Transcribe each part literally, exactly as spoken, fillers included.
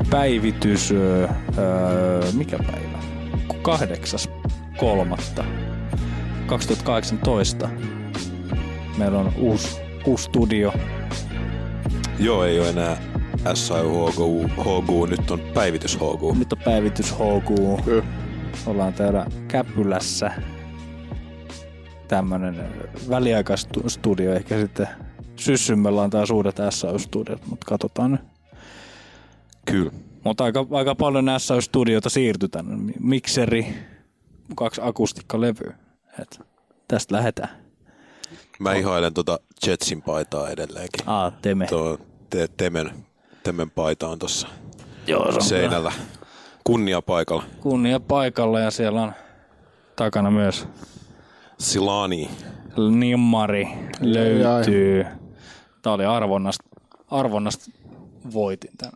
päivitys, öö, mikä päivä? kahdeksas kolmatta kaksituhattakahdeksantoista. Meillä on uusi, uusi studio. Joo, ei ole enää S I H G, nyt on päivitys H G. Nyt on päivitys H G. Mm. Ollaan täällä Käpylässä. Tämmönen väliaikaistudio, ehkä sitten syssymmellä on taas uudet S I U-studiot, mutta katsotaan nyt. Kyllä. Mutta aika, aika paljon S I U-studioita siirtyi tänne. Mikseri, kaksi akustiikkalevyä. Et tästä lähdetään. Mä ihailen tota Jetsin paitaa edelleenkin. Aa, Teme. Tuo te, temen, temen paita on tossa Joo, seinällä. Kunnia paikalla. Kunnia paikalla ja siellä on takana myös Silani. Nimmari löytyy. Tää oli arvonnasta, arvonnasta voitin tän.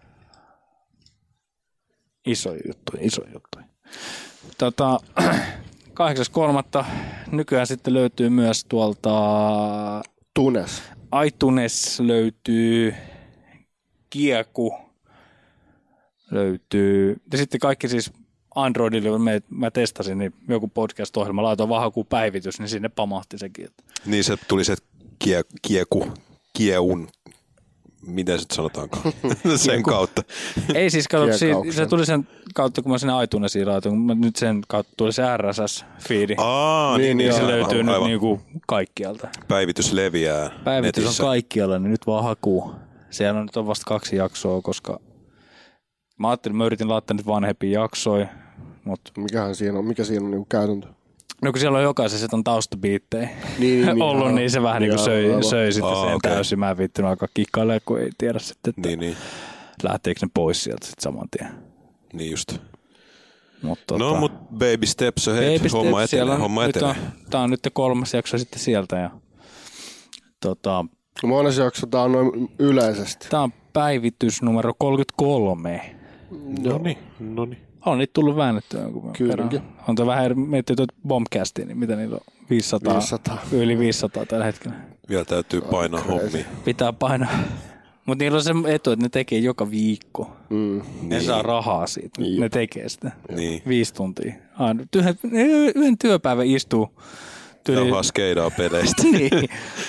Iso juttu, iso juttu. Tota, kahdeksas kolmatta nykyään sitten löytyy myös tuolta Tunes. iTunes löytyy, Kieku löytyy. Ja sitten kaikki siis Androidille, mä, mä testasin, niin joku podcast-ohjelma, laitoin vaan hakuun päivitys, niin sinne pamahti sekin. Niin se tuli se kie, kieku, kieun, miten se sanotaankaan, sen kautta. Ei siis, kato, si, se tuli sen kautta, kun mä sinne iTunesiin laitoin, kun nyt sen kautta tuli se R S S-fiidi. Aa, niin, niin, niin se aivan, löytyy aivan. nyt niinku kaikkialta. Päivitys leviää Päivitys netissä. on kaikkialla, niin nyt vaan hakuu. Siellä on nyt on vasta kaksi jaksoa, koska mä ajattelin, mä yritin laittaa nyt vanhempia jaksoja, mutta Mikähän siinä on, mikä siinä on niinku käytäntö? no kun siellä on jokaisessa on taustabiittejä niin, niin, ollut, niin, niin se vähän niin kuin söi, söi sitten Aa, sen okay. täysin. Mä en viittynyt alkaa kikkailemaan, kun ei tiedä sitten, että Niin, niin. lähteekö ne pois sieltä sitten saman tien. Niin just. Mut, No, tota, mut baby steps ahead, Baby homma Steps, siellä etenee, on- homma nyt etenee. on, tää on nyt kolmas jakso sitten sieltä. Ja, tota, Monessa jakso tää on noin yleisesti. tää on päivitys numero kolmekymmentäkolme. Noniin, noniin. On niitä tullut väännettyä jonkun Kylläkin. verran. On tämä vähän miettiä tuota Bombcastia, niin mitä niillä on? viisisataa, viisisataa. Yli viisisataa tällä hetkellä. Vielä täytyy painaa crazy. hommia. Pitää painaa. Mutta niillä on se etu, että ne tekee joka viikko. Mm. Ne Niin. saa rahaa siitä. Niin. Ne tekee sitä. Niin. Viisi tuntia. Aina. Yhden, yhden työpäivän istuu. Tyli... Jauhaa skeidaa peleistä. niin.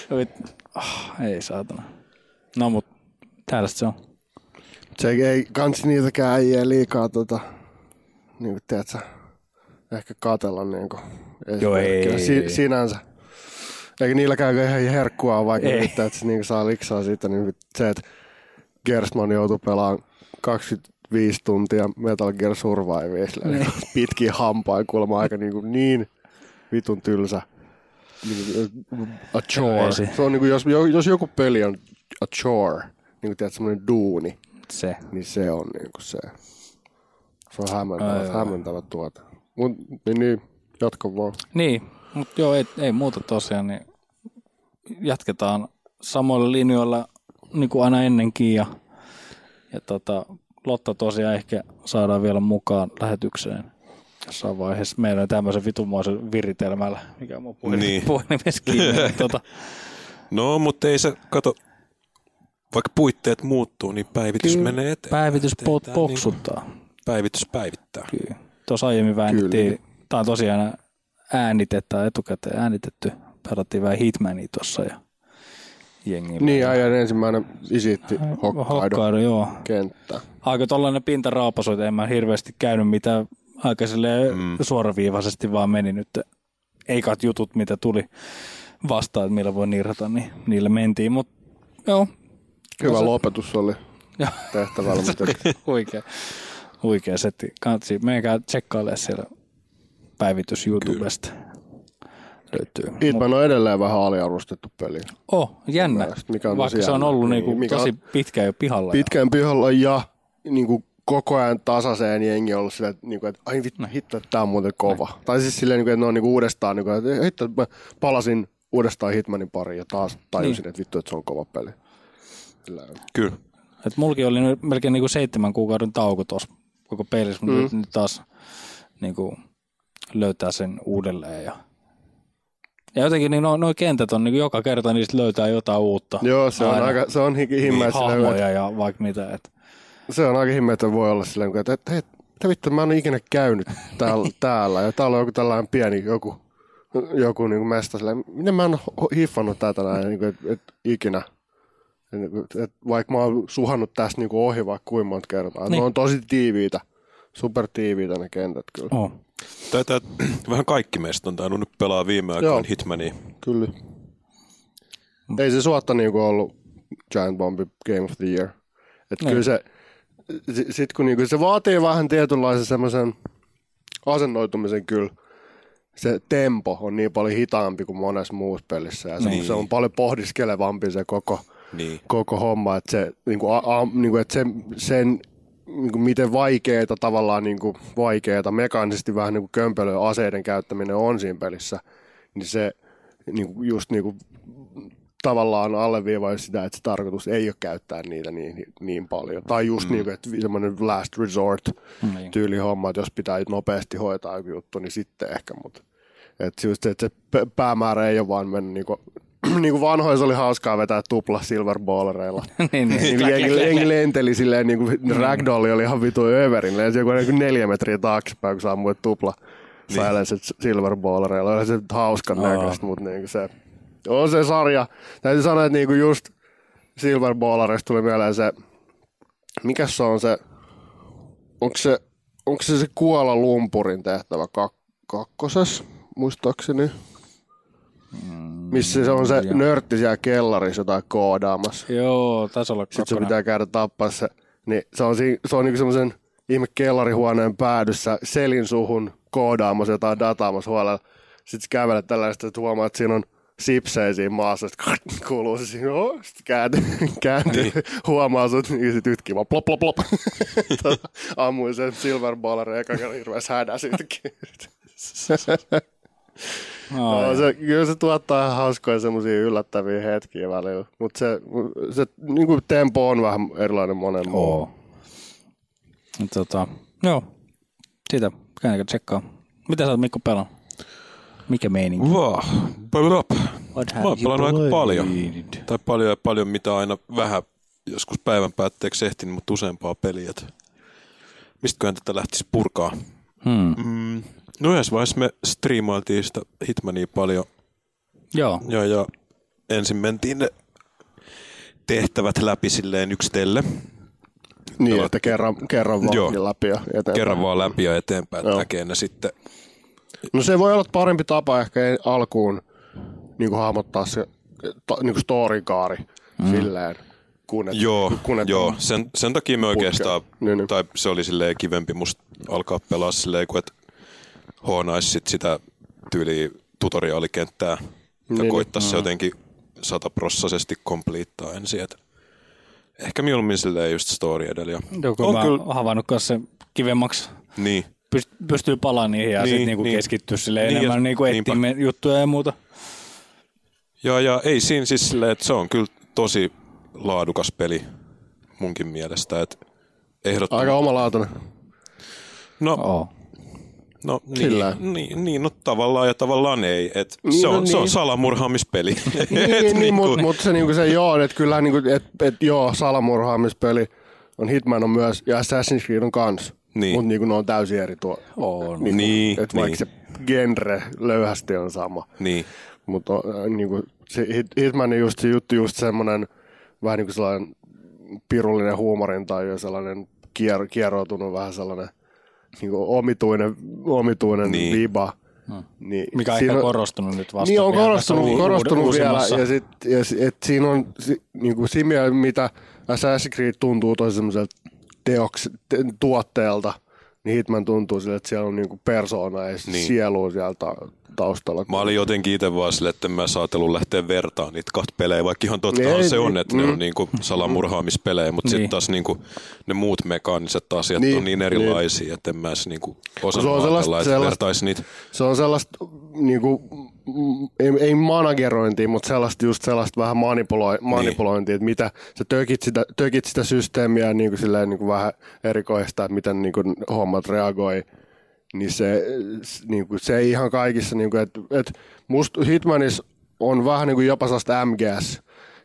Oh, ei saatana. No mut tällaista se on. Se ei kans niitäkään äijää liikaa tota, niinku tiedätkö, ehkä katella niinku. Joo, ei. Si- sinänsä. Eikä niilläkään ihan herkkua, vaikka Ei. nyt, että se niinku saa liksaa siitä, niin se, että Gersman joutui pelaamaan kaksikymmentäviisi tuntia Metal Gear Survivea pitkiä hampain kuulemma aika niinku niin vitun tylsä. Niinku, a chore. Se. Se on niinku, jos, jos joku peli on a chore, niinku tiedät semmoinen duuni, Se. niin se on niinku se. Se on hämmentävä, Aivan. hämmentävä tuote. Mut, niin, niin, jatka vaan. Niin, mutta joo, ei, ei muuta tosiaan, niin jatketaan samoilla linjoilla niin kuin aina ennenkin ja, ja tota, Lotta tosiaan ehkä saadaan vielä mukaan lähetykseen jossain vaiheessa. Meillä on tämmöisen vitumoisen viritelmällä, mikä on mun puhelin, Niin. puhelimessa kiinni. tota, No, mutta ei se, kato, vaikka puitteet muuttuu, niin päivitys Kyllä, menee eteenpäin. päivitys Tehdään po- poksuttaa. Niin päivitys päivittää. Kyllä. Tuossa aiemmin väännettiin, tämä on tosiaan äänitettä, etukäteen äänitetty. Pelattiin vähän Hitmania tuossa ja jengi. Niin, äijän ensimmäinen visiitti Hokkaido Hokkaido, joo. kenttä. Aika tollainen pintaraapasu, että en mä hirveästi käynyt mitään aika silleen mm. suoraviivaisesti vaan meni nyt eikat jutut, mitä tuli vastaan, että millä voi nirrata, niin niillä mentiin, mutta joo. Hyvä se- lopetus oli Joo. tehtävällä. Mutta huikea, huikea setti. Kansi, menkää tsekkailemaan siellä päivitys YouTubesta. Löytyy. Hitman on edelleen vähän aliarvostettu peli. Oh, jännä. Mikä on Vaikka tosi se on jännä. ollut Niin, niinku mikä tosi on- pitkään jo pihalla. Pitkään pihalla ja niin kuin koko ajan tasaiseen jengi on ollut silleen, että, niin kuin, että ai vittu, hitto, että tää on muuten kova. No. Tai siis silleen, niin kuin, että ne on niin kuin uudestaan, niin kuin, että hitto, mä palasin uudestaan Hitmanin pariin ja taas tajusin, niin. että vittu, että se on kova peli. Silleen. Kyllä. Et mulki oli nyt melkein niinku seitsemän kuukauden tauko tuossa koko pelissä, mutta Mm. nyt, nyt taas niinku löytää sen uudelleen. Ja, ja jotenkin niin nuo noi kentät on niinku joka kerta niistä löytää jotain uutta. Joo, se on Aina. aika, se on hi- Niin, himmeä silleen, hahmoja ja vaikka mitä. Et se on aika himmeä, että voi olla silleen, että, että hei, mitä vittu, mä en ole ikinä käynyt täällä, täällä ja täällä on joku tällainen pieni joku, joku niin kuin mesta silleen, miten mä en ole hiffannut tätä näin, niin kuin, että, että ikinä. Et, et, vaikka mä oon suhannut tästä niin kuin ohi vaikka kuinka monta kertaa. Niin. Ne on tosi tiiviitä, super tiiviitä ne kentät kyllä. Oh. Taitaa, vähän kaikki meistä on tainnut nyt pelaa viime aikoina Hitmania. Kyllä. Ei se suotta niinku ollut Giant Bomb Game of the Year. Että kyllä se, sit kun niinku, se vaatii vähän tietynlaisen semmoisen asennoitumisen kyllä. Se tempo on niin paljon hitaampi kuin monessa muussa pelissä. Ja se, niin. se on paljon pohdiskelevampi se koko, niin. koko homma. Että se, niinku, a, a, niinku, et se, sen, niinku, miten vaikeeta tavallaan niinku, vaikeeta, mekaanisesti vähän niinku kömpelöä aseiden käyttäminen on siinä pelissä, niin se niinku, just niinku, tavallaan alleviivaisi sitä, että se tarkoitus ei ole käyttää niitä niin, niin paljon. Tai just mm. niin kuin, että semmoinen last resort mm. tyyli homma, että jos pitää nopeasti hoitaa joku juttu, niin sitten ehkä. Mutta että just, että se päämäärä ei ole vaan mennä niin kuin, niin kuin vanhoissa oli hauskaa vetää tupla silverballereilla. niin, niin. Jengi, jengi lenteli silleen, niin kuin ragdolli oli ihan vitu överin. Lensi joku niin neljä metriä taaksepäin, kun saamui tupla silenset silverballereilla. Oli se hauskan oh. näköistä, mutta niin kuin se... On se sarja. Täytyy sanoa, että niinku just Silver Ballerista tuli mieleen se, mikä se on se, onko se, onko se se Kuala Lumpurin tehtävä kak, kakkosessa, muistaakseni? Mm, missä se on se ja. nörtti siellä kellarissa jotain koodaamassa. Joo, tässä olla Sitten sun pitää käydä tappaa se. Niin se on, se on niinku semmoisen ihme kellarihuoneen päädyssä selin suhun koodaamassa jotain dataamassa huolella. Sitten sä kävelet tällaista, että huomaat, että siinä on sipsejä siinä maassa, että kuuluu se siinä, oh, sitten kääntyy, kääntyy niin. huomaa sut, niin sit ytkin vaan plop, plop, plop. Ammuin sen silver ballerin eka kerran hirveässä hädässä ytkin. Oh, no, se, kyllä se tuottaa ihan hauskoja semmosia yllättäviä hetkiä välillä, mutta se, se niin kuin tempo on vähän erilainen monen muu. Oh. Tota, joo, siitä käydäänkö tsekkaa. Mitä sä oot Mikko pelannut? Mikä meininki? Wow, paljon up. Mä oon pelannut aika paljon. Tai paljon ja paljon, mitä aina vähän joskus päivän päätteeksi ehtinyt, mutta useampaa peliä. Mistäköhän tätä lähtisi purkaa? Hmm. Mm, no yhdessä vaiheessa me striimailtiin sitä Hitmania paljon. Joo. Ja, ja ensin mentiin ne tehtävät läpi silleen yksitelle. Niin, Pelat... että kerran, kerran vaan joo, läpi ja eteenpäin. Kerran vaan läpi ja eteenpäin, että näkee ne sitten. No se voi olla parempi tapa ehkä alkuun niin kuin hahmottaa se niin kuin storykaari mm. silleen. Kun et, joo, kun et joo. Sen, sen takia me oikeastaan, niin, niin. tai se oli silleen kivempi musta alkaa pelaa silleen, kun et hoonaisi sit sitä tyyliä tutoriaalikenttää ja niin, koittaisi niin. se jotenkin sataprossaisesti kompliittaa ensin. Et ehkä mieluummin silleen just story edellä. Joku on mä kyllä havainnut kanssa sen kivemmaksi. Niin. Pystyy palaamaan niihin ja niin, sitten niinku niin. keskittyä silleen niin, enemmän niinku etsiä juttuja ja muuta. Ja, ja ei siinä siis silleen, että se on kyllä tosi laadukas peli munkin mielestä. Et ehdottoman... Aika omalaatuinen. No, oh. no niin, niin, niin, no tavallaan ja tavallaan ei. Et niin, se, on, no, niin. se on salamurhaamispeli. niin, niin, niin mutta mut se, niinku se joo, että kyllä niinku, et, et, joo, salamurhaamispeli on Hitman on myös ja Assassin's Creed on kans. Niin. Mutta niinku ne on täysin eri tuo. Oh, niinku, niin, että vaikka niin. se genre löyhästi on sama. Niin. Mutta niinku, se Hitmanin just se juttu just semmoinen vähän niin kuin sellainen pirullinen huumorin tai sellainen kier, kieroutunut vähän sellainen niin kuin omituinen, omituinen niin. viba. Hmm. Niin, mikä on ehkä korostunut nyt vasta. Niin on korostunut, korostunut vielä. Ja, sit, ja et siinä on niin kuin siinä, mitä Assassin's Creed tuntuu tosi semmoiselta teoks, te, tuotteelta, niin Hitman tuntuu sille, että siellä on niin kuin persoona ja niin. sielu siellä ta- taustalla. Mä olin jotenkin itse vaan sille, että mä saatellut lähteä vertaan niitä kahta pelejä, vaikka ihan tottahan ei, se on, että mm. ne on niinku salamurhaamispelejä, mutta niin. sitten taas niinku ne muut mekaaniset asiat niin. on niin erilaisia, niin. että en mä edes niinku osannut ajatella, että vertaisi niitä. Se on sellaista, niinku, ei, ei managerointia, mutta sellaista just sellaista vähän manipuloi, manipulointia, niin. että mitä sä tökit sitä, tökit sitä systeemiä niinku silleen niinku vähän erikoista, että miten niinku hommat reagoi. Niin se, niinku, se ei ihan kaikissa, niinku, että et musta Hitmanissa on vähän niinku jopa sellaista M G S,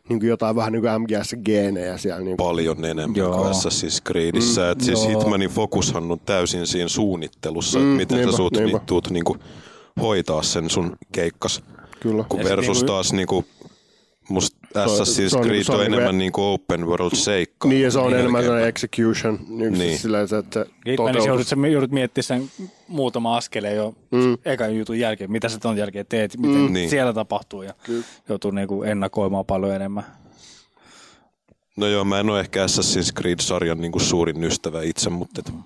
niin kuin jotain vähän niin kuin M G S-geenejä siellä. Niin kuin. Paljon enemmän Joo. kuin Assassin's Creedissä. Mm, siis Hitmanin fokushan on täysin siinä suunnittelussa, mm, että miten niinpä, sä sut niinpä. tuut niin kuin hoitaa sen sun keikkas. Kyllä. Kun versus niinku, taas niinku, musta Assassin's Creed on, on, on enemmän niinku open world seikka. Niin ja se on enemmän sellainen execution. Niin. Siis silleen, että se toteutus. Sä joudut miettimään sen muutama askeleen jo mm. ekan jutun jälkeen, mitä sä ton jälkeen teet, miten mm. niin. siellä tapahtuu ja Kyllä. joutuu niinku ennakoimaan paljon enemmän. No joo, mä en ole ehkä Assassin's Creed-sarjan niinku suurin ystävä itse, mutta et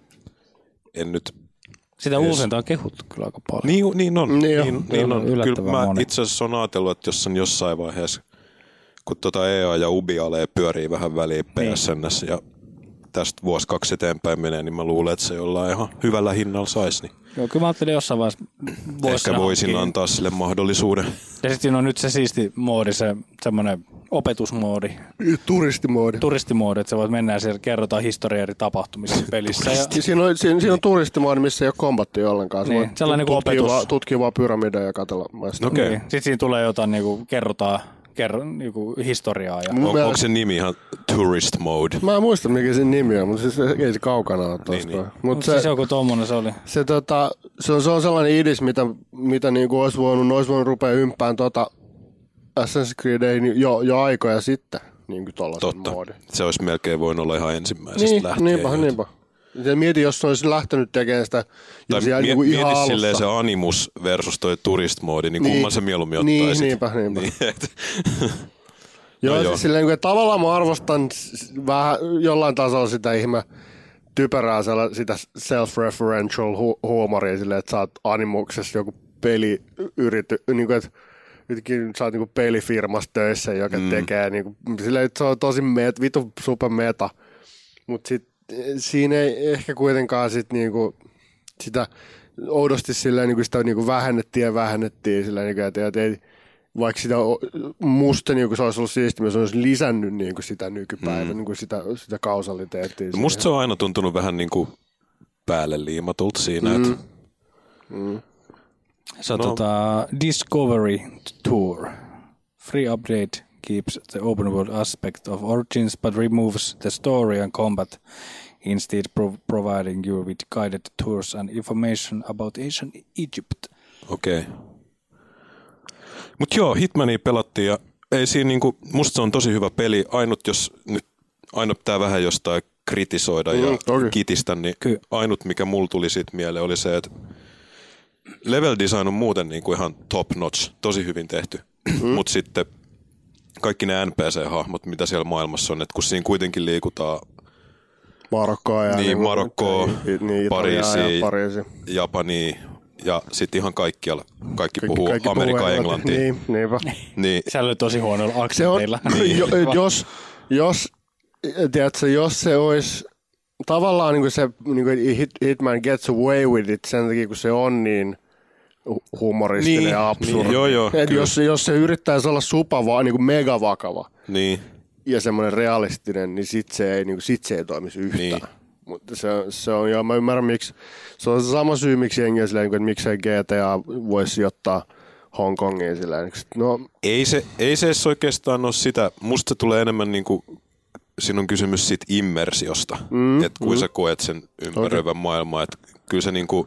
en nyt... Sitä yes. uusinta on kehuttu kyllä aika paljon. Niin, niin on. Niin, niin, niin on. Kyllä mä moni. itse asiassa on ajatellut, että jos on jossain vaiheessa, kun tuota E A ja Ubi alee pyörii vähän väliin P S N:ssä niin. ja tästä vuosi kaksi eteenpäin menee, niin mä luulen, että se jollain ihan hyvällä hinnalla saisi. Niin. Joo, kyllä mä ajattelin jossain vaiheessa Ehkä voisin hankkiin. antaa sille mahdollisuuden. Ja sitten on nyt se siisti moodi, se semmoinen opetusmoodi. Turistimoodi. Turistimoodi, että sä voit mennä ja siellä kerrotaan historiaa eri tapahtumissa pelissä. Ja... Siinä, on, siinä, siinä on turistimoodi, missä ei ole kombattia ollenkaan. Se niin, sellainen niin tutkii opetus. Vaan, tutkii vaan pyramideja ja katsella. Okay. Niin. Sitten siinä tulee jotain, niin kuin, kerrotaan kerro, niin kuin historiaa. Ja... On, onko se nimi ihan Tourist Mode? Mä en muista, mikä se nimi on, mutta siis ei se kaukana ole tuosta. Niin, niin. Mutta se, siis joku tommonen se oli. Se, tota, se, on, se on sellainen idis, mitä, mitä niin kuin olisi voinut, olisi voinut rupea ympään tota Assassin's Creed jo, jo aikoja sitten. Niin kuin tollaisen moodin. Se olisi melkein voinut olla ihan ensimmäisestä niin, lähtien. Niinpä, niinpä. Ja mieti, jos olisi lähtenyt tekemään sitä tai mie- niin mieti ihan silleen se Animus versus toi Tourist-moodi, niin, niin kumman se mieluummin niin, ottaisit. Niinpä, niinpä. Niin, joo, no siis silleen, että tavallaan mä arvostan vähän jollain tasolla sitä ihme typerää sitä self-referential hu- huumoria silleen, että sä oot Animuksessa joku peli yrity, niin kuin, että nytkin sä oot niin kuin pelifirmassa töissä, joka mm. tekee niin kuin, silleen, että se on tosi met, vitu super meta, mutta sit siinä ei ehkä kuitenkaan sit niinku sitä oudosti silleen niinku sitä niinku vähennettiin ja vähennettiin silleen niinku, että, että ei, vaikka sitä musta niinku se olisi ollut siistiä, se olisi lisännyt niinku sitä nykypäivää, mm. niinku sitä sitä kausaliteettia. No musta se on aina tuntunut vähän niinku päälle liimatulta siinä, mm. että mm. Se on no. tota Discovery Tour. Free update keeps the open world aspect of Origins but removes the story and combat, instead pro- providing you with guided tours and information about ancient Egypt. Okei. Okay. Mut joo, Hitmania pelattiin ja ei siinä niinku, musta se on tosi hyvä peli. Ainut jos nyt, aina pitää vähän jostain kritisoida ja mm, kitistä, niin Ky- ainut mikä mulla tuli siitä mieleen oli se, että level design on muuten niinku ihan top notch, tosi hyvin tehty. Mm. Mut sitten kaikki ne N P C-hahmot, mitä siellä maailmassa on, että kun siinä kuitenkin liikutaan Marokkoa ja niin, niin Marokkoa, niin, Pariisiin, Pariisi. Japaniin ja sitten ihan kaikkialla. Kaikki, kaikki puhuu kaikki Amerikan puhuu englantia. Niin, niinpä. Niin. Siellä oli tosi huonoilla aksenteilla. Niin. jos, jos, tiedätkö, jos se olisi tavallaan niin kuin se niin kuin Hitman gets away with it sen takia, kun se on niin humoristinen niin, ja absurdi. Niin, joo, joo, jos, jos se yrittäisi olla supava, niin kuin mega vakava niin. ja semmoinen realistinen, niin sit se ei, niin sit se ei toimisi yhtään. Niin. Mutta se, se on, ja mä ymmärrän, miksi, se on se sama syy, miksi jengi on silleen, että miksei G T A voisi sijoittaa Hongkongiin silleen. No. Ei se, ei se edes oikeastaan ole sitä, musta se tulee enemmän niin kuin, siinä on kysymys siitä immersiosta, mm, että kun mm. sä koet sen ympäröivän okay. maailmaa, että kyllä se niin kuin,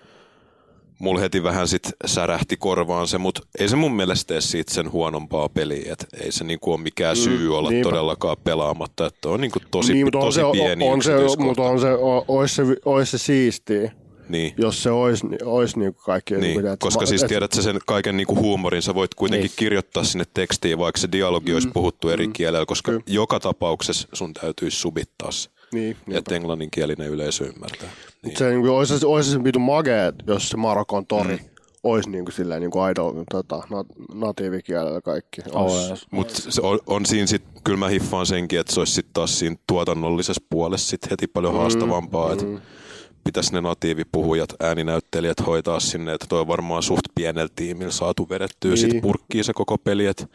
mulla heti vähän sit särähti korvaan se, mutta ei se mun mielestä tee siitä sen huonompaa peliä, että ei se niinku ole mikään syy mm, olla niinpä. todellakaan pelaamatta, että on niinku tosi, niin, tosi on pieni on, on se, mutta on se, ois se, ois se siistiä, niin. jos se olisi ois niinku kaikki. Niin, niinku, koska et, siis et, tiedät sä sen kaiken niinku huumorin, sä voit kuitenkin niin. kirjoittaa sinne tekstiin, vaikka se dialogi mm, olisi puhuttu eri mm, kielellä, koska kyllä. joka tapauksessa sun täytyisi subittaa se. Niin, että englanninkielinen yleisö ymmärtää. Niin. Se niin olisi, olisi se vitu magea, jos se Marokon tori mm. olisi niin kuin silleen niin kuin idol, tota, natiivikielellä kaikki. Oh, mutta on, on siinä sitten, kyllä mä hiffaan senkin, että se olisi sitten taas siinä tuotannollisessa puolessa sit heti paljon mm, haastavampaa, että mm. pitäisi ne natiivipuhujat, ääninäyttelijät hoitaa sinne, että toi on varmaan suht pienellä tiimillä saatu vedettyä niin. sit purkkiin se koko peli, että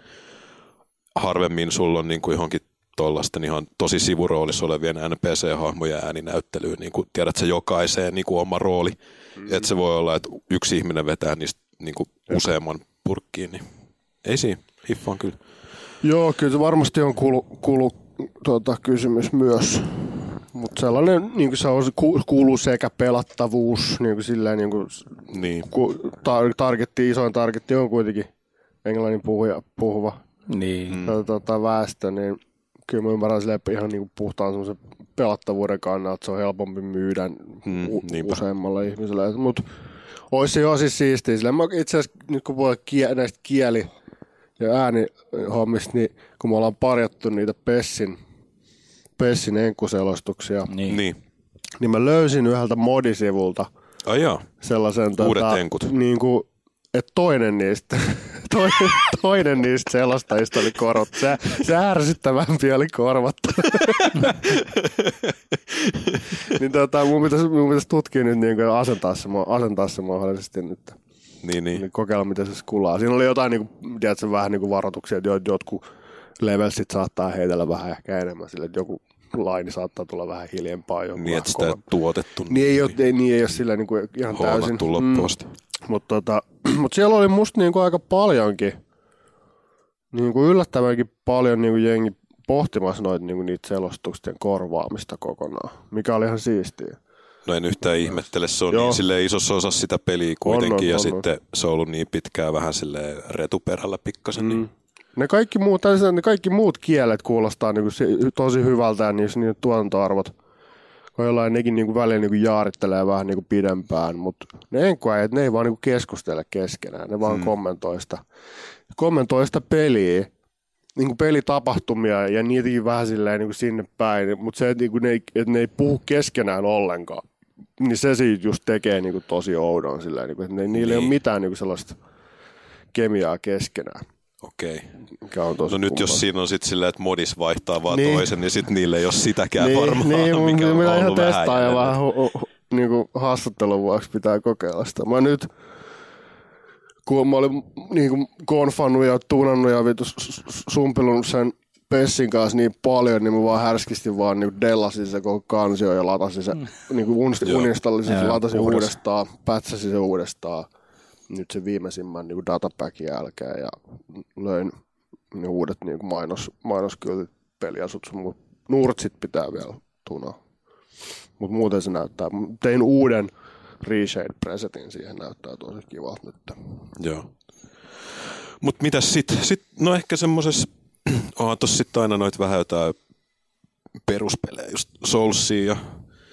harvemmin sulla on niin kuin johonkin tuollaisten ihan tosi sivuroolissa olevien N P C-hahmojen ääninäyttelyyn, niin kuin tiedät sä jokaiseen niin kuin oma rooli, mm. että se voi olla, että yksi ihminen vetää niistä niin kuin useamman purkkiin, niin ei siinä, hiffaan kyllä. Joo, kyllä se varmasti on kulu, kulu tuota, kysymys myös. Mutta sellainen, niin kuin se on, kuuluu sekä pelattavuus, niin kuin silleen, niin kuin niin. Ku, tar- targetti, isoin targetti on kuitenkin englannin puhuja, puhuva niin. tuota, väestö, niin kyllä mä ymmärrän silleen ihan niin kuin puhtaan semmoisen pelattavuuden kannalta, että se on helpompi myydä mm, u- useammalle ihmiselle. Mutta olisi se jo siis siistiä. Silleen, mä itse asiassa nyt kun voi kie- näistä kieli- ja äänihommista, niin kun me ollaan parjattu niitä Pessin Pessin enkkuselostuksia, niin. Niin. niin mä löysin yhdeltä modisivulta Ai jaa. sellaisen uudet tota, enkut. Niin kuin, että toinen niistä, toinen, toinen niistä selostajista oli korvattu. Se, se ärsyttävämpi oli korvattu. niin tota, mun pitäisi, mun pitäisi tutkia nyt niin kuin asentaa se, asentaa se mahdollisesti nyt. Niin, niin. niin kokeilla, miten se skulaa. Siinä oli jotain, niin kuin, tiedätkö, vähän niin kuin varoituksia, että jotkut levelsit saattaa heitellä vähän ehkä enemmän, sille, että joku laini saattaa tulla vähän hiljempaa. Niin, että sitä ei tuotettu. Niin ei ole, ei, niin ei ole sillä niin kuin ihan täysin. Hoolattu loppuasti. Mm. Mutta tota, mut siellä oli musta niin kuin aika paljonkin, niin kuin yllättävänkin paljon niin kuin jengi pohtimassa noita, niin kuin niitä selostusten korvaamista kokonaan, mikä oli ihan siistiä. No en yhtään ihmettele, se on Joo. niin silleen isossa osassa sitä peliä kuitenkin, on, on, ja on, sitten on. se on ollut niin pitkään vähän silleen retuperällä pikkasen. Mm. Niin. Ne kaikki, muut, tai ne kaikki muut kielet kuulostaa niin kuin tosi hyvältä ja niissä niiden tuotantoarvot, kun jollain nekin niin kuin välillä niin kuin jaarittelee vähän niin kuin pidempään, mutta ne enkkuäijät, ne ei vaan niin kuin keskustele keskenään, ne vaan mm. kommentoi sitä, kommentoi sitä peliä, niin kuin pelitapahtumia ja niitäkin vähän silleen niin kuin sinne päin, mutta se, että, niin kuin ne, ei, että ne ei puhu keskenään ollenkaan, niin se siitä just tekee niin kuin tosi oudon silleen, niin kuin, että ne, niillä niin. ei ole mitään niin kuin sellaista kemiaa keskenään. Okei. No nyt kumma. Jos siinä on sitten silleen, että modis vaihtaa vaan niin. toisen, niin sitten niille ei ole sitäkään niin, varmaan, niin, mikä on minä ollut vähän. testaa ja vähän hu- hu- niinku haastattelun vuoksi pitää kokeilla sitä. Mä nyt, kun mä olin niinku konfannut ja tuunannut ja vitu sumpilunut sen Pessin kanssa niin paljon, niin mä vaan härskisti vaan niinku dellasin se koko kansio ja latasin se, mm. niinku unistallisin se, latasin uudestaan, uudestaan pätsäsin se uudestaan. Nyt se viimeisimmän niin datapackin jälkeen ja löin ne uudet niin mainos, mainoskyltit peliasut, mutta nurtsit pitää vielä tunaa. Mutta muuten se näyttää. Tein uuden reshade presetin, siihen näyttää tosi kivalta nyt. Joo. Mutta mitäs sit? sit? No ehkä semmosessa, onhan tossa sit aina noit vähän jotain peruspelejä, just Soulsia ja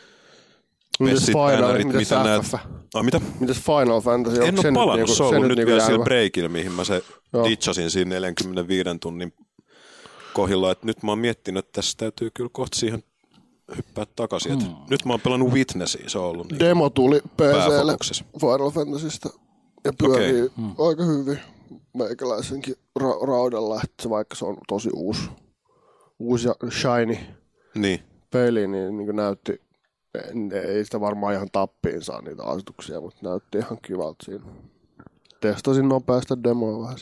Mitäs Final, mitäs F F? Ah, mitä? Mitäs Final Fantasy? En ole palannut, niinku, se on ollut nyt niinku vielä sillä breakillä, mihin mä se Joo. ditchasin siinä neljänkymmenenviiden tunnin kohdilla. Et nyt mä oon miettinyt, että tässä täytyy kyllä kohta siihen hyppää takaisin. Hmm. Nyt mä oon pelannut Witnessia, se on ollut niin demo tuli P C:lle Final Fantasystä ja pyörii okay. hmm. aika hyvin meikäläisenkin ra- raudalla, että se, vaikka se on tosi uusi, uusi ja shiny niin. peli, niin, niin näytti. Ei sitä varmaan ihan tappiin saa niitä asetuksia, mutta näytti ihan kivalta siinä. Testasin nopeasta demoa vähän.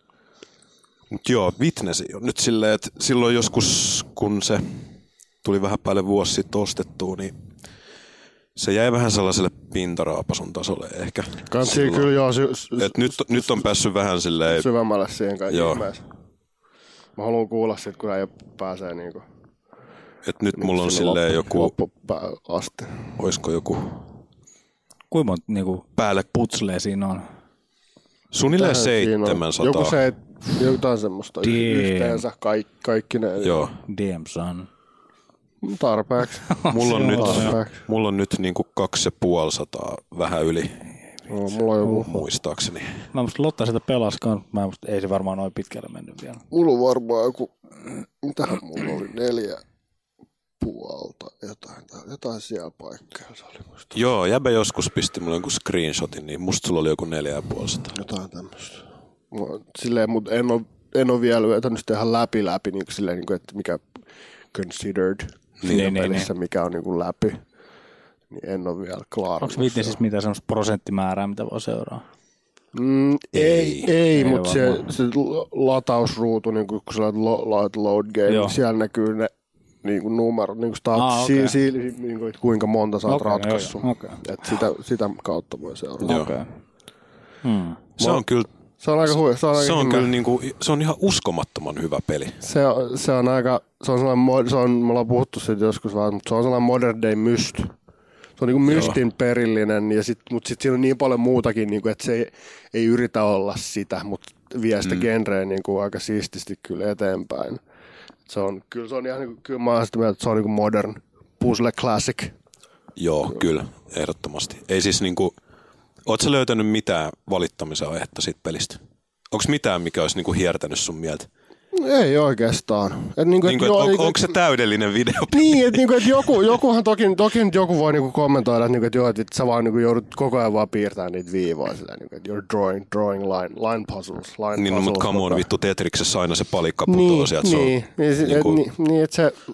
Mut joo, Witness on nyt silleen, että silloin joskus, kun se tuli vähän päälle vuosi sitten ostettua, niin se jäi vähän sellaiselle pintaraapasun tasolle ehkä. Kansi kyllä joo. Sy- sy- Et nyt, nyt on päässyt vähän silleen. Syvemmälle siihen kaikki ihmeessä. Mä haluan kuulla sit, kun ei pääsee niinku. Et nyt mulla on silleen joku, asti. oisko joku kuinka monta niinku päälle putslee siinä on? Suunnilleen seitsemänsataa. Joku se, jotain semmoista Damn. Yhteensä kaik, kaikki ne. Joo. Damn son. Tarpeeksi. mulla on nyt, mulla on nyt niinku kaksi ja puoli sataa vähän yli. No, mulla on joku. Muistaakseni. Mä musta Lotta sitä pelaskaan, mä musta ei se varmaan noin pitkälle mennyt vielä. Mulla on varmaan joku, mitähän mulla oli neljä. Puolta, jotain, jotain siellä paikkaa se oli musta. Joo, jäbä joskus pisti mulle jonkun screenshotin, niin musta sulla oli joku neljä ja puolesta. Jotain tämmöistä. Silleen, mutta en ole, en ole vielä vetänyt sitä ihan läpi läpi, niin kuin silleen, niin kuin, että mikä considered niin, siinä niin, pelissä, niin. mikä on niin kuin läpi. Niin en ole vielä klaarannut. Onko Witnessissä mitään semmoista prosenttimäärää, mitä voi seuraa? Mm, ei, ei, ei mutta se, se latausruutu, niin kun sä laitat load game, niin siellä näkyy ne niin kuin numero, niin kuin stat, ah, okay. si, si, niin kuin, kuinka monta sä oot okay, ratkaissut. Okay. Et sitä, sitä kautta voi seurata. Okay. Hmm. Se on kyllä Se on aika hui, se on, aika se on kyllä niinku, se on ihan uskomattoman hyvä peli. Se on, se on aika, se on sellainen, se on, me ollaan puhuttu siitä joskus vaan, mutta se on sellainen modern day myst. Se on niinku mystin Joo. perillinen, ja sit, mutta sitten siinä on niin paljon muutakin, niinku, että se ei, ei yritä olla sitä, mutta vie sitä mm. genreä niinku aika siististi kyllä eteenpäin. Se on, kyllä se on ihan niinku, kyllä mä oon sitä mieltä, että se on niinku modern puzzle classic. Joo, kyllä. kyllä, ehdottomasti. Ei siis niinku, ootko sä löytänyt mitään valittamisen aihetta siitä pelistä? Onko mitään, mikä olisi niinku hiertänyt sun mieltä? Ei oikeastaan. Et niinku, niinku, et jo, on, niinku, onko se täydellinen video? Niin, että niinku, et joku, jokuhan toki, toki joku voi niinku kommentoida, että, niinku, et joo, et sä vaan niinku, joudut koko ajan vaan piirtämään niitä viivoja. Sillä, niinku, että you're drawing, drawing line, line puzzles. Line niin, puzzles, mutta come on, vittu Tetriksessä aina se palikka putoo niin, sieltä. Niin, niin, niin, et, niin, niin että se...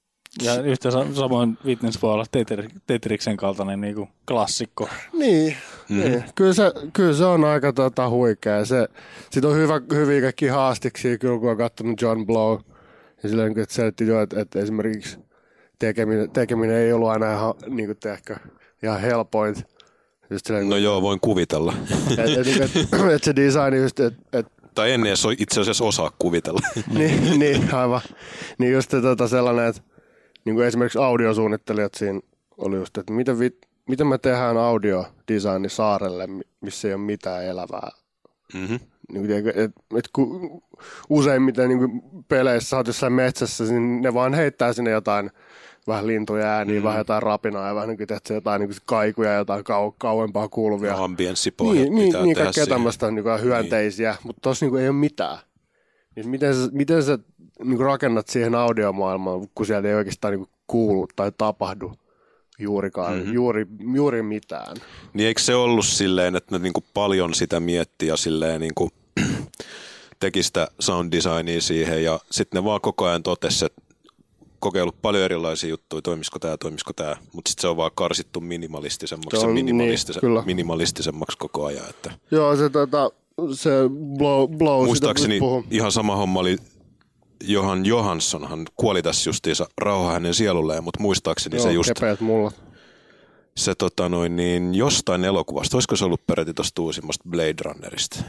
Ja yhtä samoin Witness voi olla Tetriksen kaltainen niinku klassikko. Niin, mm-hmm. niin. Kyllä, se, kyllä se on aika tota, huikea. Se, sit on hyvä, hyviä kaikki haastiksia, kyllä kun on katsonut John Blow. Ja silleen, että selitti jo, että, että esimerkiksi tekeminen, tekeminen ei ollut aina ihan, niin kuin tehkö, ihan helpointa. Silleen, no joo, voin kuvitella. Että et, et, et, et se design just, että... Et, tai en edes itse asiassa osaa kuvitella. niin, niin, aivan. Niin just tota sellainen, että niin kuin esimerkiksi audiosuunnittelijat siinä oli just, että miten, vi, miten me tehdään audiodesigni saarelle, missä ei ole mitään elävää. Mm-hmm. Niin, et, et, et, ku, useimmiten niin kuin peleissä, olet jossain metsässä, niin ne vaan heittää sinne jotain vähän lintuja ääniä, mm-hmm. vähän jotain rapinaa ja vähän niin kuin jotain niin kuin kaikuja, jotain kau, kauempaa kuuluvia. No, ambienssipohjat niin, pitää niin, tehdä kaikkea tämmöistä niin hyönteisiä, niin. Mutta tuossa niin ei ole mitään. Niin miten sä, miten sä niin rakennat siihen audiomaailmaan, kun sieltä ei oikeastaan niin kuulu tai tapahdu juurikaan, mm-hmm. juuri, juuri mitään. Niin eikö se ollut silleen, että ne niin paljon sitä miettii ja silleen niin kuin teki sitä sound designia siihen ja sitten ne vaan koko ajan totesi, että kokeillut paljon erilaisia juttuja, toimisiko tämä, toimisiko tämä, mutta sitten se on vaan karsittu minimalistisemmaksi, se on, minimalistise- niin, minimalistisemmaksi koko ajan. Että joo, se tota... Se blow, blow muistaakseni ihan sama homma oli, Johan Johanssonhan kuoli tässä justiinsa, rauha hänen sielulleen, mutta muistaakseni Joo, se just... kepeät mulla. Se tota noin niin jostain elokuvasta, olisiko se ollut peräti tuosta uusimmasta Blade Runnerista?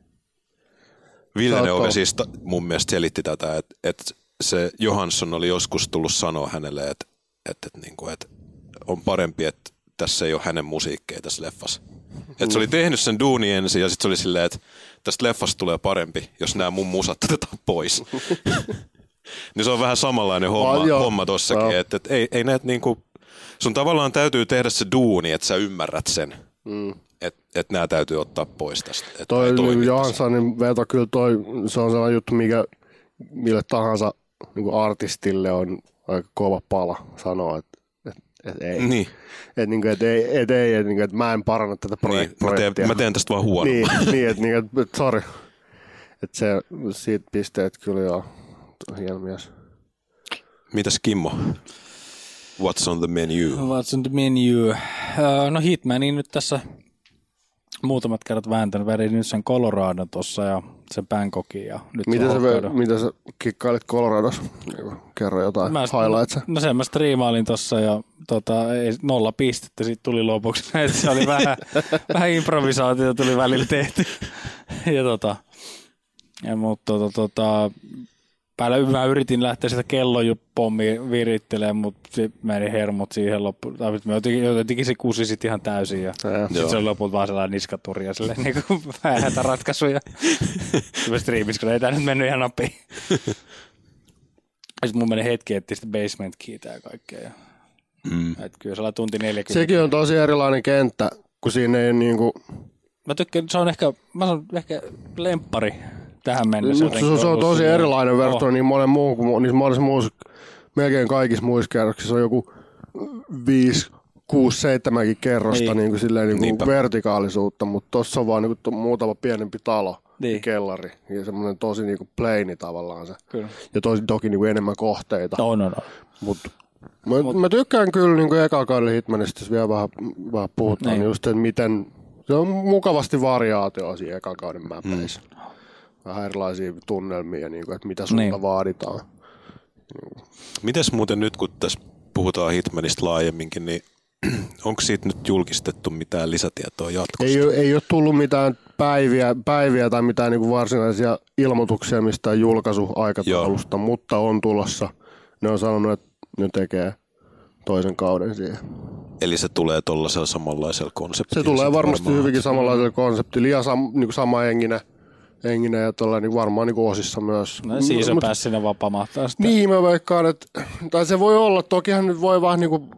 Villeneuve siis ta, mun mielestä selitti tätä, että, että se Johansson oli joskus tullut sanoa hänelle, että, että, että, että, että on parempi, että tässä ei ole hänen musiikkeja tässä leffassa. Että se oli tehnyt sen duuni ensin ja sitten se oli silleen, että tästä leffasta tulee parempi, jos nämä mun musat otetaan pois. Niin se on vähän samanlainen homma, ah, homma tossakin, että, että ei, ei näet niinku, sun tavallaan täytyy tehdä se duuni, että sä ymmärrät sen, mm. että, että nämä täytyy ottaa pois tästä. Että toi Johanssonin veto kyllä toi, se on sellainen juttu, mikä mille tahansa niin artistille on aika kova pala sanoa, että et ei. Niin. Että niinku, et ei, et ei, et niinku, et mä en paranna tätä projek- niin, projektia. Mä teen, mä teen tästä vaan huono. Niin, niin että niinku, et, sori. Että se, siitä pisteet kyllä joo, hieno mies. Mitäs Kimmo? What's on the menu? What's on the menu? Uh, no Hitmanin nyt tässä muutamat kerrat vääntänyt, värin nyt sen Colorado tossa ja sen Bangkokin. Ja nyt mitä, sä, mitä sä kikkailit Coloradossa? Kerro jotain mä, highlightsia. No sen mä striimailin tossa ja tota, ei, nolla pistettä siitä tuli lopuksi. Se oli vähän, vähän improvisaatiota tuli välillä tehty. ja tota, ja, mutta tota, tota, päällä mä yritin lähteä sitä kellopommia virittelemään, mutta meni hermot siihen loppuun. Mä jotenkin, jotenkin se kusi sit ihan täysin ja, ja sitten se oli lopulta vaan sellainen niskaturi ja silleen niin kuin vähän hätäratkaisuja. Mä striimissä, kun ei tää nyt mennyt ihan napiin. Sitten mun meni hetki etsiä sitä basement keytä ja kaikkea. Ja, mm. Et kyllä se oli tunti neljäkymmentä. Sekin on tosi erilainen kenttä, kun siinä ei niinku... Mä tykkään, se on ehkä, mä sanon ehkä lemppari. Tähän mennessä. Se, se on tosi erilainen verrattuna oh. niin monen muuhun, kuin niissä monissa muussa, melkein kaikissa muissa kerroksissa on joku viisi, kuusi, seitsemänkin kerrosta niin. Niin kuin silleen, niin kuin vertikaalisuutta, mutta tossa on vaan niin kuin muutama pienempi talo, niin. Kellari ja semmoinen tosi niin kuin plaini tavallaan se. Kyllä. Ja tosi toki niin kuin enemmän kohteita. No, no, no. Mut, mä, Mut. mä tykkään kyllä niin kuin eka kauden Hitmanista, jos vielä vähän, vähän puhutaan, niin. Just, että miten se on mukavasti variaatio siinä ekan kauden mäpeissä. Mm. Vähän erilaisia tunnelmia, niin kuin, että mitä sulta niin. vaaditaan. Mites muuten nyt, kun tässä puhutaan Hitmanista laajemminkin, niin onko siitä nyt julkistettu mitään lisätietoa jatkosta? Ei, ei ole tullut mitään päiviä, päiviä tai mitään niin kuin varsinaisia ilmoituksia mistään julkaisuaikataulusta, Joo. mutta on tulossa. Ne on sanonut, että ne tekee toisen kauden siihen. Eli se tulee tuollaisella samanlaisella konseptilla? Se tulee varmasti hyvinkin samanlaisella konseptilla. Liian sam, niin sama henginen, henginen ja tuolla, niin varmaan niin osissa myös. No siis on pääsi sinne vapaamahtaa sitten. Niin mä veikkaan, että tai se voi olla. Tokihan nyt voi vähän niin kuin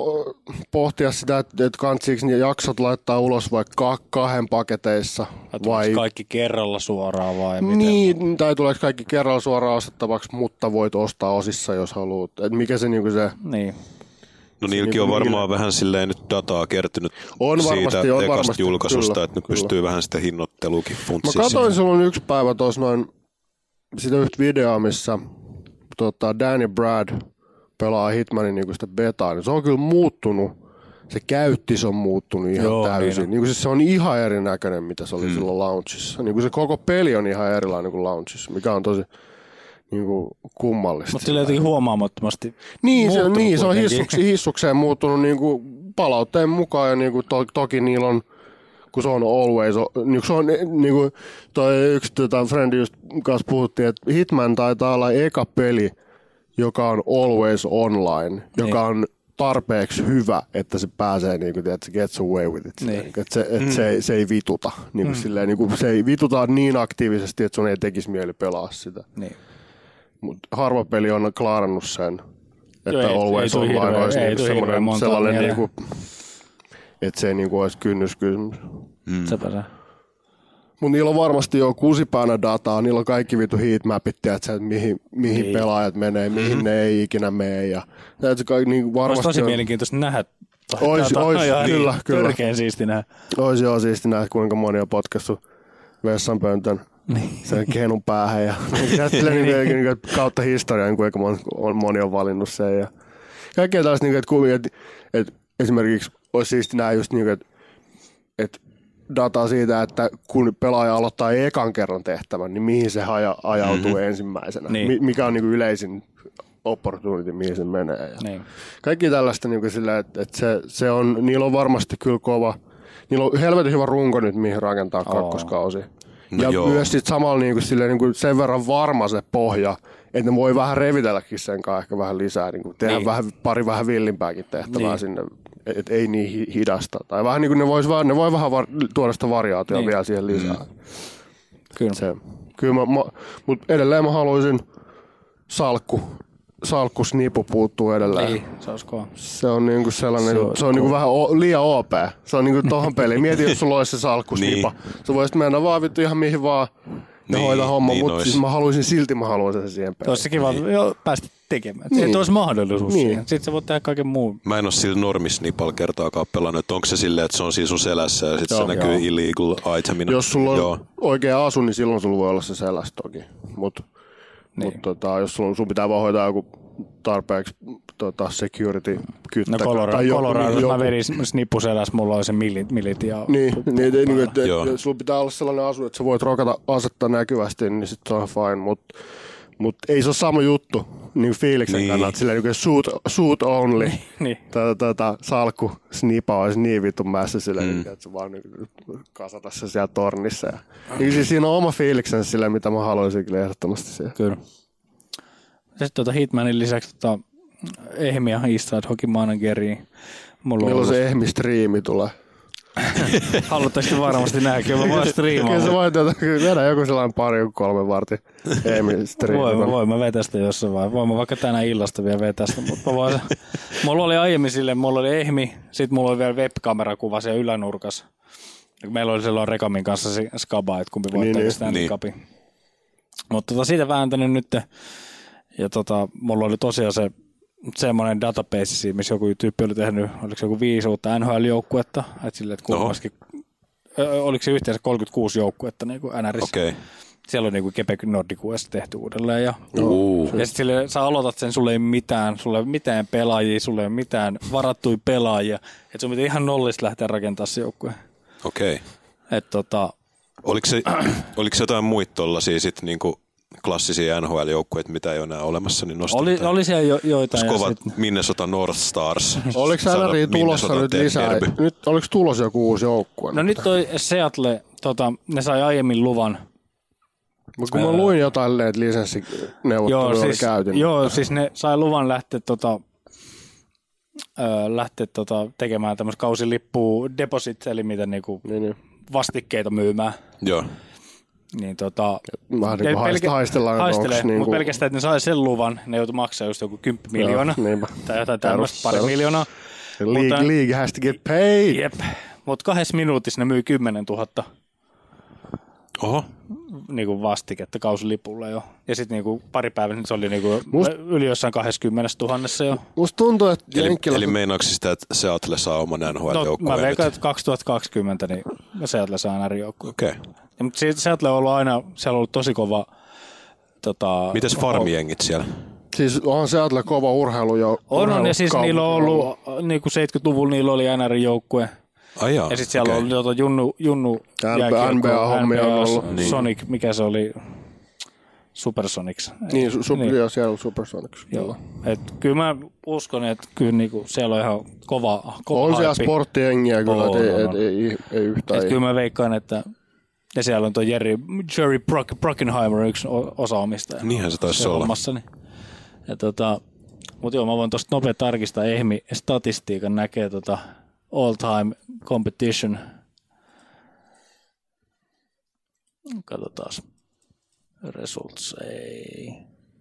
pohtia sitä, että, että kantsiiko ne jaksot laittaa ulos vaikka kahden paketeissa. Vai kaikki kerralla suoraan vai miten? Niin, tai tuleeko kaikki kerralla suoraan ostettavaksi, mutta voit ostaa osissa, jos haluat. Et mikä se niin kuin se... Niin. No niilläkin on varmaan niille... vähän silleen nyt dataa kertynyt on siitä varmasti, on ekasta varmasti, julkaisusta, kyllä, että nyt kyllä. pystyy vähän sitä hinnoitteluukin funtsiin. Mä katsoin silloin yksi päivä tuossa noin sitä yhtä videoa, missä tota, Danny Brad pelaa Hitmanin niin sitä betaa, niin se on kyllä muuttunut. Se käyttis on muuttunut ihan Joo, täysin. Niin siis se on ihan erinäköinen, mitä se oli hmm. silloin launchissa. Niin se koko peli on ihan erilainen kuin launchissa, mikä on tosi... Niin kuin kummallista. Mutta sillä jotenkin huomaamattomasti niin, se, niin, se on hissuksi, hissukseen muuttunut niin kuin palautteen mukaan ja niin kuin to, toki niillä on, kun se on always, niin se on niin kuin toi yksi tota, friendi just kanssa puhuttiin, että Hitman taitaa olla eka peli, joka on always online, joka on tarpeeksi hyvä, että se pääsee niin kuin, että se gets away with it. Niin. Että se, että mm. se, se ei vituta. Niin kuin mm. silleen, niin kuin, se ei vituta niin aktiivisesti, että sun ei tekisi mieli pelaa sitä. Niin. Mutta harva peli on klaarannut sen, että Joo, always ei, online hirveä, olisi ei, niinku sellainen, sellainen niinku, että se ei niinku olisi kynnyskysymys. Mm. Sepä se. Mutta niillä on varmasti jo kusipäänä dataa, niillä on kaikki vitu heatmapit, että mihin, mihin niin. pelaajat menee, mihin mm-hmm. ne ei ikinä mene. Ja, se, niin varmasti olisi tosi on, mielenkiintoista nähdä. Ois, ois, kyllä, niin, kyllä. Törkeän siisti nähdä. Olisi joo siisti nähdä, kuinka moni on potkaissut vessanpöntön. Niin. Sen kenun päähän ja niin, kautta historian, kuinka moni on valinnut sen. Ja kaikkea tällaista, niin, että, että, että esimerkiksi olisi siisti näin just niin, että, että dataa siitä, että kun pelaaja aloittaa ekan kerran tehtävän, niin mihin se haja, ajautuu mm-hmm. ensimmäisenä. Niin. Mikä on niin kuin yleisin opportunity, mihin se menee. Ja niin. Kaikki tällaista, niin kuin sillä, että, että se, se on, niillä on varmasti kyllä kova, niillä on helvetin hyvä runko nyt, mihin rakentaa oh. kakkoskausi. No ja joo. myös sit samalla niinku silleen, niinku sen verran varma se pohja, että ne voi vähän revitelläkin sen kanssa ehkä vähän lisää. Niinku tehdä niin. vähän, pari vähän villimpääkin tehtävää niin. sinne, että ei niin hidasta. Tai vähän niinku ne, vois, ne voi vähän var, tuoda sitä variaatiota niin. vielä siihen lisää. Mm. Kyllä. Se, kyllä mä, mä, mutta edelleen mä haluaisin salkku. Salkkusnipu puuttuu edelleen. Ei, se olisi kova. Se on niinku sellainen, se on, se on niinku vähän o, liian O P. Se on niinku tohon peliin. Mieti, jos sulla olisi se salkkusnipa. niin. Sä voisit mennä vaan vittu ihan mihin vaan ja niin, hoitaa homma, niin mutta siis mä haluaisin silti, mä haluaisin sen siihen peliin. Tuossa kiva jo päästä tekemään. Niin. Että olisi mahdollisuus niin. siihen. Sitten sä voit tehdä kaiken muun. Mä en ole sillä normisnipalla kertaakaan pelannut, että onko se silleen, että se on siinä sun selässä ja sitten se näkyy joo. illegal itemina. Jos sulla on joo. oikea asu, niin silloin sulla voi olla se selässä toki. Mutta niin. mut, tota, jos sun, sun pitää vaan hoitaa joku tarpeeksi tota, security kyttä. No Coloradossa mä vedin snippuselässä, mulla oli se millit, millit ja... Niin, niin niin että et, sulla pitää olla sellainen asu, että sä voit rokata asetta näkyvästi, niin sit se on fine, mutta mut ei se ole sama juttu niin fiiliksen niin. kannalta, silleen niin suit, suit only, niin, niin. Tätä, tätä salkku snipa olisi niin vitun mässä silleen, mm. että sä vaan niin, kasata se siellä tornissa. Ja, niin siis siinä on oma fiiliksensä silleen, mitä mä haluaisin kyllä ehdottomasti siellä. Kyllä. Sitten tuota Hitmanin lisäksi tuota Ehmi ja Eastside Hockey Manageriin. Milloin ollut... se Ehmi-striimi tulee? Haluatteko varmasti nähdä, kyllä mä voin striimaa. Kyllä se voi tehdä joku sellainen pari kolme vartin Ehmi-striimi. Voin, voin mä vetä sitä jossain vaiheessa. Voin mä vaikka tänään illasta vielä vetä sitä. Mutta voin... mulla oli aiemmin silleen, mulla oli Ehmi, sitten mulla oli vielä webkamerakuva siellä ylänurkassa. Meillä oli silloin Rekamin kanssa skaba, että kumpi voittaa niin, Stanley Cupin. Niin. Mutta tota, siitä vääntänyt nyt... Ja tota, mulla oli tosiaan se semmoinen database, missä joku tyyppi oli tehnyt, oliko se joku viisi uutta N H L-joukkuetta, että silleen, että kummaskin, no. oliko se yhteensä kolmekymmentäkuusi joukkuetta niin kuin N R:ssä. Okay. Siellä on niin kuin Quebec Nordic West tehty uudelleen. Ja, uh. ja sitten silleen, sä aloitat sen, sulle ei mitään, sulle ei mitään pelaajia, sulle ei mitään varattuja pelaajia, että sun pitää ihan nollista lähteä rakentamaan se joukkue. Okei. Okay. Että tota... Oliko se, oliko se jotain muita tollaisia sitten niinku klassisia N H L-joukkueita, mitä ei ole enää olemassa, niin oli, oli siellä jo, joitain. Kovat sit... Minnesota North Stars. Oliko N R I tulossa nyt lisää? Nyt, oliko tulossa joku uusi joukkue? No nyt toi Seattle tota, ne sai aiemmin luvan. Mutta kun mä luin jotain, että lisenssineuvotteluja siis, oli käyty. Joo, siis ne sai luvan lähteä, tota, ö, lähteä tota, tekemään tämmöistä kausilippua deposit, eli mitä niinku niin, niin. vastikkeita myymään. Joo. Niin tota... Vähän niin kuin pelkä- haistellaan. Haistelee, mutta niin kuin... pelkästään, että ne sai sen luvan, ne joutui maksaa just joku kymppi miljoonaa. Tai jotain tämmöistä, pari miljoonaa. League, mutta, league has to get paid. Jep, mutta kahdessa minuutissa ne myi kymmenen tuhatta. Oho. Niin kuin vastiketta kausilipulla jo. Ja sitten niin pari päivää se oli niin kuin Must... yli jossain kaksikymmentä tuhannessa jo. Musta tuntuu, että... Eli, Jenkkilä... eli meinaako sitä, että Seattle saa oman N H L-joukkueen? No, mä veikkaan, että kaksituhattakaksikymmentä niin Seattle saa N R-joukkueen. Okei. Okay. Mutta Seattle on ollut aina, siellä on ollut tosi kova... Tota, mites farmijengit siellä? Siis on Seattle kova urheilu jo. On, on ja siis niillä on ollut, niin kuin seitsemänkymmentäluvulla niillä oli N R-joukkue. Ai jaa, ja sitten siellä okay. oli jotain junnu, junnu N B A-hommia on ollut. Niin. Sonic, mikä se oli? Supersonics. Niin, su- niin. Joo, siellä on Supersonics. Joo. Et kyllä mä uskon, että kyllä niinku siellä on ihan kova, kova on siellä hype. sporttiengiä kyllä, oh, et, no, et, no. Ei, ei, ei yhtään. Et kyllä mä veikkaan, että ja siellä on tuo Jerry, Jerry Brock, Brockenheimer yksi osa omistaja. Niinhän se taisi olla. Hommassani. Ja tota, mutta joo, mä voin tuosta nopea tarkistaa Ehmi statistiikan näkee tota all time competition. Katsotaan. Results ei.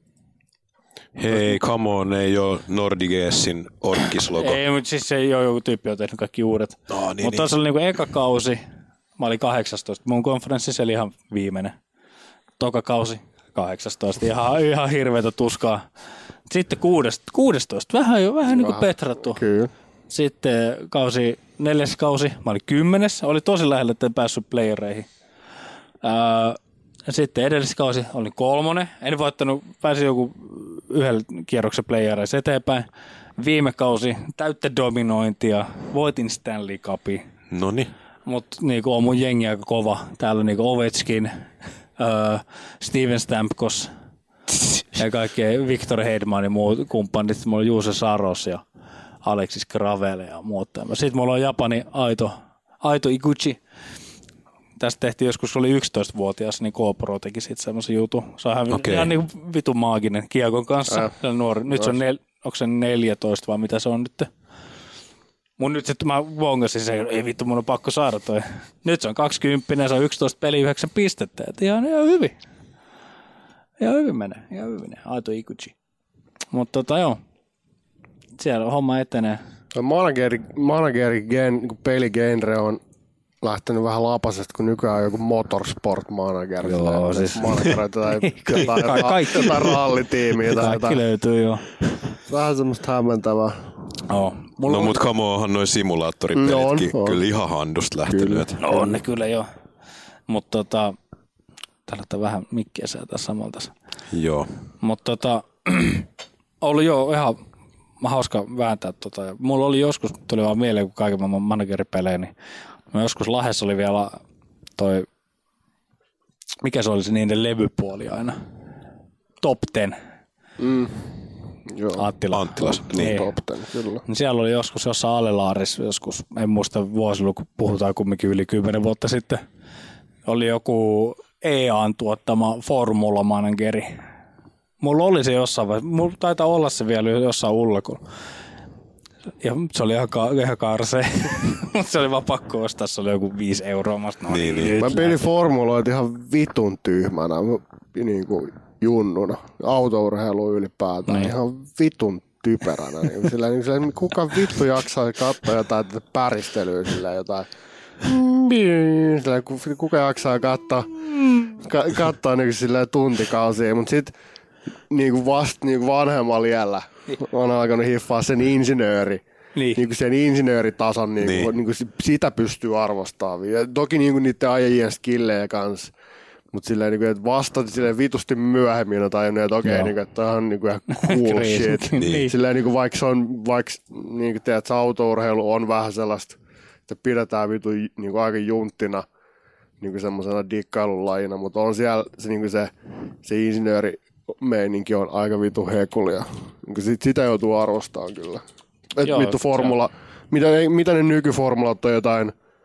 Hei, come on, ei ole Nordigesin orkkislogo. Ei, mutta siis se ei ole joku tyyppi, on tehnyt kaikki uudet. Oh, niin, mutta tuossa niin. oli niinku eka kausi. Mä olin kahdeksantoista. Mun konferenssissa oli ihan viimeinen. Toka kausi kahdeksantoista. Ihan, ihan hirveätä tuskaa. Sitten kuusitoista. Vähän, vähän niin kuin petrattu. Kyllä. Sitten kausi, neljäs kausi. Mä olin kymmenes. Oli tosi lähellä, että en päässyt playereihin. Ää, sitten edellis kausi oli kolmonen. En voittanut, pääsin joku yhdellä kierroksen playereissa eteenpäin. Viime kausi täyttä dominointia. Voitin Stanley Cupin. Noniin. Mutta niinku on mun jengi aika kova. Täällä on niinku Ovechkin, öö, Steven Stamkos ja kaikkea Victor Hedman ja muut kumppanit. Mulla on Juuse Saros ja Alexis Gravel ja muut. Sitten mulla on Japani Aito, Aito Iguchi. Tästä tehtiin joskus, oli yksitoistavuotias, niin GoPro teki sitten semmoisen jutun. Se on ihan, okay. ihan niin vitun maaginen kiekon kanssa. Äh. Nuori. Nyt se on, nel, onko se neljätoista vai mitä se on nyt? Mun nyt sitten mä vongasin sen, ei vittu, mun on pakko saada toi. Nyt se on kaksikymmentä, se on yksitoista peli, yhdeksän pistettä. Et ihan, ihan hyvin. Ihan hyvin menee, ihan hyvin menee. Aito Iguchi. Mutta tota joo, siellä homma etenee. Manageri, manageri gen, peligenre on lähtenyt vähän lapasesta, kun nykyään on joku motorsport-manager. Joo, siis. Manageroita tai jotain, jotain, jotain rallitiimiä. Tai kaikki löytyy, joo. Vähän semmoista hämmentävää. Oh. No on... mut kamo onhan noi simulaattoripelitkin no, kyllä ihan handusta lähtenyt. No on ne kyllä joo. Mutta tota, täällä vähän mikkiä säätää samalta. Joo. Mutta tota, oli joo ihan hauska vääntää tota. Mulla oli joskus, tuli vaan mieleen, kun kaiken maailman manageripelejä, niin mä joskus Lahdessa oli vielä toi, mikä se oli se niiden levypuoli aina? Top ten. Mm. Joo. Anttila. Anttilas, niin. niin. Top ten, kyllä. Niin siellä oli joskus jossain Allelaarissa, joskus, en muista vuosiluku, puhutaan kumminkin yli kymmenen vuotta sitten, oli joku E A:n tuottama Formula-manageri. Mulla oli se jossain vaiheessa, mulla taitaa olla se vielä jossain ulkolla. Ja se oli ihan, ka- ihan karsee, mutta se oli vaan pakko ostaa, se oli joku viisi euroa. No, niin, niin. Mä pelin formuloita ihan vitun tyhmänä, niin kuin junnuna, autourheilu ylipäätään, niin. Ihan vitun typeränä. Niin, sillä, niin, sillä, kuka vittu jaksaa katsoa jotain päristelyä, sillä jotain, sillä, kuka jaksaa katsoa, ka, katsoa niin, sillä tuntikausia, mutta sitten niin vasta niin vanhemmalla iällä on alkanut hiffaa sen insinööri. Niin. Niin sen insinööritason, niin niin. Niin sitä pystyy arvostamaan. Ja toki niin niiden ajajien skillejä kanssa. Mutta silleen, niin että vasta silleen vitusti myöhemmin on tajunnut, että okei, okay, niin tämä on niin ihan cool shit. Niin. Silleen, niin vaikka se on, vaikka niin teet, se autourheilu on vähän sellaista, että pidetään vitu niin aika junttina niin semmoisena dikkailun lajina, mutta on siellä se, niin se, se insinööri meininki on aika vitu hekulia. Sit, sitä joutuu arvostamaan kyllä. Et joo, vittu formula, mitä, mitä ne nykyformulat on jotain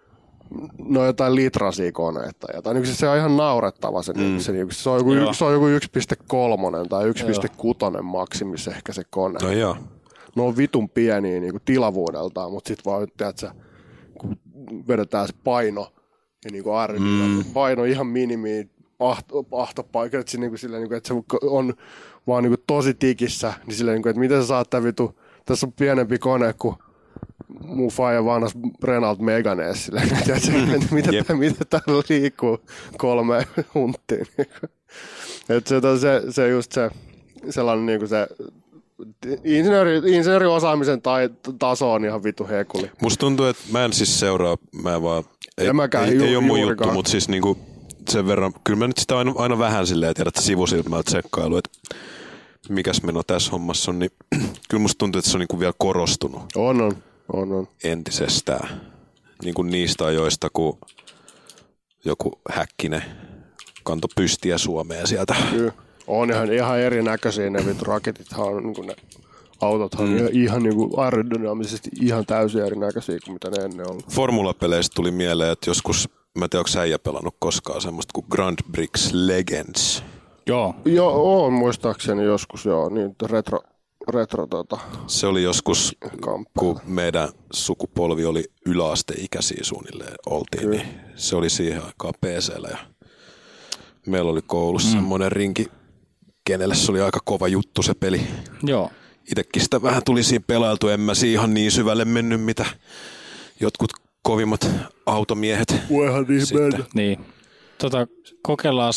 no jotain litrasia koneita. Jotain. Niin se on ihan naurettava se. Mm. se, se, se, on joku, se on joku yksi pilkku kolme tai yksi pilkku kuusi maksimis ehkä se kone. No joo. Ne on vitun pieniä niin kuin tilavuudeltaan, mutta sitten vaan, tiedätkö, kun vedetään se paino ja niin kuin arvioidaan, mm. paino ihan minimiin ahtopaikka, että, niin kuin, niin kuin, että se on vaan niin kuin tosi tikissä, niin silleen, niin kuin, että miten sä saat tämän vitu, tässä on pienempi kone kuin mun faija vanhas Renault Megane, silleen, että mitä, yep. mitä täällä liikkuu kolme hunttiin. Että se, se, se just se sellainen niin kuin se Insinööri, insinööriosaamisen tai, taso on ihan vitu hekuli. Musta tuntuu, että mä en siis seuraa, mä vaan, ei, ei, ei, ju, ei ole mun juurikaan. juttu, mutta siis niinku sen verran, kyllä mä nyt sitä aina, aina vähän silleen tiedät sivusilmältä tsekkailu, että mikäs meno tässä hommassa on, niin kyllä musta tuntuu, että se on niinku vielä korostunut. On, on, on, on. Entisestään. Niinku niistä ajoista, kun joku Häkkinen kantoi pystiä Suomeen sieltä. Kyllä. On ihan, ihan erinäköisiä ne vittu raketithan on, niin ne autothan mm. ihan niin kuin aerodynaamisesti ihan täysin erinäköisiä kuin mitä ne ennen ollut. Formulapeleistä tuli mieleen, että joskus, mä en tiedä, onko äijä pelannut koskaan semmoista kuin Grand Prix Legends. Joo. Joo, on muistaakseni joskus, joo, niin retro, retro tota. Se oli joskus, kamppailu. Kun meidän sukupolvi oli yläasteikäisiä suunnilleen oltiin, Kyllä. niin se oli siihen aikaan P C:llä ja meillä oli koulussa mm. semmoinen rinki, kenelle se oli aika kova juttu se peli. Joo. Itekin sitä vähän tuli siinä pelailtu, en mä siihen ihan niin syvälle mennyt, mitä jotkut kovimmat automiehet. Voihan niin mennä. Niin. Tota, kokeillaan,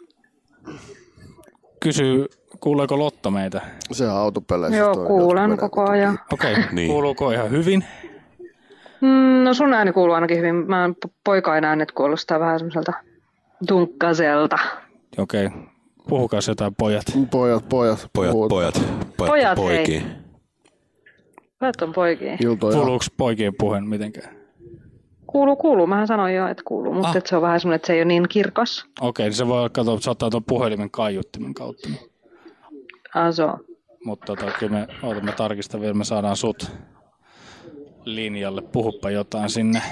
kysy, kuuleeko Lotta meitä? Se on autopeleissä. Joo, kuulen koko ajan. Okei, okay. niin. Kuuluuko ihan hyvin? Mm, no sun ääni kuuluu ainakin hyvin. Mä en poikain äänet kuulostaa vähän semmoiselta tunkkaselta. Okei. Okay. Puhukaa jotain pojat. Pojat, pojat. Pojat, pojat. Pojat, pojat poikia. Pojat on poikia. Kuuluuko poikien puheen mitenkään? Kuuluu, kuuluu. Mähän sanoin jo, että kuuluu, mutta ah. et se on vähän semmoinen, että se ei ole niin kirkas. Okei, niin se voi katsoa, että se ottaa tuon puhelimen kaiuttimen kautta. Ah, se on. Mutta tota, kyllä me, oota, me tarkistan vielä, me saadaan sut linjalle. Puhuppa jotain sinne.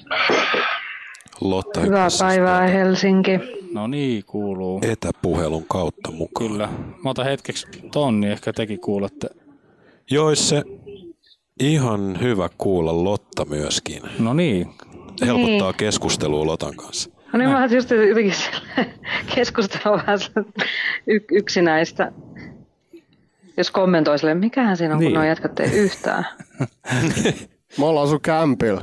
Lotta Hyvää päivää tuota. Helsinki. No niin, kuuluu. Etäpuhelun kautta mukaan. Kyllä. Mä otan hetkeksi ton, niin ehkä tekin kuulette. Jois se ihan hyvä kuulla Lotta myöskin. No niin. Helpottaa niin. keskustelua Lotan kanssa. No niin, mä just jotenkin keskustelua vähän y- yksinäistä. Jos kommentoi silleen, mikähän siinä on, niin. kun nuo jätkät ei yhtään. Me ollaan sun kämpillä.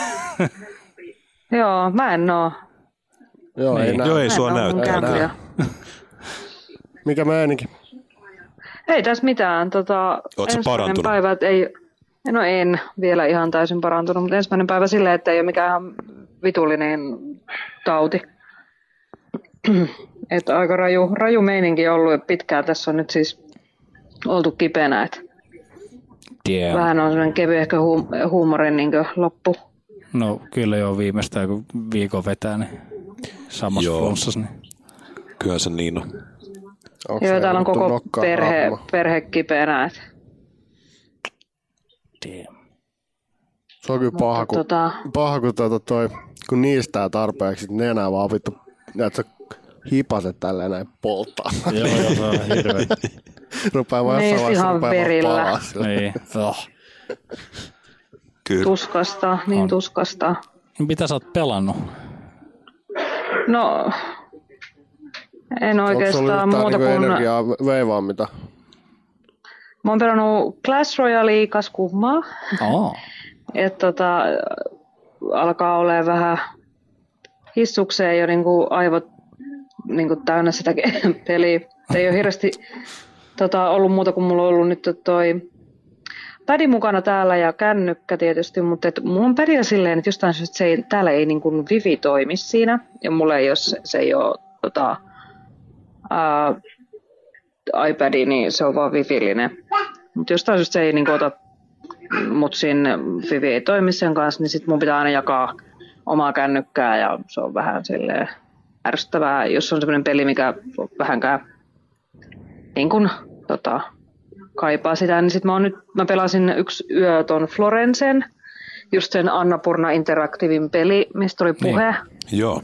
Joo, mä en oo. Joo, niin. ei, näy. Joo, ei sua näytä. Mikä meininki? Ei tässä mitään. Tota, Ootko parantunut? Päivä, ei, no en vielä ihan täysin parantunut, mutta ensimmäinen päivä silleen, että ei ole mikään ihan vitullinen tauti. Että aika raju, raju meininki ollut ja pitkään tässä on nyt siis oltu kipeänä. Että yeah. Vähän on sellainen kevy ehkä huum- huumorin niin loppu. No kyllä joo, viimeistään kun viikon vetää, niin samassa flunssassa. Niin. Kyllä se niin on. Onko joo, täällä on koko perhe, perhe kipeänä. Et. Se on kyllä paha, kun, tota... paha, kun, tuota toi, kun niistää tarpeeksi, niin ne enää vaan vittu, että hipaset tälleen näin polttaa. Joo, joo, se on hirveä. Rupeaa vaan jossain vaiheessa rupeaa palaa. Niin, oh. Kyllä. Tuskasta, niin on. Tuskasta. Mitä sä oot pelannut? No, en oikeastaan muuta kuin... Onko sulla energiaa veivaa mitä? Mä oon pelannut Clash Royalea kas kummaa. Oh. Että tota, alkaa olemaan vähän hissukseen jo niinku aivot niinku täynnä sitä peliä. Ei ole hirveästi tota, ollut muuta kuin mulla on ollut nyt toi pädi mukana täällä ja kännykkä tietysti, mutta et mulla on pädiä silleen, että jostain syystä se ei, täällä ei niin kuin wifi toimi siinä. Ja mulla ei, jos se ei ole tota, ää, iPad, niin se on vaan wifillinen. Mutta jostain syystä se ei niin kuin ota mut siinä wifi ei toimi sen kanssa, niin sit mun pitää aina jakaa omaa kännykkää ja se on vähän silleen ärsyttävää, jos on semmoinen peli, mikä vähänkään niin kuin, tota, kaipaa sitä, niin sit mä, oon nyt, mä pelasin yksi yö ton Florencen, just sen Annapurna Interactivein peli, mistä oli puhe. Niin. Joo.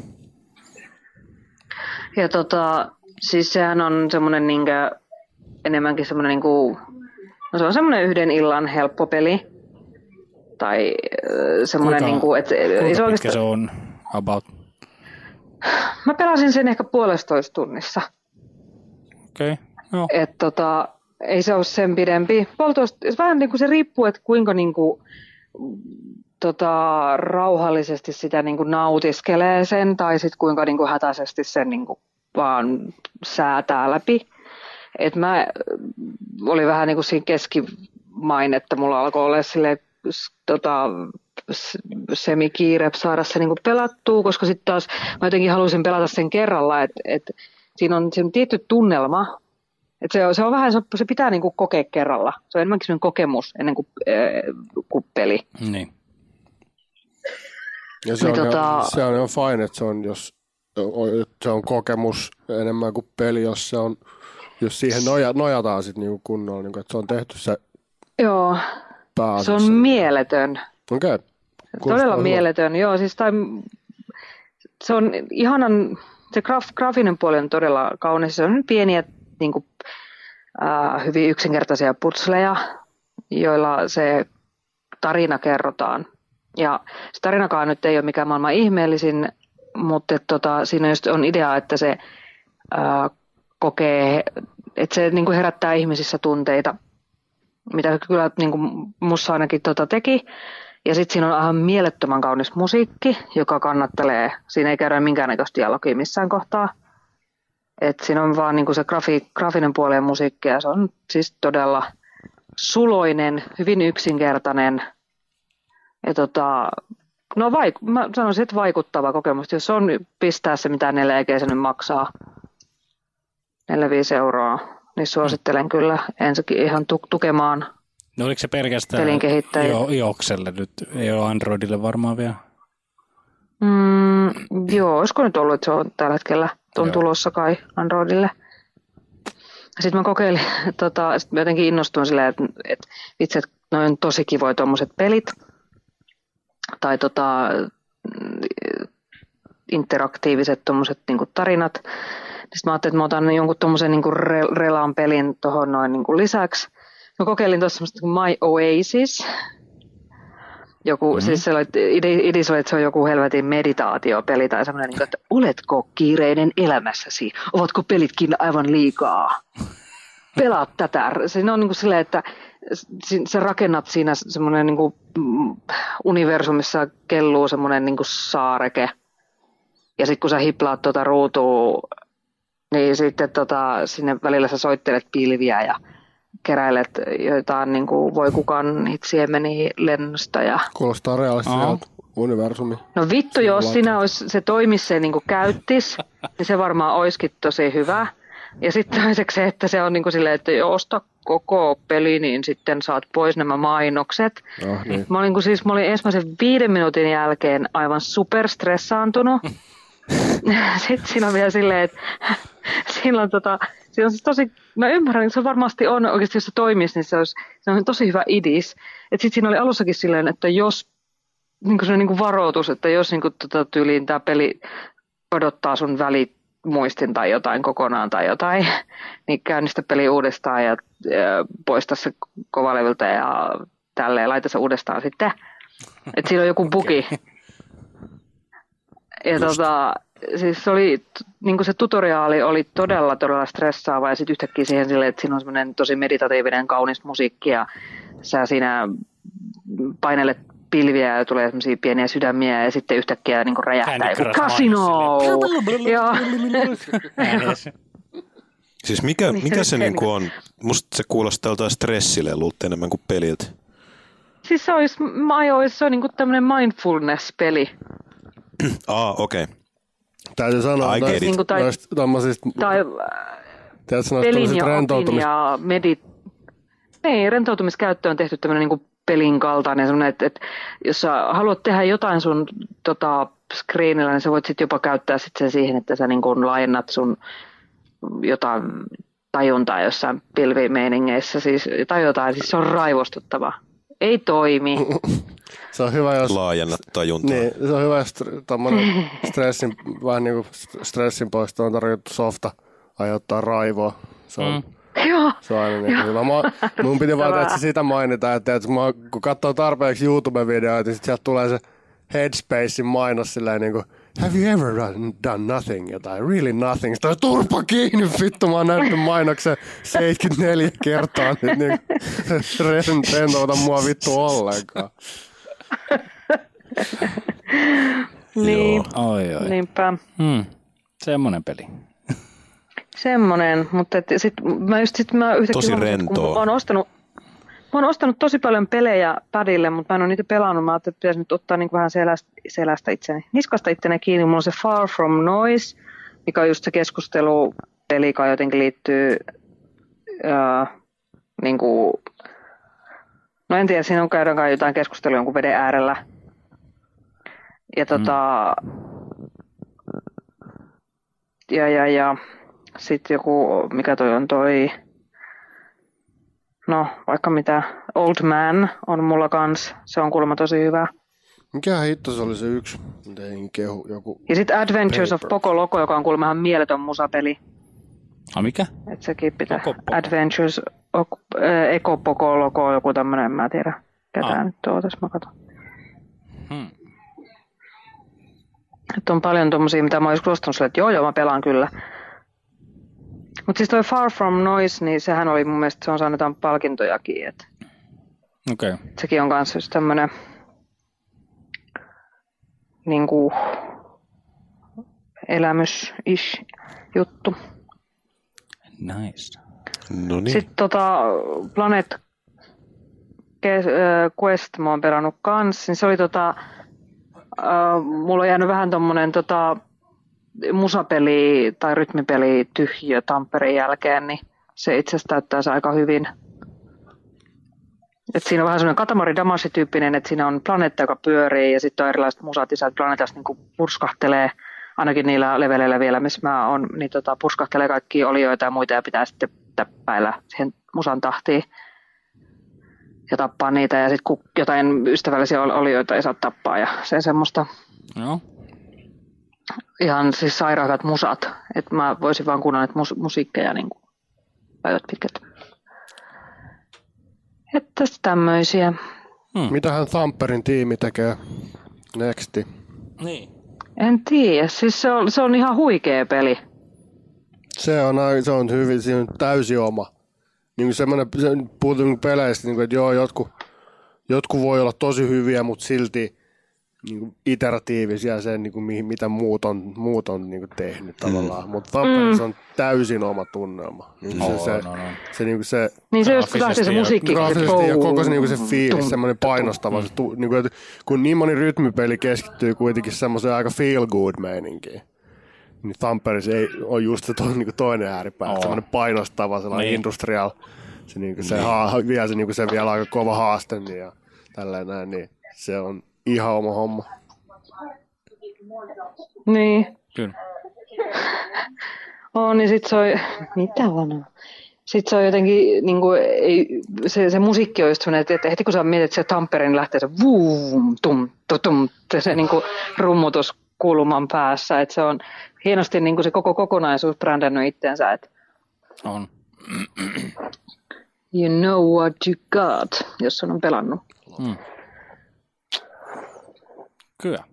Ja tota, siis sehän on semmoinen niinkö, enemmänkin semmoinen niinku, no se on semmoinen yhden illan helppo peli. Tai semmoinen niinku, että kuinka se pitkä se on about? Mä pelasin sen ehkä puolestoista tunnissa. Okei, okay. Joo. Että tota, ei se ole sen pidempi. Puolitoista, vähän niin kuin se riippuu, että kuinka niin kuin, tota, rauhallisesti sitä niin kuin nautiskelee sen, tai sitten kuinka niin kuin hätäisesti sen niin kuin vaan säätää läpi. Et mä olin vähän niin kuin siinä keskimain, että mulla alkoi olla silleen, tota, semikiire saada se niin kuin pelattua, koska sitten taas mä jotenkin halusin pelata sen kerralla, että et, siinä on, siinä on tietty tunnelma. Et se, on, se on vähän, se pitää niin kuin kokea kerralla. Se on enemmänkin sellainen kokemus ennen kuin, äh, kuin peli. Niin. Ja se, niin on, tota... se on ihan fine, että se on, jos, se on kokemus enemmän kuin peli, jos, se on, jos siihen noja, nojataan sit niinku kunnolla, niinku, että se on tehty se Joo, pääasiassa. Se on mieletön. Okei. Okay. Todella mieletön, joo. Siis tai, se on ihanan, se graf, graafinen puoli on todella kaunis. Se on pieniä, niin kuin, äh, hyvin yksinkertaisia putsleja, joilla se tarina kerrotaan. Ja se tarinakaan nyt ei ole mikään maailman ihmeellisin, mutta et, tota, siinä just on idea, että se äh, kokee, että se niin kuin herättää ihmisissä tunteita, mitä kyllä niin kuin musta ainakin tota teki. Ja sitten siinä on aivan mielettömän kaunis musiikki, joka kannattelee. Siinä ei käydä minkäännäköistä dialogia missään kohtaa. Et siinä on vaan niinku se grafi, graafinen puoli ja musiikki, ja se on siis todella suloinen, hyvin yksinkertainen. Ja tota, no vaik- mä sanoisin, että vaikuttava kokemus. Jos on pistää se, mitä neljä eikä se nyt maksaa, neljä viisi euroa, niin suosittelen kyllä ensikin ihan tu- tukemaan. No oliko se pelkästään jo, Iokselle nyt, ei ole Androidille varmaan vielä? Mm, joo, olisiko nyt ollut, että se on tällä hetkellä on joo. tulossa kai Androidille. Sitten mä kokeilin, tota, sit mä jotenkin innostuin silleen, että et, itse, että noi on tosi kivoja tommoset pelit. Tai tota, interaktiiviset tommoset niinku tarinat. Sitten mä ajattelin, että mä otan jonkun tommosen niinku re- relan pelin tohon noin niinku lisäksi. Mä kokeilin tuossa semmoista kuin My Oasis. Joku, mm-hmm. siis se oli, idis oli, että se on joku helvetin meditaatiopeli tai semmoinen, että oletko kiireinen elämässäsi? Ovatko pelitkin aivan liikaa? Pelaat tätä. Siinä on niin kuin silleen, että sä rakennat siinä semmoinen niin kuin universumissa kelluu semmoinen niin kuin saareke. Ja sitten kun sä hiplaat tuota ruutua, niin sitten tota, sinne välillä sä soittelet pilviä ja keräilet joitain niin kuin voi kukaan niitä siemeniä lennosta. Ja... Kuulostaa realistiselta universumi. No vittu, siinä jos siinä olisi, se toimisi, se niin kuin käyttis, niin se varmaan olisikin tosi hyvä. Ja sitten toiseksi se, että se on niin kuin silleen, että osta koko peli, niin sitten saat pois nämä mainokset. Oh, niin. Mä olin, siis, mä olin ensimmäisen viiden minuutin jälkeen aivan superstressaantunut. Sitten siinä on vielä silleen, että siinä on, tota, siinä on siis tosi, mä ymmärrän, että se varmasti on oikeasti, jos se toimisi, niin se, olisi, se on tosi hyvä idis. Sitten siinä oli alussakin silleen, että jos, niin kuin se on niin kuin varoitus, että jos niin kuin, tota, tyyliin tämä peli odottaa sun välimuistin tai jotain kokonaan tai jotain, niin käynnistä peli uudestaan ja, ja poista se kovalevyltä ja tälleen, laita se uudestaan sitten. Että siinä on joku bugi. Ja tota, siis se, oli, niin kuin se tutoriaali oli todella, todella stressaava ja sitten yhtäkkiä siihen silleen, että siinä on semmoinen tosi meditatiivinen, kaunis musiikki ja sä siinä painelet pilviä ja tulee semmoisia pieniä sydämiä ja sitten yhtäkkiä niin kuin räjähtää joku kasino. Ja... Siis mikä, mikä se niin kuin on? Musta se kuulostaa joltain stressilelulta enemmän kuin peliltä. Siis se olisi, olisi se on niin kuin tämmöinen mindfulness-peli. Ah, okei. Okay. Täytyy sanoa noista niin tai, tommosista... Tai pelin ja opin ja medit... Ei, rentoutumiskäyttö on tehty tämmöinen niin kuin pelin kaltainen. Semmoinen, että, että jos sä haluat tehdä jotain sun tota, screenillä, niin sä voit sitten jopa käyttää sit sen siihen, että sä niin kuin laajennat sun jotain tajuntaa jossain pilvimeiningeissä. Siis, tai jotain, siis se on raivostuttava. ei toimi. Se on hyvä, jos... Laajenna tajuntaa. Niin, se on hyvä, jos tommoinen stressin, vähän niin kuin stressin poisto on tarjottu softa aiheuttaa raivoa. Se on, mm. se on aina niin hyvä. Mä, mun piti vaan että sitä mainita, että, että mä, kun katsoo tarpeeksi YouTube-videoita, niin sieltä tulee se Headspacein mainos silleen niin kuin have you ever done, done nothing? Jotain, really nothing. Sitä on turpa kiinni, vittu, mä oon nähnyt mainoksen seitsemänkymmentäneljä kertaa nyt niin rentouta mua vittu ollenkaan. Niin, oi, oi. Niinpä. Hmm. Semmoinen peli. Semmoinen, mutta et sit, mä just sit mä yhtäkkiä... Tosi rentoa. Mä oon ostanut, mä oon ostanut tosi paljon pelejä padille, mutta mä en ole niitä pelannut. Mä ajattelin, että pitäisi nyt ottaa niin vähän selästä, selästä itseni, niskasta itseni kiinni. Mulla on se Far From Noise, mikä on just se keskustelupeli, joka jotenkin liittyy... Äh, niin kuin, no en tiedä, siinä on käydään jotain keskustelua jonkun veden äärellä. Ja tota... Mm. Ja, ja, ja... Sitten joku, mikä toi on toi... No, vaikka mitä. Old Man on mulla kans. Se on kuulemma tosi hyvä. Mikä hitto se oli se yksi? Tein kehu joku... Ja sitten Adventures Paper. of Poco Loco, joka on kuulemma ihan mieletön musapeli. Ah, mikä? Et sekin pitää. Poco, Poco. Adventures of äh, Eco Poco Loco, joku tämmönen, en mä tiedä. Ketään ah. nyt ootas, mä katon. Hmm. Että on paljon tommosia, mitä mä oon joskus ostanut sille, että joo joo, mä pelaan kyllä. Mutta siis toi Far From Noise, niin sehän oli mun mielestä, se on saanut jotain palkintojakin. Et Okei. Okay. Sekin on kans just tämmönen niinku elämys-ish juttu. Nice. No niin. Sitten tota Planet Quest mä oon pelannut kans. Se oli tota, äh, mulla on jäänyt vähän tommonen tota musapeli tai rytmipeli tyhjö Tampereen jälkeen, niin se itse asiassa täyttää se aika hyvin. Et siinä on vähän semmoinen Katamari Damacy-tyyppinen, että siinä on planeetta, joka pyörii ja sitten on erilaiset musat ja sieltä planeetasta niin purskahtelee, ainakin niillä leveleillä vielä, missä mä oon, niin tota, purskahtelee kaikkia olioita ja muita ja pitää sitten täppäillä siihen musan tahtiin ja tappaa niitä ja sitten kun jotain ystävällisiä olioita ei saa tappaa ja se semmoista. No. Ihan siis sairaat musat, että mä voisin vaan kuunnella mus- musiikkeja niin kuin päivät pitkät. Että tämmöisiä. Hmm. Mitähän Thumperin tiimi tekee nexti? Niin. En tiedä, siis se on, se on ihan huikea peli. Se on, se on hyvin, se on täysin oma. Niin kuin semmoinen, puhutaan peleistä, niin kuin, että joo, jotkut, jotkut voi olla tosi hyviä, mutta silti niin kuin iteratiivisia sen, niin kuin, mitä muut on, muut on niin kuin tehnyt tavallaan. Mm. Mutta Thumperissa mm. on täysin oma tunnelma. Niin no, se, se, no, no. se, niin kuin se niin se just lähtee se musiikki. Graafisesti ja koko se, niin kuin se fiilis, semmoinen painostava. Se, niin kuin, kun niin moni rytmipeli keskittyy kuitenkin semmoiseen aika feel good meininkiin. Niin Thumperissa ei ole just se to, niin kuin toinen ääripää. Oh. Semmoinen painostava, sellainen niin. industrial. Se, niin kuin, se, niin. haa, vielä, se, niin kuin se vielä aika kova haaste niin, ja tälleen näin. Niin se on ihan oma homma. Niin. Kyllä. Oh, niin sit se on, mitä vanhaa? Sitten se on jotenkin, niin kuin, ei, se, se musiikki on just sellainen, että heti kun sä mietit, että se Tampere, niin lähtee se vuum, tum, tum, se niin kuin rummutus kulman päässä. Että se on hienosti niin kuin se koko kokonaisuus brändännyt itseensä. Että on. You know what you got, jos on pelannut. Hmm. Kyllä.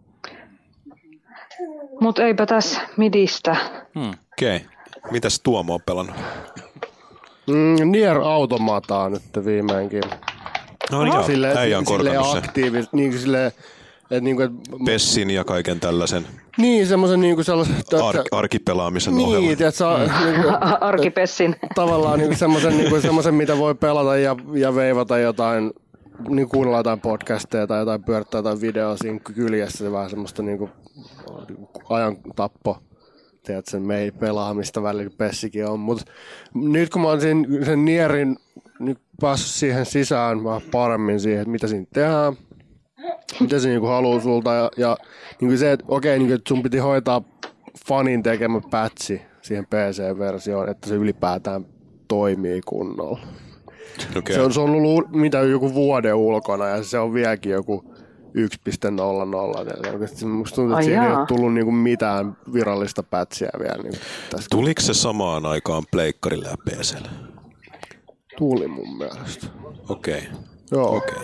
Mut eipä tässä midistä. Hmm. Okei. Okay. Mitäs Tuomo on pelannut? Mm, Nier Automataa nyt viimeinkin. No joo, silleen, äijä on korkannut sen. Aktiivisesti, niin kuin silleen, että niin kuin, Pessin ja kaiken tällaisen. Niin, semmoisen niin kuin sellaisen... Ar- arkipelaamisen niin, ohella. Tiedätkö, niin kuin, Arkipessin. Tavallaan niin semmoisen, niin semmoisen, mitä voi pelata ja, ja veivata jotain, niin kuunnella jotain podcasteja tai jotain pyörittää jotain videoa siinä kyljessä. Vähän semmoista niin kuin, ajan tappo. Tiedätkö, sen mei pelaamista välillä Pessikin on. Mutta nyt kun mä oon sen, sen Nierin nyt päässyt siihen sisään vähän paremmin siihen, että mitä siinä tehdään, mitä se niinku haluaa sulta ja, ja niinku se, että okei, niinku, että sun piti hoitaa fanin tekemä pätsi siihen P C-versioon, että se ylipäätään toimii kunnolla. Okay. Se, on, se on ollut mitä joku vuoden ulkona ja se on vieläkin joku yksi pilkku nolla nolla. Musta tuntuu, että siinä ei ole tullut niinku mitään virallista pätsiä vielä. Niinku Tuliko se samaan aikaan pleikkarille ja P C:lle? Tuli mun mielestä. Okei. Okay. Joo. Okay.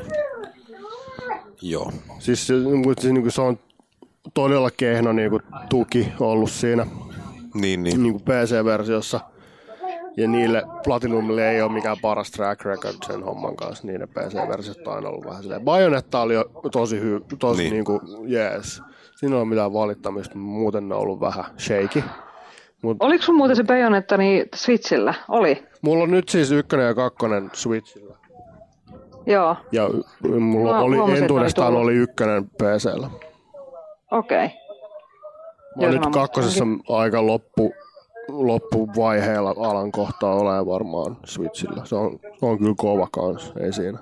Joo. Siis se, niinku, se on todella kehno niinku, tuki ollut siinä niin, niin. Niinku P C-versiossa. Ja niille Platinumille ei ole mikään paras track record sen homman kanssa. Niiden P C-versiot on aina ollut vähän silleen. Bayonetta oli jo tosi hyvä, tosi niin. niinku jees. Siinä ei ole mitään valittamista, muuten ne on ollut vähän shaky. Mut, oliko sun muuten se Bayonetta niin Switchillä? Oli. Mulla on nyt siis ykkönen ja kakkonen Switchillä. Joo. Ja mulla Mä oli entuudestaan oli ykkönen P C:llä. Okei. Okay. Mä nyt kakkosessa aika loppu, loppuvaiheella alan kohtaa olemaan varmaan Switchillä. Se on, on kyllä kova kans, ei siinä.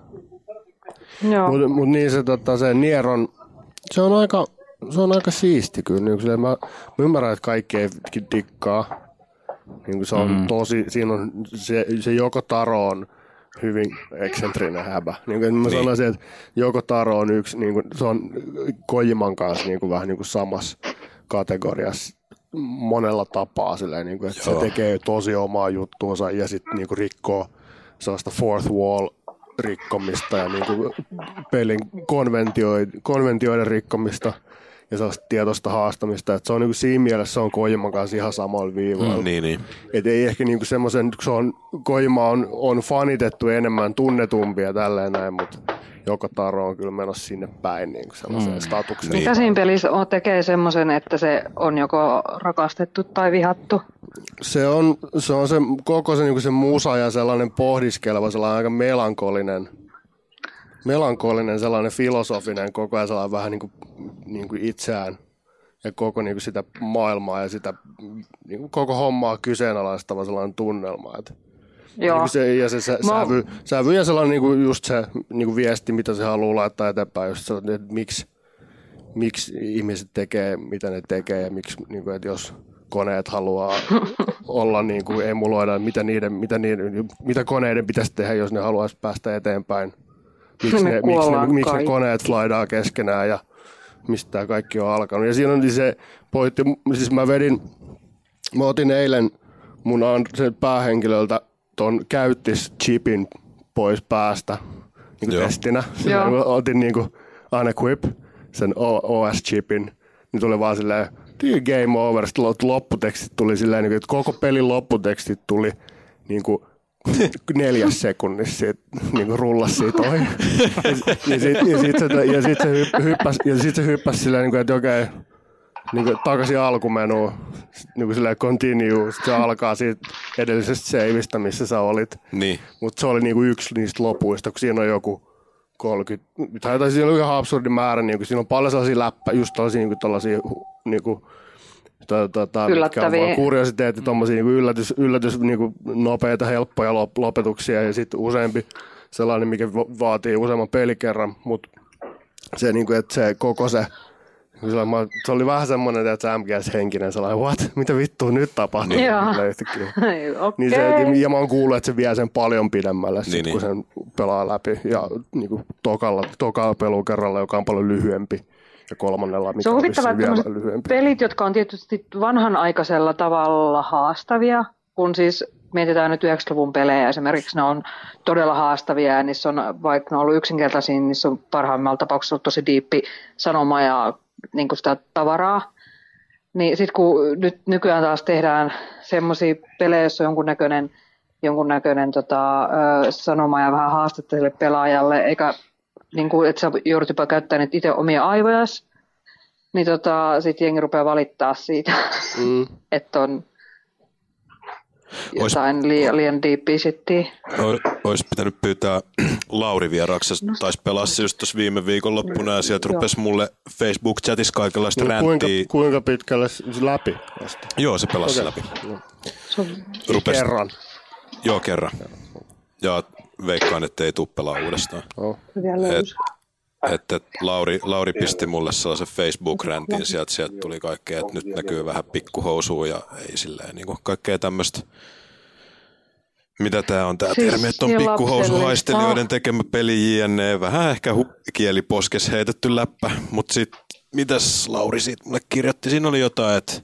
Mutta mut niin se, tota, se Nieron, se on aika, se on aika siisti kyllä. Niin, silleen, mä, mä ymmärrän, että kaikki ei dikkaa. Niin, se on mm. tosi, siinä on se, se Yoko Taro on hyvin eksentrinen häbä. Niin kuin mä niin. sanoisin, että Yoko Taro on yksi, niin kuin, se on Kojiman kanssa niin kuin, vähän niin kuin samassa kategoriassa monella tapaa. Silleen, niin kuin, että se tekee tosi omaa juttuunsa ja sitten niin kuin rikkoo sellaista fourth wall rikkomista ja niin kuin pelin konventioiden, konventioiden rikkomista ja sellaista tietoista haastamista. Että se on niin kuin siinä mielessä se on Kojiman kanssa ihan samalla viivalla. Mm, niin, niin. Että ei ehkä niin kuin semmoisen, se on, Kojima on, on fanitettu enemmän tunnetumpia tälleen näin, mutta Yoko Taro on kyllä menossa sinne päin niin kuin sellaiseen mm. statukseen. Mitä siinä pelissä on, tekee semmoisen, että se on joko rakastettu tai vihattu? Se on se, on se koko se, niin kuin se musa ja sellainen pohdiskeleva, sellainen aika melankolinen, melankolinen sellainen filosofinen, koko ajan sellainen vähän niin kuin, niin kuin itseään ja koko niin kuin sitä maailmaa ja sitä niin kuin koko hommaa kyseenalaistava sellainen tunnelma. Että Joo. Niin se, ja se, se Mä... sävy, sävy ja sellainen niin kuin just se niin kuin viesti, mitä se haluaa laittaa eteenpäin, just se, että miksi, miksi ihmiset tekee, mitä ne tekee ja miksi, niin kuin, että jos koneet haluaa olla niin kuin emuloida, mitä, niiden, mitä, niiden, mitä koneiden pitäisi tehdä, jos ne haluaisi päästä eteenpäin. Miksi ne, miksi ne, miksi ne koneet flydaa keskenään ja mistä tämä kaikki on alkanut. Ja siinä on se pointti, siis mä vedin, mä otin eilen mun sen päähenkilöltä ton käyttis-chipin pois päästä niin kuin testinä. Otin niin kuin unequip, sen O S-chipin, niin tuli vaan silleen, game over, sitten lopputekstit tuli silleen, että koko pelin lopputekstit tuli niin kuin neljäs sekunnissa siitä, niin kuin rullasi siitä ohi. Ja sitten sit se, ja sit se hyppäsi, ja sit se hyppäsi silleen, niin että okei, niin kuin takaisin alkumenuun, niin kuin silleen continue, sitten se alkaa siitä edellisestä saveista, missä sä olit. Niin. Mutta se oli niin kuin yksi niistä lopuista, kun siinä on joku kolmekymmentä, tai siinä on ihan absurdi määrä, niin kuin siinä on paljon sellaisia läppä, just tällaisia niin kuin tällaisia niin kuin, Tota, yllättäviä. Kuriositeetti, tommosia niin yllätys, yllätys niin kuin nopeita, helppoja lopetuksia ja sitten useampi sellainen, mikä vaatii useamman pelikerran, mutta se, niin kuin, että se koko se, se oli vähän semmoinen, että se M G S-henkinen sellainen, what? Mitä vittua nyt tapahtuu? Okay. Niin se, ja mä oon kuullut, että se vie sen paljon pidemmälle, niin, sit, kun sen pelaa läpi ja niin kuin tokalla, tokalla pelukerralla, joka on paljon lyhyempi. Ja kolmannella, mikä se on huvittavaa, että pelit, jotka on tietysti vanhanaikaisella tavalla haastavia, kun siis mietitään nyt yhdeksänkymmentäluvun pelejä esimerkiksi, ne on todella haastavia ja niissä on, vaikka ne on ollut yksinkertaisia, niin niissä on parhaimmalla tapauksessa ollut tosi diippi sanoma ja niin kuin sitä tavaraa. Niin sitten kun nyt nykyään taas tehdään semmoisia pelejä, joissa on jonkunnäköinen, jonkunnäköinen tota, sanoma ja vähän haastetta sille pelaajalle, eikä niin kuin, että sä joudut jopa käyttämään itse omia aivojasi, niin tota, sitten jengi rupeaa valittaa siitä, mm. että on jotain Ois, liian, liian deepia shittiä. Olisi pitänyt pyytää Lauri vieraaksi, no, taisi pelaa se just tuossa viime viikonloppuna ja sieltä rupesi mulle Facebook-chatissa kaikenlaista no, ränttiä. Kuinka, kuinka pitkälle läpi vasta? Joo, se pelasi okay. läpi. No. Rupes, kerran? Joo, kerran. Ja veikkaan, että ei tule pelaa uudestaan. Oh. Että et Lauri, Lauri pisti mulle sellaisen Facebook-räntin, sieltä, sieltä tuli kaikkea, että nyt näkyy vähän pikkuhousua ja ei silleen niin kuin kaikkea tämmöistä. Mitä tää on tää Siis termi, että on niin pikkuhousuhaistelijoiden tekemä peli jne. Vähän ehkä hu- kieliposkes heitetty läppä, mutta sit mitäs Lauri siitä mulle kirjoitti? Siinä oli jotain, että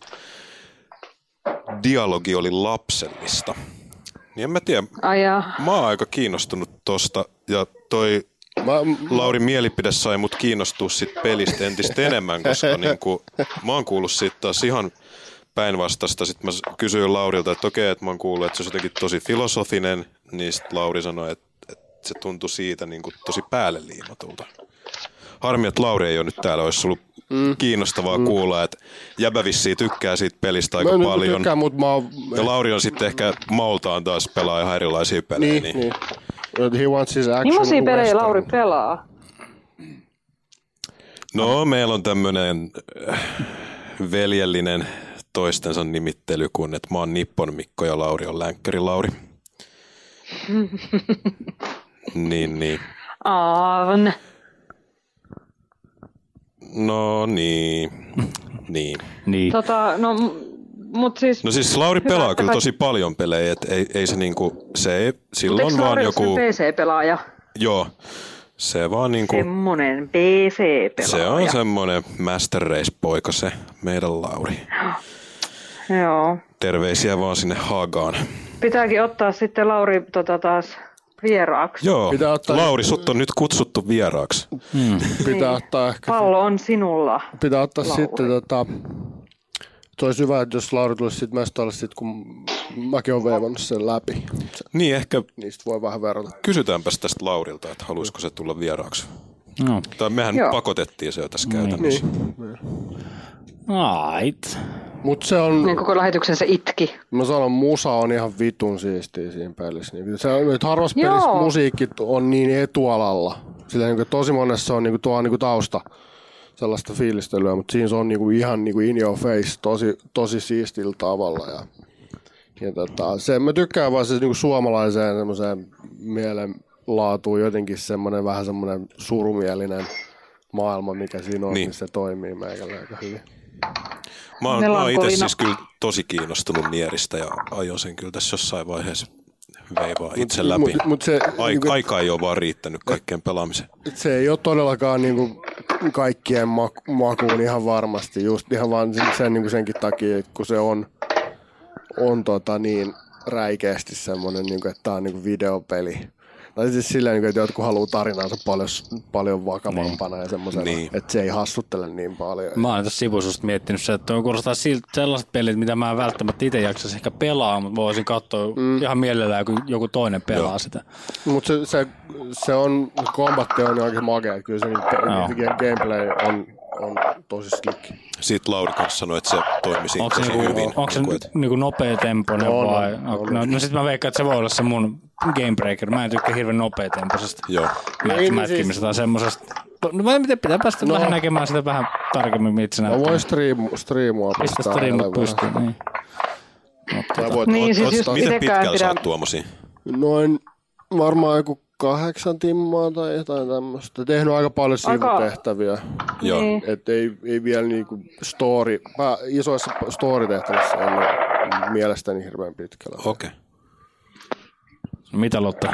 dialogi oli lapsellista. Niin en mä tiedä, mä oon aika kiinnostunut tosta ja toi mä, Laurin mielipide sai mut kiinnostua sit pelistä entistä enemmän, koska niinku, mä oon kuullut siitä taas ihan päinvastaista. Sitten mä kysyin Laurilta, että okei, että mä oon kuullut, että se on jotenkin tosi filosofinen, niin sit Lauri sanoi, että, että se tuntui siitä niin kuin tosi päälle liimatulta. Harmi, että Lauri ei ole nyt täällä, olisi ollut mm. kiinnostavaa mm. kuulla, että jäbä vissiin tykkää siitä pelistä aika mä paljon. Tykkään, mutta mä oon... Ja Lauri on sitten ehkä maultaan taas pelaa ihan erilaisia pelejä. Niin, niin. niin. He wants his action millaisia pelejä Lauri pelaa? No, meillä on tämmönen veljellinen toistensa nimittely, kun että mä oon Nippon Mikko ja Lauri on Länkkäri Lauri. niin, niin. Aavan. No niin. niin. niin. Tota, no, mut siis... No siis Lauri pelaa hyvä, kyllä tosi paljon pelejä, että ei, ei se niinku, se ei, silloin vaan Lauri joku... P C-pelaaja? Joo. Se vaan niinku... Semmonen P C-pelaaja. Se on semmonen Master Race-poika se, meidän Lauri. Joo. Terveisiä vaan sinne Hagaan. Pitääkin ottaa sitten Lauri tota, taas vieraaksi. Joo, ottaa... Lauri, sut on nyt kutsuttu vieraaksi. Hmm. Pitää niin. ottaa ehkä... Pallo on sinulla, Pitää ottaa Lauri. sitten tota... Se olisi hyvä, että jos Lauri tulisi sitten mestoille sit, kun mäkin olen veivannut sen läpi. Niin ehkä... Niistä voi vähän verrata. Kysytäänpäs tästä Laurilta, että haluaisiko se tulla vieraaksi. No. Tai mehän Joo. pakotettiin se jo tässä niin. käytännössä. Niin. Ait. Mut se on... Niin koko lähetyksen se itki. Mä sanon, musa on ihan vitun siistiä siinä pelissä. Niin se on, että harvassa pelissä musiikki on niin etualalla. Sillä niin tosi monessa on niin tuo niin tausta sellaista fiilistelyä, mutta siinä se on niin ihan niin in your face tosi, tosi siistillä tavalla. Ja, ja tota, se, mä tykkään vaan se niin suomalaiseen semmoiseen mielenlaatuun jotenkin semmoinen vähän semmoinen surumielinen maailma, mikä siinä on, niin, niin se toimii meikällä aika hyvin. Mä oon, mä oon itse siis kyllä tosi kiinnostunut Nieristä ja aion sen kyllä tässä jossain vaiheessa veivaa itse läpi. Mut, mut se, Ai, niin, aika ei ole vaan riittänyt kaikkeen pelaamiseen. Se ei ole todellakaan niin kuin kaikkien maku, makuun ihan varmasti, just ihan vaan sen, niin kuin senkin takia, että kun se on, on tota niin räikeästi semmoinen, niin kuin, että tämä on niin kuin videopeli. Tai siis silleen, että jotkut haluaa tarinansa paljon, paljon vakavampana niin. ja semmoisena, niin. että se ei hassuttele niin paljon. Mä oon tässä sivuisusta miettinyt se, että kuulostaa siltä sellaiset pelit, mitä mä en välttämättä itse jaksaisi ehkä pelaa, mutta voisin katsoa mm. ihan mielellään, kun joku toinen pelaa Joo. sitä. Mutta se, se, se on, kombatti on oikein makea, kyllä se niin, gameplay on, on tosi slick. Sitten Lauri kanssa sanoi, että se toimi siinä onko tosi se niinku, hyvin. Onko se niinku nopea tempoinen on, vai? On, on, no, no sit mä veikkaan, että se voi olla se mun gamebreaker. Mä en tykkää hirveän nopea tempoisesta. Joo. Mätkimistä siis... tai semmosesta. No mä miten pitää päästä no. vähän näkemään sitä vähän tarkemmin, mitä se näyttää. No voi striimu, striimua pistää. Pistä striimut pystyyn, niin. Mutta voit, niin, siis just miten pitkällä sä oot tuommosia? Noin varmaan joku kahdeksan timmaa tai jotain tämmöistä. Tehnyt aika paljon sivutehtäviä. Joo. Niin. Että ei, ei vielä niinku story, isoissa story-tehtävissä on mielestäni hirveän pitkällä. Okei. Okay. Mitä Lotta?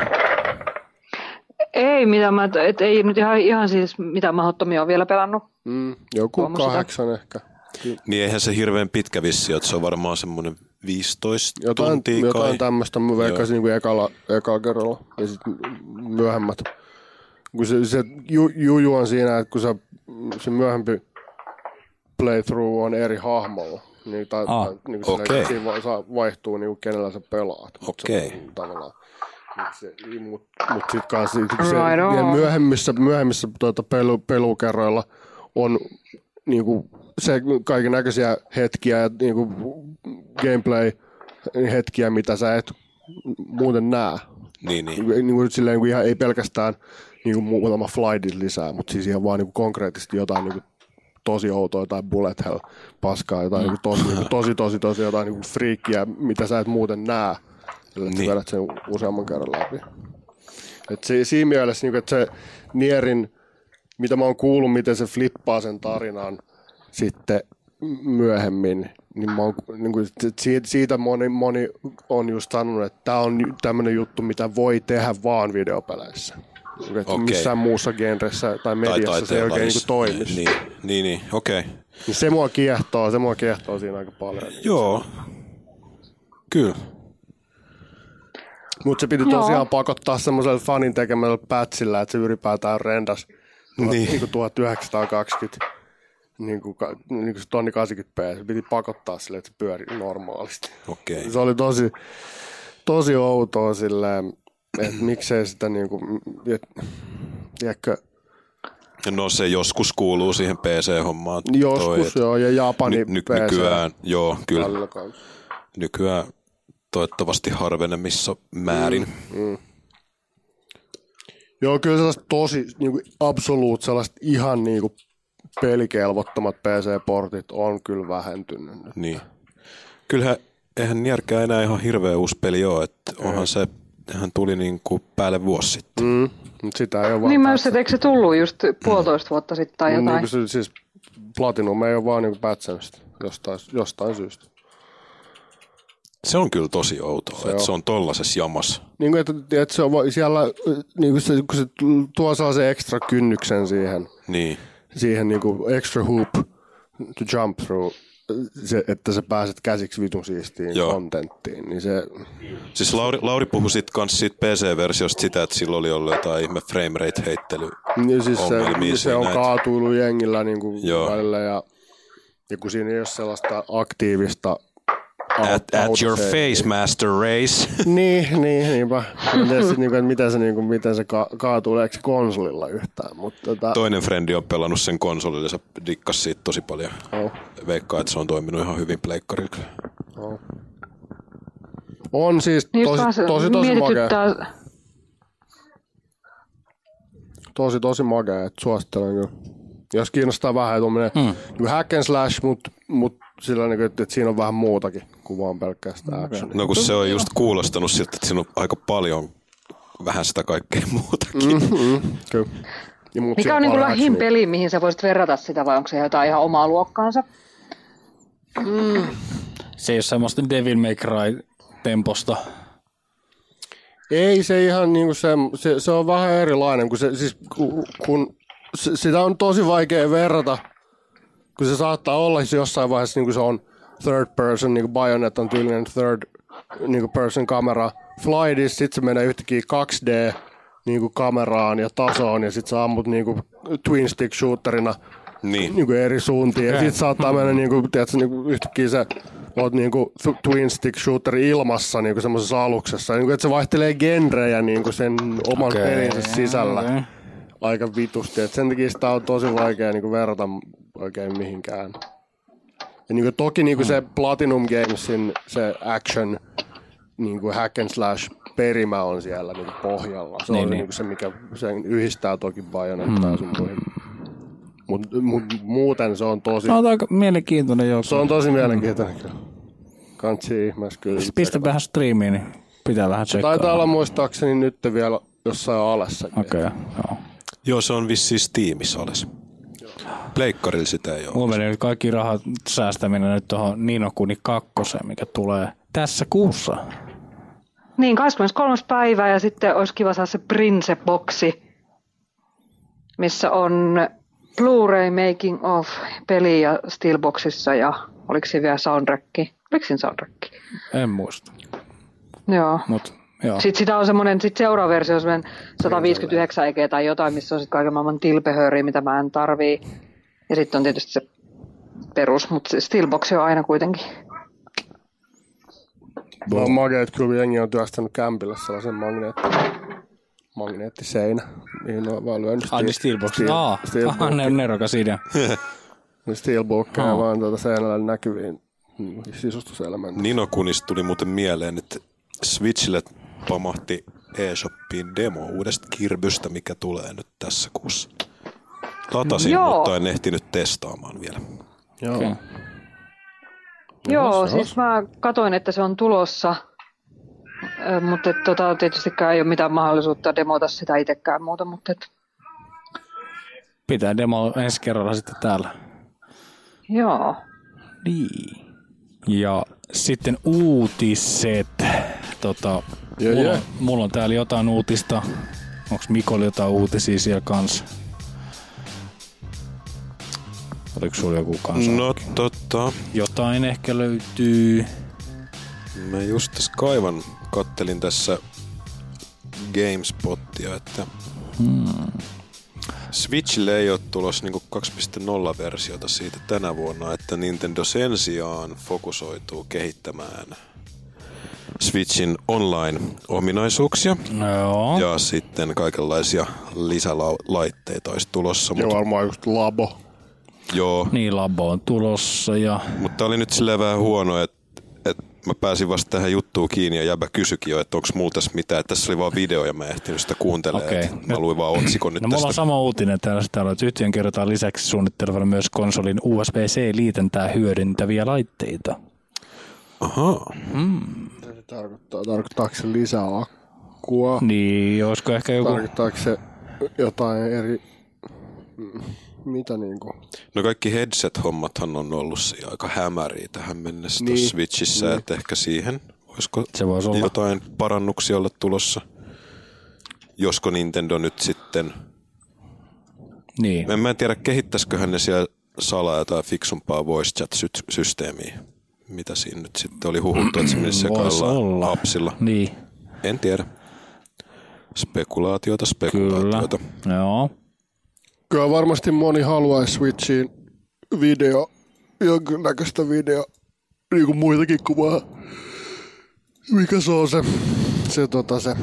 Ei mitä mä, et ei nyt ihan, ihan siis mitä mahdottomia on vielä pelannut. Mm, joku Tuomo kahdeksan sitä. Ehkä. Niin eihän se hirveän pitkä vissi, että se on varmaan semmoinen viisitoista jotain, tuntia kai. Jotain tämmöistä mä veikkasin niin kuin ekalla, ekalla kerralla ja sitten myöhemmät. Kun se, se ju, juju on siinä, että kun se, se myöhempi playthrough on eri hahmolla, niin, ta, ah, ta, niin okay. siinä vaihtuu niin kuin kenellä sä pelaat. Okei. Okay. Tavallaan. Mutta mut sitten kanssa right myöhemmissä, myöhemmissä tuota pelu, pelukerroilla on niinku se kaiken näköisiä hetkiä ja niinku gameplay-hetkiä, mitä sä et muuten näe. Niin, niin. Niinku, silleen, niinku ihan, ei pelkästään niinku muutama flightit lisää, mutta siis ihan vaan niinku konkreettisesti jotain niinku tosi outoa tai bullet hell paskaa, jotain mm. niinku tosi, niinku, tosi, tosi, tosi jotain niinku friikkiä, mitä sä et muuten näe. Että niin. vedät sen useamman kerran läpi. Et se, siinä mielessä, niin, että se Nierin, mitä mä oon kuullut, miten se flippaa sen tarinan sitten myöhemmin, niin, mä oon, niin kuin, siitä, siitä moni, moni on just sanonut, että tämä on tämmöinen juttu, mitä voi tehdä vaan videopeleissä. Okay. Missään muussa genressä tai mediassa tai se ei oikein niin toimisi. Niin, niin, niin okei. Okay. Niin se mua kiehtoo, se mua kiehtoo siinä aika paljon. Joo, kyllä. Mutta se piti Joo. tosiaan pakottaa semmoiselle fanin tekemällä patchillä, että se ylipäätään rendas niin. niin tuhatyhdeksänsataakaksikymmentä, niin kuin, niin kuin tonni kahdeksankymmentä p. Se piti pakottaa sille, että se pyöri normaalisti. Okay. Se oli tosi, tosi outoa silleen, että miksei sitä niin kuin, tiedätkö, no se joskus kuuluu siihen P C-hommaan. Joskus toi, joo, ja Japani ny, P C. Nykyään, joo, kyllä. Nykyään toivottavasti harvenemissa määrin. Mm, mm. Joo, kyllä sellaiset tosi niin absoluut, sellaiset ihan niin kuin pelikelvottomat P C-portit on kyllä vähentynyt. Niin. Kyllähän eihän Nierkää enää ihan hirveä uusi peli ole, että onhan se, hän tuli niin kuin päälle vuosi sitten. Mm, sitä ei ole vaan niin mä just, eikö se tullut just puolitoista vuotta sitten tai jotain? Niin se, siis Platinum ei ole vaan niin pätsänyt sitä jostain, jostain syystä. Se on kyllä tosi outoa, se että on. Se on tollasessa jamassa. Niin kuin, että, että se on siellä, niin kuin se, kun se tuo sellaisen ekstra kynnyksen siihen, niin. siihen niin kuin extra hoop to jump through, se, että sä pääset käsiksi vitun siistiin kontenttiin. Niin se... Siis Lauri, Lauri puhui sit kans siitä P C-versiosta sitä, että sillä oli ollut jotain ihme frame rate-heittely. Niin siis se, se on näitä. Kaatuilu jengillä niin kuin välillä ja, ja kun siinä ei ole sellaista aktiivista At, at your face, Master Race. niin, niin, niinpä. Miten se, niin kuin, miten se, niin kuin, miten se ka- kaatuu, eikö konsolilla yhtään? Mutta, tota... Toinen frendi on pelannut sen konsolilla ja se dikkasi siitä tosi paljon. Oh. Veikkaa, että se on toiminut ihan hyvin pleikkarilla. Oh. On siis tosi, tosi, tosi, tosi makea. Tosi, tosi makea, että suosittelen kyllä. Jos kiinnostaa vähän tuommoinen hmm. niin hack and slash, mutta mut sillä niin, että siinä on vähän muutakin kuin vaan pelkästään action. No kun se on just kuulostanut siltä, että siinä on aika paljon vähän sitä kaikkea muutakin. Mm-hmm. Kyllä. Mikä on niin kuin lähin peli, mihin sä voisit verrata sitä vai onko se jotain ihan omaa luokkaansa? Mm. Se ei ole semmoista Devil May Cry-temposta. Ei se ihan niin kuin se, se, se on vähän erilainen, kun, se, siis, kun se, sitä on tosi vaikea verrata, kun se saattaa olla jossain vaiheessa, niin kuin se on third person, niin kuin Bayonetta on tyylinen third niin kuin person kamera, Flightis, sitten se menee yhtäkkiä kaksi D niin kuin kameraan ja tasoon, ja sitten sä ammut niin kuin twin stick shooterina niin. Niin kuin eri suuntiin, ja sitten saattaa mennä niin kuin, tiedätkö, niin kuin yhtäkkiä se oot niin kuin twin stick shooter ilmassa niin kuin semmoisessa aluksessa, niin kuin, että se vaihtelee genrejä niin kuin sen oman okay. pelinsä sisällä. Okay. Aika vitusti. Et sen takia sitä on tosi vaikea niinku verrata oikein mihinkään. Ja niinku, toki niinku mm. se Platinum Gamesin se action niinku hack and slash perimä on siellä niinku pohjalla. Se niin, on niin. Niinku se, mikä sen yhdistää toki Bayonettaa mm. sun muihin. Mut, mut muuten se on tosi... Se on aika mielenkiintoinen joku. Se on tosi mielenkiintoinen kyllä. Kantsi ihmeessä kyllä. Pistä vähän striimiin, niin pitää vähän tsekkaa. Taitaa olla muistaakseni nyt vielä jossain alessa. Okei, okay, joo. Joo, se on vissiin Steamissa alas. Pleikkarilla sitä ei ole. Mulla meni kaikki rahat säästäminen nyt tuohon Ni no Kuni kakkoseen, mikä tulee tässä kuussa. Niin, kahdeskymmeneskolmas päivä ja sitten olisi kiva saada se Prince-boksi, missä on Blu-ray making of peli ja Steelboxissa ja oliko siinä vielä soundtracki? Oliko siinä soundtracki? En muista. Joo. Mut, joo. Sitten sitä on semmoinen, sit seuraava versio on semmoinen sata viisikymmentäyhdeksän egeä tai jotain, missä on sitten kaiken maailman tilpehööriä, mitä mä en tarvii. Ja sitten on tietysti se perus, mutta Steelbox on aina kuitenkin. Mä oon makea, että kyllä jengi on työstänyt kämpille sellaisen magneetti, magneettiseinä. Mihin on vaan lyönyt Steel, Steelbox. Steel, Aa, Steelbook. Aha, ne nerokas idea. Steelbookia oh. vaan tuota seinällä näkyviin sisustuselementteihin. Ni no Kunista tuli muuten mieleen, että Switchille pamahti eShopiin demo uudesta Kirbystä, mikä tulee nyt tässä kuussa. Latasin, Joo. mutta en ehtinyt testaamaan vielä. Joo. Okay. Joo, Jos, siis mä katoin, että se on tulossa, mutta et, tota, tietystikään ei ole mitään mahdollisuutta demota sitä itsekään muuta. Mutta et... Pitää demo ensi kerralla sitten täällä. Joo. Niin. Ja sitten uutiset. Tota, yeah, mulla, yeah. mulla on täällä jotain uutista. Onks Mikolla jotain uutisia siellä kanssa? Oliko sulla joku kanssa? No tota. Jotain ehkä löytyy. Mä just tässä kaivan, kattelin tässä GameSpotia, että hmm. Switchille ei ole tulossa niinku kaksi piste nolla-versiota siitä tänä vuonna, että Nintendo sen sijaan fokusoituu kehittämään Switchin online-ominaisuuksia. No. Ja sitten kaikenlaisia lisälaitteita olisi tulossa. Ja varmaan just labo. Joo. Niin, labo on tulossa. Ja... Mutta oli nyt silleen vähän huono, että et mä pääsin vasta tähän juttuun kiinni ja jäbä kysyikin jo, että onko mulla tässä mitään. Että tässä oli vaan video ja mä en ehtinyt sitä kuuntelemaan. Okay. Mä luin vaan otsikon nyt no, tästä. Mulla on sama uutinen täällä. Täällä on, yhtiön kerrotaan lisäksi suunnittelevana myös konsolin U S B C-liitäntää hyödyntäviä laitteita. Ahaa. Mm. Se tarkoittaa, tarkoittaako se lisää akkua? Niin, olisiko ehkä joku... Tarkoittaako se jotain eri... Mitä niinku? No kaikki headset-hommathan on ollut aika hämäriä tähän mennessä niin. tuossa Switchissä, niin. että ehkä siihen olisiko se vois olla. Jotain parannuksia olla tulossa. Josko Nintendo nyt sitten... Niin. En mä en tiedä, kehittäisiköhän ne siellä salaa jotain fiksumpaa voice chat-systeemiä. Mitä siinä nyt sitten oli huhuttu, että se menisi sekailla appsilla. Niin. En tiedä. Spekulaatiota, spekulaatiota. Kyllä, joo. Kyllä varmasti moni haluaisi Switchiin video, jonkinnäköistä video, niin kuin muitakin kuvaa. Mikä se on se, se, tota, se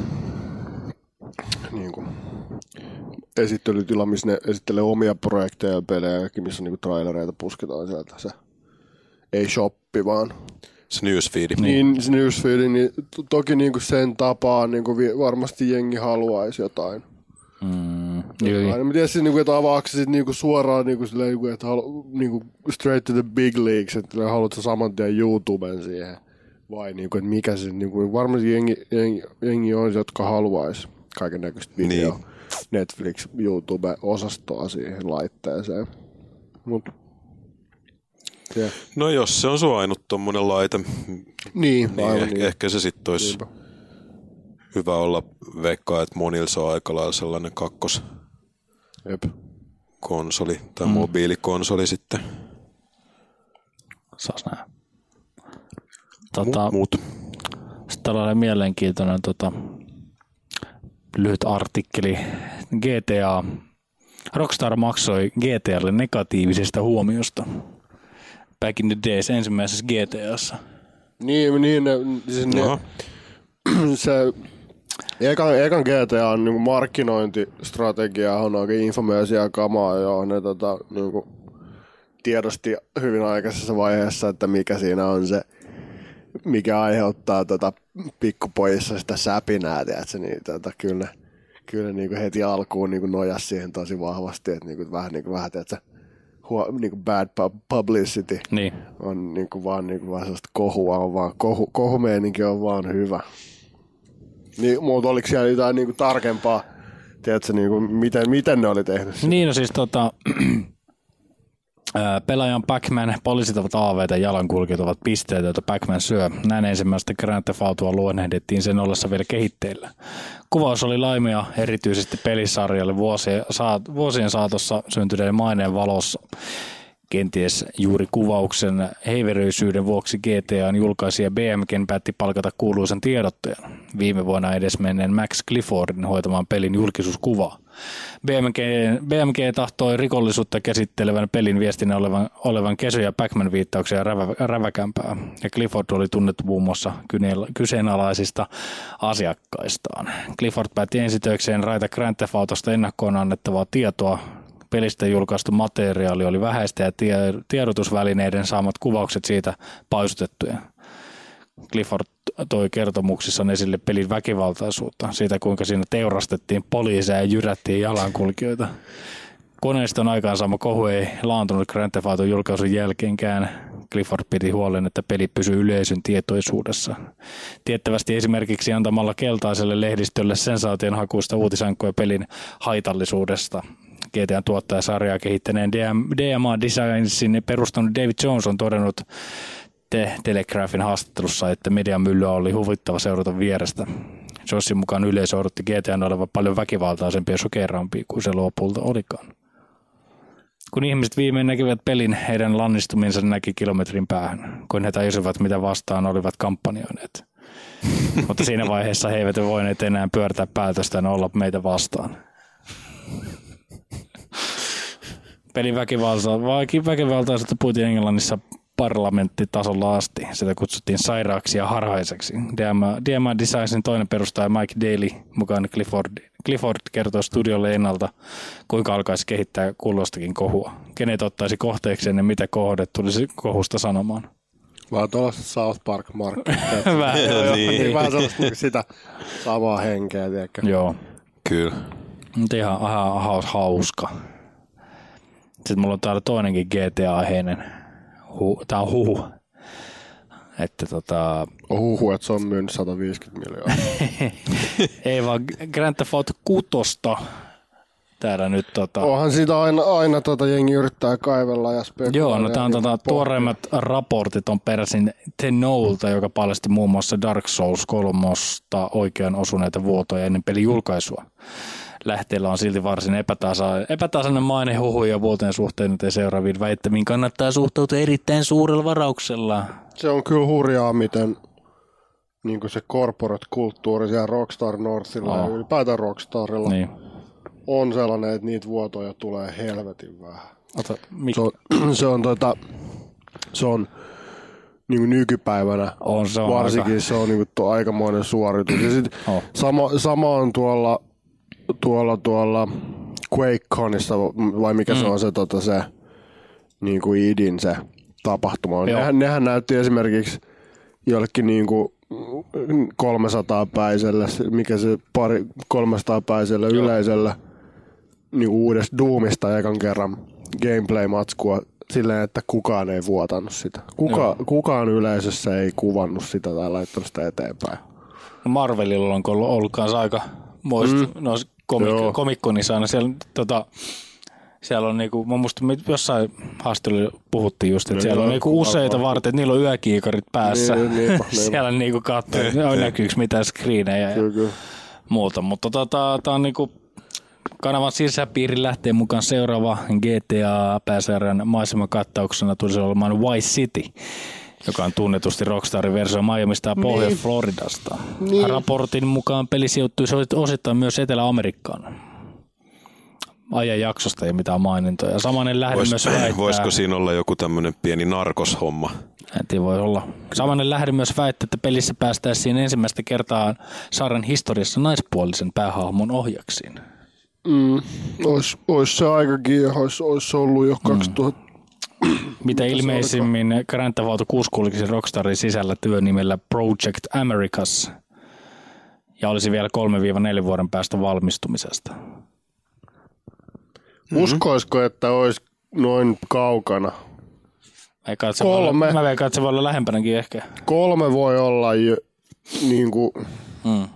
niin kuin, esittelytila, missä ne esittelee omia projekteja ja pelejä, missä on niin kuin trailereita pusketaan sieltä. Se ei shoppi, vaan se newsfeedi. Niin, se newsfeedi, niin to, toki niin kuin sen tapaan niin kuin vi, varmasti jengi haluaisi jotain. Mm, en tiedä siis, niinku, että avaako se niinku suoraan niinku, silleen, niinku, että halu, niinku, straight to the big leagues, että haluatko saman tien YouTuben siihen, vai niinku, että mikä se, niinku, varmasti jengi, jengi, jengi on, jotka haluaisi kaiken näköistä video, niin. Netflix, YouTube-osastoa siihen laitteeseen. Mut, yeah. No jos se on sun ainut tommonen laite, niin, niin, aivan, ehkä, niin. ehkä se sitten olisi Niinpä. Hyvä olla veikkaa, että monilla se on aika lailla sellainen kakkos Jep. konsoli tai mm. mobiilikonsoli sitten. Saas nähdä. Tota, Mut. Sitten tällainen mielenkiintoinen tota, lyhyt artikkeli. G T A. Rockstar maksoi G T A:lle negatiivisesta huomiosta. Back in the days ensimmäisessä G T A:ssa. Niin, niin ne, siis ne, se ekan, ekan G T A on niin markkinointistrategia on oikein infomeisia kamaa, joo, ne tota, niin kuin tiedosti hyvin aikaisessa vaiheessa, että mikä siinä on se, mikä aiheuttaa tota pikkupojissa sitä säpinää, tiedätkö, niin tota, kyllä, kyllä niin kuin heti alkuun niin kuin nojas siihen tosi vahvasti, että niin kuin vähän, niin kuin, vähän tiedätkö, huo, niin kuin bad publicity niin. on niin kuin vaan, niin kuin vaan sellaista kohua, on vaan, kohu, kohumeininki on vaan hyvä. Niin, mutta oliko siellä jotain niin kuin tarkempaa, tiedätkö, niin kuin, miten, miten ne oli tehnyt sitä? Niin, no siis tota, pelaajan Pac-Man, poliisit ovat aaveita, jalankulkijat ovat pisteitä, joita Pac-Man syö. Näin ensimmäistä Grand Theft Autoa luonnehdittiin sen ollessa vielä kehitteillä. Kuvaus oli laimea erityisesti pelisarjalle vuosien, saat, vuosien saatossa syntyneen maineen valossa. Kenties juuri kuvauksen heiveröisyyden vuoksi G T A:n julkaisija B M G päätti palkata kuuluisan tiedottajan. Viime vuonna edesmenneen Max Cliffordin hoitamaan pelin julkisuuskuvaa. B M G, B M G tahtoi rikollisuutta käsittelevän pelin viestinnän olevan, olevan kesyjä Pac-Man viittauksia ja rävä, räväkämpää. Ja Clifford oli tunnettu muun muassa kyseenalaisista asiakkaistaan. Clifford päätti ensitöikseen raita Grand Theft Autosta ennakkoon annettavaa tietoa. Pelistä julkaistu materiaali oli vähäistä ja tiedotusvälineiden saamat kuvaukset siitä paisutettuja. Clifford toi kertomuksissaan esille pelin väkivaltaisuutta, siitä kuinka siinä teurastettiin poliiseja ja jyrättiin jalankulkijoita. Koneiston aikaansaama kohu ei laantunut Grand Theft Auton julkaisun jälkeenkään. Clifford piti huolen, että peli pysyy yleisön tietoisuudessa. Tiettävästi esimerkiksi antamalla keltaiselle lehdistölle sensaationhakuista uutisankkoja pelin haitallisuudesta. G T A:n tuottajasarjaa kehittäneen D M A Designsin perustanut David Jones on todennut The Telegraphin haastattelussa, että mediamyllyä oli huvittava seurata vierestä. Jossin mukaan yleisö odotti G T A:n olevan paljon väkivaltaisempi ja shokeraampi kuin se lopulta olikaan. Kun ihmiset viimein näkivät pelin, heidän lannistuminsa näki kilometrin päähän, kun he tajusivat, mitä vastaan olivat kampanjoineet. Mutta siinä vaiheessa he eivät voineet enää pyörtää päätöstään olla meitä vastaan. Pelin väkivaltaisuutta puhuttiin Englannissa parlamenttitasolla asti. Sitä kutsuttiin sairaaksi ja harhaiseksi. D M A Designsin toinen perustaja Mike Daly mukaan Clifford, Clifford kertoi studiolle ennalta, kuinka alkaisi kehittää kulloistakin kohua. Kenet ottaisi kohteekseen ja mitä kohde tulisi kohusta sanomaan. Vähän tuollaista South Park Mark. Vähän, joo, niin. Niin, vähän sellaista niin sitä samaa henkeä, tiedäkö? Joo. Kyllä. Mutta ihan aha, hauska. Sitten mulla on täällä toinenkin G T A-aiheinen. Hu, tää on huhu. Että tota... On huhu, että se on myynyt sata viisikymmentä miljoonaa. Ei vaan Grand Theft Auto kuutosta. Täällä nyt tota... Onhan siitä aina, aina tota jengi yrittää kaivella ja spekuloida. Joo, no tää on tota, tuoreimmat raportit on peräisin The Knowlta, joka paljasti muun muassa Dark Souls kolmosta oikean osuneita vuotoja ennen pelin julkaisua. Lähteellä on silti varsin epätasa- epätasainen maine huhuja ja vuoteen suhteen, joten seuraaviin väittämiin kannattaa suhtautua erittäin suurella varauksella. Se on kyllä hurjaa, miten niin se corporate-kulttuuri siellä Rockstar Northilla oh. ja ylipäätään Rockstarilla niin. On sellainen, että niitä vuotoja tulee helvetin vähän. Ota, mik- se on, se on, tota, se on niin kuin nykypäivänä on, se on varsinkin aika... se on niin kuin aikamoinen suoritus. Ja sit oh. sama, sama on tuolla tuolla tuolla QuakeConissa, vai mikä mm. se on se, tota, se niin kuin idin se tapahtuma. Nehän, nehän näytti esimerkiksi jollekin niin kuin kolmesataa päiselle, mikä se pari kolmesataa päiselle yleisölle niin uudesta Doomista ekan kerran gameplay-matskua silleen, että kukaan ei vuotanut sitä. Kuka, kukaan yleisössä ei kuvannut sitä tai laittanut sitä eteenpäin. No Marvelilla on ollut kanssa aika muista, mm. no komik- komikkonissa aina siellä, tota, siellä on niinku, mä muistan, jossain haastattelussa puhuttiin just, että no siellä on niinku useita varten, että niillä on yökiikarit päässä. Niin, niin, niin, siellä niinku katsoo, näkyykö mitään screenejä ja kyllä, muuta. Mutta tota, tää on niinku kanavan sisäpiiri lähtee mukaan seuraava G T A-pääsarjan maisemakattauksena tulisi olemaan Vice City, joka on tunnetusti Rockstarin versio Miamista ja Pohjois-Floridasta. Niin. Raportin mukaan peli sijoittui osittain myös Etelä-Amerikkaan. Ajanjaksosta ei mitään mainintoja. Samainen lähde Vois, myös väittää... Voisiko siinä olla joku tämmöinen pieni narkoshomma? En tiedä, voi olla. Samainen lähde myös väittää, että pelissä päästäisiin ensimmäistä kertaa sarjan historiassa naispuolisen päähahmon ohjaksiin. Mm. Ois, ois se aikakin ja ois, ois ollut jo kaksituhatta. Mm. Mitä ilmeisimmin Grand Theft Auto kuusi kulkisi Rockstarin sisällä työnimellä Project Americas ja olisi vielä kolme neljä vuoden päästä valmistumisesta. Mm-hmm. Uskoisiko, että olisi noin kaukana? Kolme. Mä veikkaan, että se voi olla lähempänäkin ehkä. Kolme voi olla jo, niin kuin, mm.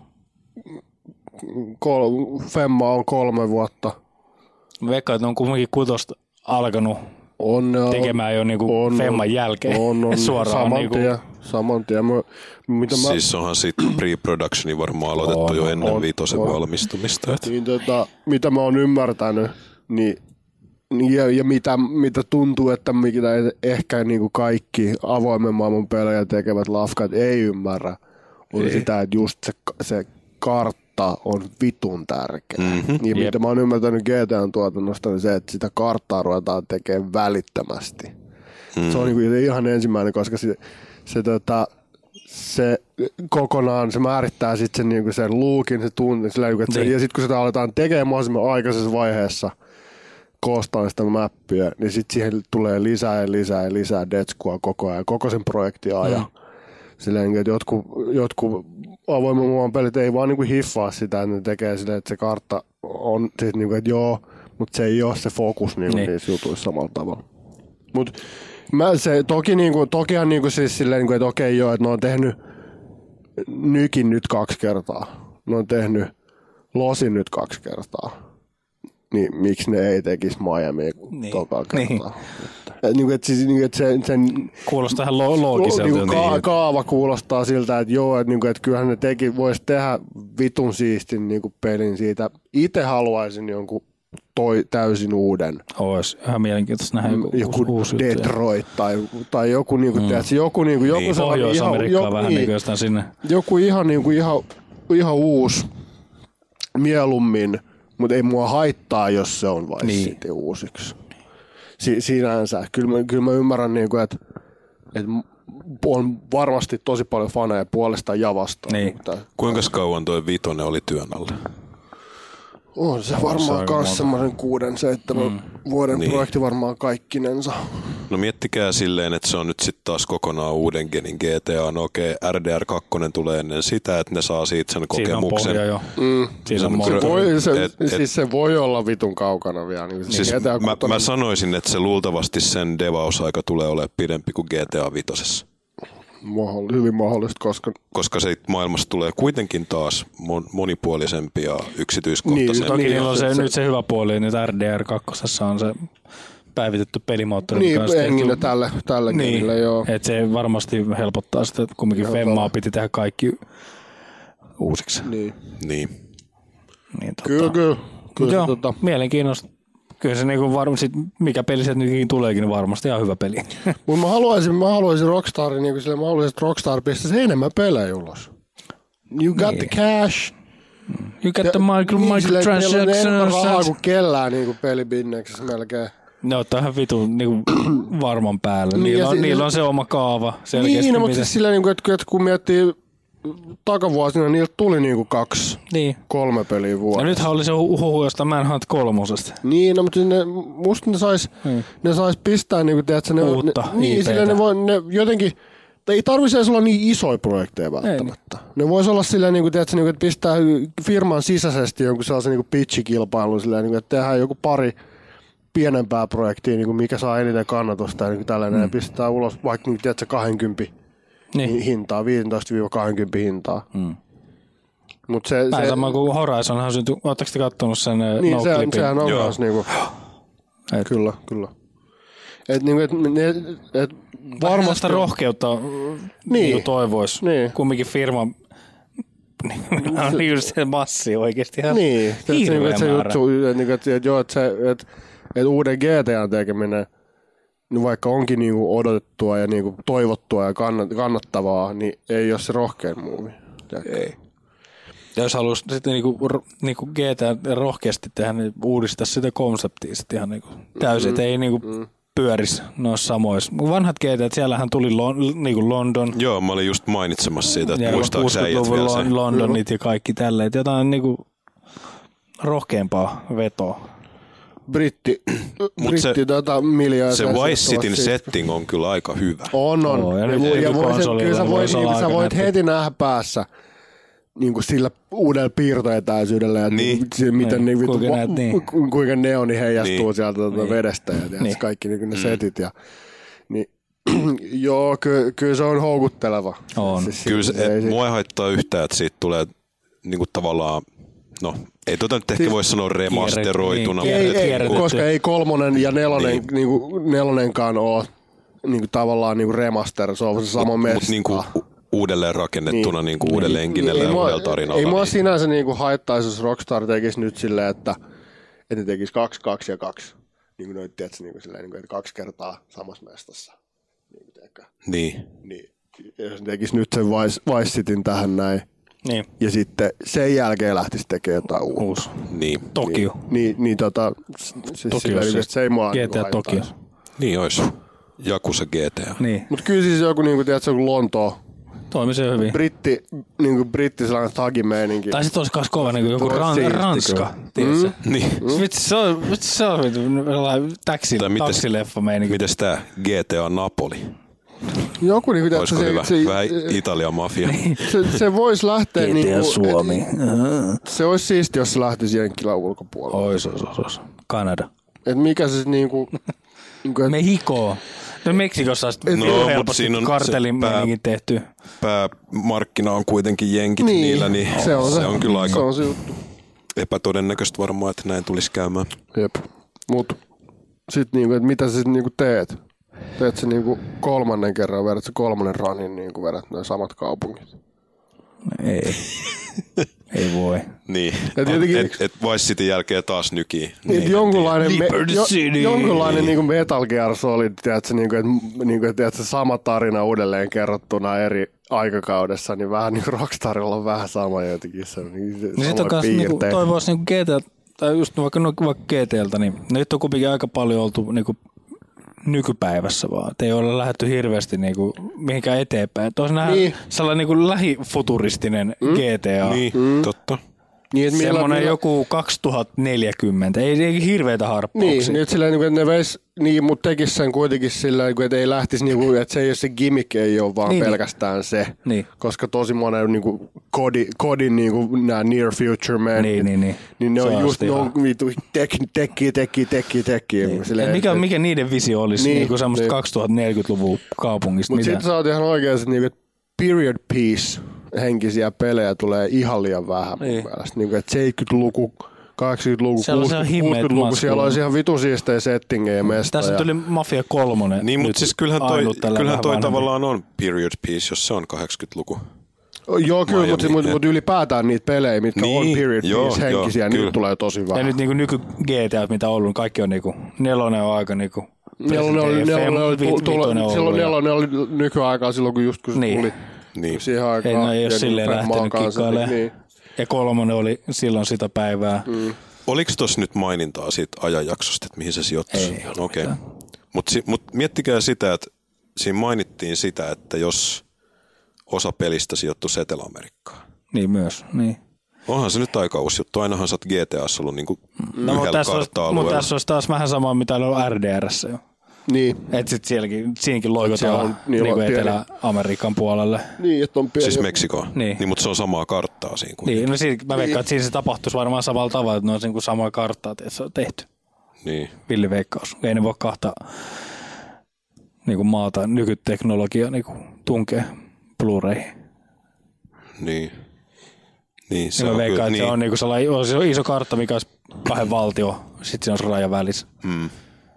kol, Femma on kolme vuotta. Mä veikkaan, että ne on kuitenkin kutosta alkanut on, tekemään jo niinku on, Femman jälkeen on, on, suoraan. Saman niinku. tien, saman tien. Mä, mitä mä... Siis onhan sitten pre-productioni varmaan aloitettu on, jo ennen on, viitosen on. valmistumista. Niin, tota, mitä mä oon ymmärtänyt, niin ja, ja mitä, mitä tuntuu, että mitä ehkä niin kuin kaikki avoimen maailman pelejä tekevät lafkat ei ymmärrä, on ei. sitä, että just se, se kartta on vitun tärkeä. Mm-hmm. Niin, mitä mä oon ymmärtänyt G T A:n tuotannosta, niin se, että sitä karttaa ruvetaan tekemään välittömästi. Mm. Se on niin kuin ihan ensimmäinen, koska se, se, tota, se kokonaan, se määrittää sitten sen, niin kuin sen luukin, se tunne, se, niin. ja sitten kun sitä aletaan tekemään mahdollisimman aikaisessa vaiheessa, koostaa sitä mappia, niin sitten siihen tulee lisää ja lisää ja lisää detskua koko ajan, koko sen projektin ajan. Mm. Silleen, että jotkut, jotkut avoimen maailman pelit ei vaan niinku hiffaa sitä, että ne tekee silleen, että se kartta on siis niinku, että joo, mutta se ei ole se fokus niinku niin. niissä jutuissa samalla tavalla. Mut mä se, toki niinku, tokihan niinku siis silleen, niinku, että okei joo, että ne on tehnyt Nykin nyt kaksi kertaa. Ne on tehnyt Losin nyt kaksi kertaa. Niin miksi ne ei tekisi Miamia niin. toka kertaa? Niin. Et, niin, et, siis, niin, et se, sen, kuulostaa ihan lo- loogiselta. Niin, ka- kaava kuulostaa siltä, että joo, että, niin, et kyllähän ne teki, voisi tehdä vitun siistin niin pelin siitä. Itse haluaisin jonkun toi täysin uuden. Olisi ihan mielenkiintoista nähdä joku, joku uusi Detroit tai, tai joku, niin kuin, mm. tiedätkö, joku, niin kuin, joku niin, Pohjois-Amerikkaa vähän niin kuin sinne. Joku ihan, niin kuin, ihan, ihan uusi mieluummin, mutta ei mua haittaa, jos se on vai niin. sitten uusiksi. Si- sinänsä. Kyllä mä, kyllä mä ymmärrän, niin kuin, että, että on varmasti tosi paljon faneja puolestaan ja vastaan. Niin. Kuinka kauan toi vitonen oli työn alla? On se varmaan myös semmoisen kuuden, seitsemän mm. vuoden niin. projekti varmaan kaikkinensa. No miettikää silleen, että se on nyt sitten taas kokonaan uuden genin G T A. No okei, R D R kaksi tulee ennen sitä, että ne saa siitä sen kokemuksen. Siinä on pohja jo. Mm. Siinä on se, voi, se, et, et, siis se voi olla vitun kaukana vielä. Niin siis mä, mä sanoisin, että se luultavasti sen devausaika tulee olemaan pidempi kuin G T A viisi. Hyvin mahdollista, koska... Koska se maailmassa tulee kuitenkin taas monipuolisempi ja yksityiskohtaisempi. Niin, niin on se, se, nyt se hyvä puoli, nyt R D R kaksi on se päivitetty pelimoottori. Niin, engine tälle, tälle niin, genille, joo. Että se varmasti helpottaa sitä, että kumminkin Femmaa piti tehdä kaikki uusiksi. Niin. Niin. niin tota, kyllä, kyllä. kyllä joo, tota... mielenkiinnosta. Kyllä se niinku varmasti, mikä peli se nytkin tuleekin, niin varmasti ihan hyvä peli. Mutta mä haluaisin, mä haluaisin Rockstarin, niin sille, mä haluaisin, että Rockstar pistäisi enemmän pelejä ulos. You got niin. the cash. You got the micro, niin, microtransactions. Meillä on enemmän rahaa kuin kellään niin pelibinneksessä melkein. Ne ottaa ihan vitun niin varman päälle. Niin, niillä, on, si- niillä on se oma kaava. Niin, no, mutta siis sillä, niin kuin, että, että kun miettii takavuosina, niiltä tuli niinku kaksi, niin. kolme peliä vuodessa. Ja nythän oli se huhu jostain Manhunt kolmosesta. Niin, no, mutta ne, musta ne sais, hmm. ne sais pistää niinku, tiedätkö, ne, uutta ne, niin, sillä ne voi, ne jotenkin, ei tarvitse edes olla niin isoja projekteja välttämättä. Ei. Ne vois olla silleen, niinku, tiedätkö, niinku, että pistää firman sisäisesti jonkun sellaisen niinku pitchikilpailun, silleen, niinku, että tehdään joku pari pienempää projektia, niinku, mikä saa eniten kannatusta ja niinku, tällainen, hmm. ja pistää ulos vaikka niinku, tiedätkö, kaksikymmentä niin. hintaa, viisitoista kaksikymmentä hintaa. Hmm. Mut se, Vähän se, sama kuin Horizonhan syntyi. Oletteko te kattonut sen niin, no se, clipin? Sehän on myös niinku, et, kyllä, kyllä. Et, niinku, et, et, et varmasti sitä rohkeutta niin. Niin toivois. Niin. Kumminkin firma on just se massi oikeesti ihan niin. hirveä et, se määrä. Juttu, et, et, et, et, et, et, et uuden G T A:n tekeminen, niin vaikka onkin niinku odotettua ja niinku toivottua ja kannattavaa, niin ei ole se rohkein muuvi. Ei. Ja jos haluaisi sitten niinku, niinku G T A rohkeasti tehdä, niin uudistaa sitä konseptia sitten ihan niinku täysin, mm, ei niinku mm. pyörisi noissa samoissa. Vanhat G T A, siellähän tuli Lon, niinku London. Joo, mä olin just mainitsemassa siitä, että muistaako sä äijät vielä sen. Londonit ja kaikki tälleen, jotain niinku rohkeampaa vetoa. Britti, britti data miljoonaa. Se Vice Cityn setting on kyllä aika hyvä. On, on. Oh, ja ja ja ja kyllä sä voit, niin, sä voit heti nähdä päässä niin kuin sillä uudella piirtoetäisyydellä, ja niin. Niin, miten niin, kuinka, vittu, näet, niin. Ku, kuinka neoni heijastuu niin. sieltä niin. vedestä ja niin. kaikki niin, ne mm. setit. Ja, niin, joo, ky, kyllä se on houkutteleva. On. Siis, kyllä se, se, mua ei haittaa yhtään, että siitä tulee niin kuin tavallaan, no ei tuota nyt ehkä siis, voi sanoa remasteroituna. Niin, ei, ei, ei, koska ei kolmonen ja nelonen, niin. Niin kuin, nelonenkaan ole niin kuin, tavallaan niin kuin remaster, se on se sama mut, mesta. Mut, niin kuin, uudelleen rakennettuna niin, niin kuin uudelleen enginelle ja uudella tarinalla. Ei mua niin. sinänsä niin kuin haittaisi, jos Rockstar tekisi nyt silleen, että, että ne tekisi kaksi, kaksi ja kaksi. Niin kuin noit, tiedätkö, niin kuin silleen, niin kuin, että kaksi kertaa samassa mestassa. Niin. Niin. niin. Jos ne tekisi nyt sen Vice, Vice Cityn tähän näin. Niin. Ja sitten sen jälkeen lähtisi tekemään jotain uutta. Niin. Tokio. Niin, niin, niin tota, siis sillä siis se ei mua G T A niin Tokio. Niin olisi. Jakusa G T A. Niin. Mutta kyllä siis joku, niin kuin, tiedätkö, joku Lontoo. Toimi se hyvin. Britti, niin kuin britti sellainen thugimeininki. Tai sitten olisi myös kova niin kuin joku ran, Ranska. Mm. Niin. Mm. Vitsi, se on, vitsi, se on taksi, taksileffa meininki. Mites tää G T A Napoli? Joku niin kuin, olisiko se, hyvä? Se, vähän Italian mafia. Se, se voisi lähteä G T A niin kuin, Suomi. Et, se olisi siisti, jos se lähtisi Jenkkilän ulkopuolella. Ois, ois, ois, ois. Kanada. Et mikä se niinku... niinku et... Mehiko. No Meksikossa on no, helposti kartelin meininkin tehty. Päämarkkina on kuitenkin jenkit niin, niillä, niin se on, se, se on kyllä aika se on se juttu. Epätodennäköistä varmaan, että näin tulisi käymään. Jep. Mut sit niinku, että mitä sä sit niinku teet? teet sä niinku kolmannen kerran, vedät sä kolmannen runin niinku vedät noin samat kaupungit? Ei. Ei voi. Niin. Et, et, et Vice Cityn jälkeen taas nykii. Niin, jonkunlainen, me, jo, jonkunlainen niinku Metal Gear Solid, tiedätkö, niinku, että niinku, tiedätkö, sama tarina uudelleen kerrottuna eri aikakaudessa, niin vähän niin Rockstarilla on vähän sama jotenkin. Se, niin, niin sitten on kanssa niinku, toivoisi niinku G T, tai just vaikka, vaikka G T:ltä, niin nyt on kuitenkin aika paljon oltu niinku nykypäivässä vaan. Et ei ole lähdetty hirveästi niinku mihinkään eteenpäin. Toisin nähdä niin. Sellainen niinku lähifuturistinen mm. G T A. Niin, mm. totta. Niin, semmoinen millä... joku kaksituhattaneljäkymmentä, ei, ei hirveitä harppauksia. Niin, niin, silleen, että ne veis, niin, mutta tekisi sen kuitenkin sillä että ei lähtisi, niin kuin, että se ei ole se gimmick, ei ole vaan niin, pelkästään se. Niin. Koska tosi monen niin kuin, kodi, kodin niin kuin, nämä near future men, niin, niin, niin. niin ne se on just, ne on tekki, tekki, tekki, tekki, tekki. Niin. Mikä, mikä niiden visio olisi niin, niin semmoista niin. kaksituhattaneljäkymmentäluvun kaupungista? Mutta sitten sä oot ihan oikein, että niin, period piece henkisiä pelejä tulee ihan liian vähän niin. mun mielestä. Niin, että seitsemänkymmentäluku, kahdeksankymmentäluku, kuusikymmentäluku, siellä olisi ihan vitu siistejä settingejä ja mesta. Tässä tuli Mafia kolme. Niin, mutta siis kyllähän toi, kyllähän toi tavallaan on period piece, jos se on kahdeksankymmentäluku. Joo, kyllä, mutta mut, mut ylipäätään niitä pelejä, mitkä niin, on period joo, piece henkisiä, joo, niitä tulee tosi vähän. Ja nyt niinku nyky G T A, mitä on ollut, kaikki on niinku, nelonen on aika niinku, nelonen oli, nelonen oli, silloin nelonen oli nykyaikaa silloin, kun just kun se tuli. Niin. Siihen aikaan. Ei, no, ei ole silleen lähtenyt kikkailemaan. Niin. Ja kolmonen oli silloin sitä päivää. Mm. Oliko tuossa nyt mainintaa siitä ajanjaksosta, että mihin se sijoittuisi? Ei ole. Okei. Okay. Mutta si, mut miettikää sitä, että siinä mainittiin sitä, että jos osa pelistä sijoittuisi Etelä-Amerikkaan. Niin myös, niin. Onhan se nyt aika uusi juttu. Ainahan sä oot G T A:ssa ollut niinku no, yhdellä kartta-alueella. Mutta tässä olisi taas vähän samaa, mitä on ollut R D R:ssä jo. Niin. Että sitten sielläkin, siinäkin loikotaan niin niin Etelä-Amerikan puolelle. Niin, että on pieni. Siis Meksikoon. Niin. niin, mutta se on samaa karttaa siinä kuitenkin. Niin, no siinä, mä veikkaan, että siinä se tapahtuisi varmaan samalla tavalla, että ne on niin samaa karttaa, että se on tehty. Niin. Villiveikkaus. Ei ne voi kahta niin maata nykyteknologiaa niin tunkea Blu-rayhin. Niin. Niin, se niin on veikkaan, kyllä. Että niin. se on, niin kuin sellainen iso, iso kartta, mikä olisi kahden valtio, sitten siinä on se raja välissä. Mm.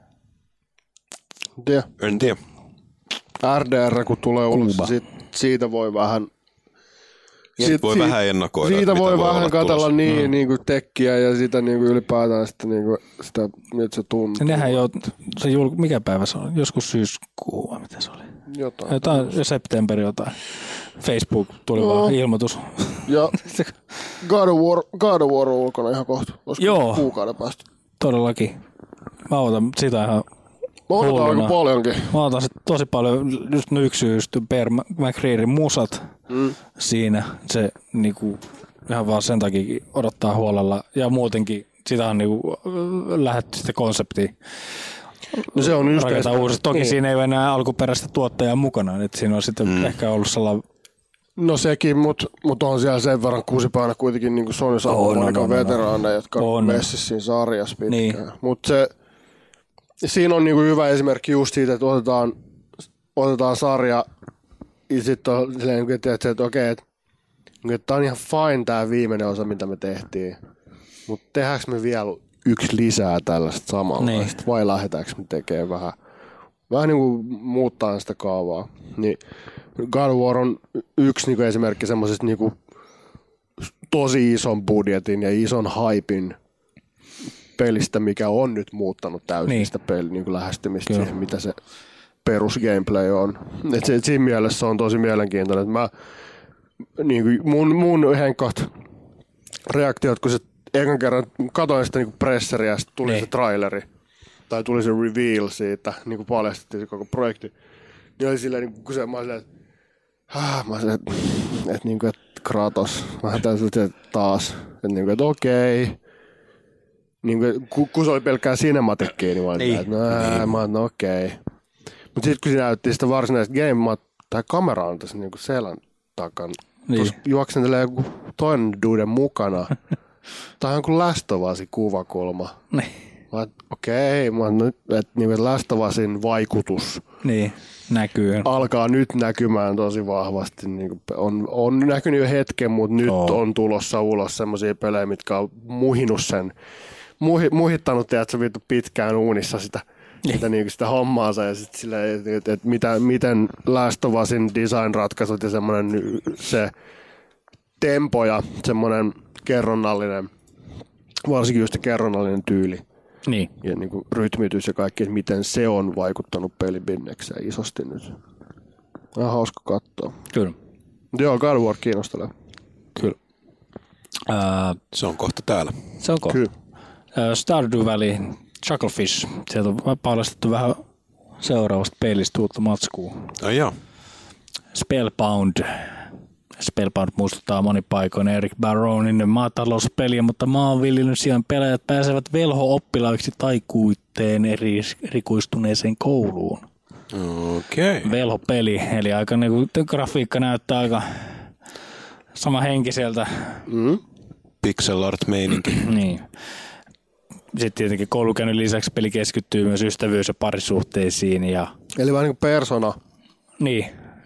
Tiedä. En tiedä. R D R, kun tulee ulos, sit, siitä voi vähän... Siitä voi siitä, vähän ennakoida, siitä voi, voi vähän katsella niin, mm. niin kuin tekkiä ja sitä niin kuin ylipäätään sitä, niin kuin, sitä, miltä se tuntuu. Nehän jo, se jul, mikä päivä se oli? Joskus syyskuu vai mitä se oli? Jotain. Jotain, septemberi jotain. Facebook tuli no. vaan ilmoitus. Ja God of War, God of War on ulkona ihan kohta. Olisiko joo. Kuukauden päästä? Todellakin. Mä otan sitä ihan Mä otan aika paljonkin. Mä otan tosi paljon, just yksi just Per McCrearin musat mm. siinä. Se niinku, ihan vaan sen takia odottaa huolella. Ja muutenkin sitä on niinku, lähdetty sitä konseptia no se on just rakentaa uusiksi. Toki niin. Siinä ei ole enää alkuperäistä tuottajaa mukana. Että siinä on sitten mm. ehkä ollut sellainen... No sekin, mutta mut on siellä sen verran kuusipäänä kuitenkin niin Sony Santa Monican veteraaneja, jotka on messissä siinä sarjassa pitkään. Niin. Mutta se... Siinä on niinku hyvä esimerkki just siitä, että otetaan, otetaan sarja ja sitten on silleen, että, että, että okei, että, että tämä on ihan fine tämä viimeinen osa, mitä me tehtiin, mutta tehdäänkö me vielä yksi lisää tällaista samanlaista niin. Vai lähdetäänkö me tekemään vähän, vähän niin kuin muuttaa sitä kaavaa. Niin God of War on yksi niin kuin esimerkki semmoisesta niin kuin tosi ison budjetin ja ison hypin pelistä, mikä on nyt muuttanut täysin niin. Sitä pelin niin lähestymistä siihen, mitä se perus gameplay on. Et se, et siinä mielessä on tosi mielenkiintoinen. Mä, niin kuin mun, mun henkkoht reaktiot, kun se ekan kerran katoin sitä niin presseriä ja sitten tuli niin. Se traileri, tai tuli se reveal siitä, niin kuin paljastettiin se koko projekti, niin oli silleen, niin kun se, mä olin silleen, että ah, mä olin että et, niin et Kratos, vähän täytyy taas, että niin että okei, okay. Niin kuin, kun se oli pelkkää cinematicia, niin mä olin, niin. Että no, niin. Mä no okei. Okay. Mutta sitten kun se näytti sitä varsinaista game, tämä kamera on tässä niin selän takana. Niin. Tuossa juoksentelee joku toinen duuden mukana. Tämä on kuin Last of Usin kuvakulma. Niin. Mä okei, okay, no, että niin, Last of Usin vaikutus niin, näkyy. Alkaa nyt näkymään tosi vahvasti. Niin on, on näkynyt jo hetken, mutta nyt oh. on tulossa ulos semmoisia pelejä, mitkä on muhinut sen, muhi, muhittanut, tiedätkö, vittu pitkään uunissa sitä, sitä niin kuin, että sitä, niin sitä hommaansa ja sitten silleen, että et, et mitä, miten Last of Usin design-ratkaisut ja semmoinen se tempo ja semmoinen kerronnallinen, varsinkin just se kerronnallinen tyyli. Niin. Ja niin kuin rytmitys ja kaikki, että miten se on vaikuttanut pelibinnekseen isosti nyt. Vähän hauska katsoa. Kyllä. Joo, God of War kiinnostelee. Kyllä. Uh, se on kohta täällä. Se on kohta. Kyllä. Uh, Stardew Valley, Chucklefish. Sieltä on paljastettu vähän seuraavasta pelistä uutta matskua. Ai joo. Spellbound. Spellbound muistuttaa monipaikoin Eric Baronin maatalouspeliä, mutta maanviljelyn sijaan pelaajat pääsevät velho-oppilaiksi taikuitteen eri, erikoistuneeseen kouluun. Okei. Okay. Velho-peli, eli aika niinku, grafiikka näyttää aika samahenkiseltä. Mm. Pixel art meininki. Niin. Sitten tietenkin koulukäynnin lisäksi peli keskittyy myös ystävyys- ja parisuhteisiin. Ja... Eli vähän niin kuin Persona. Niin.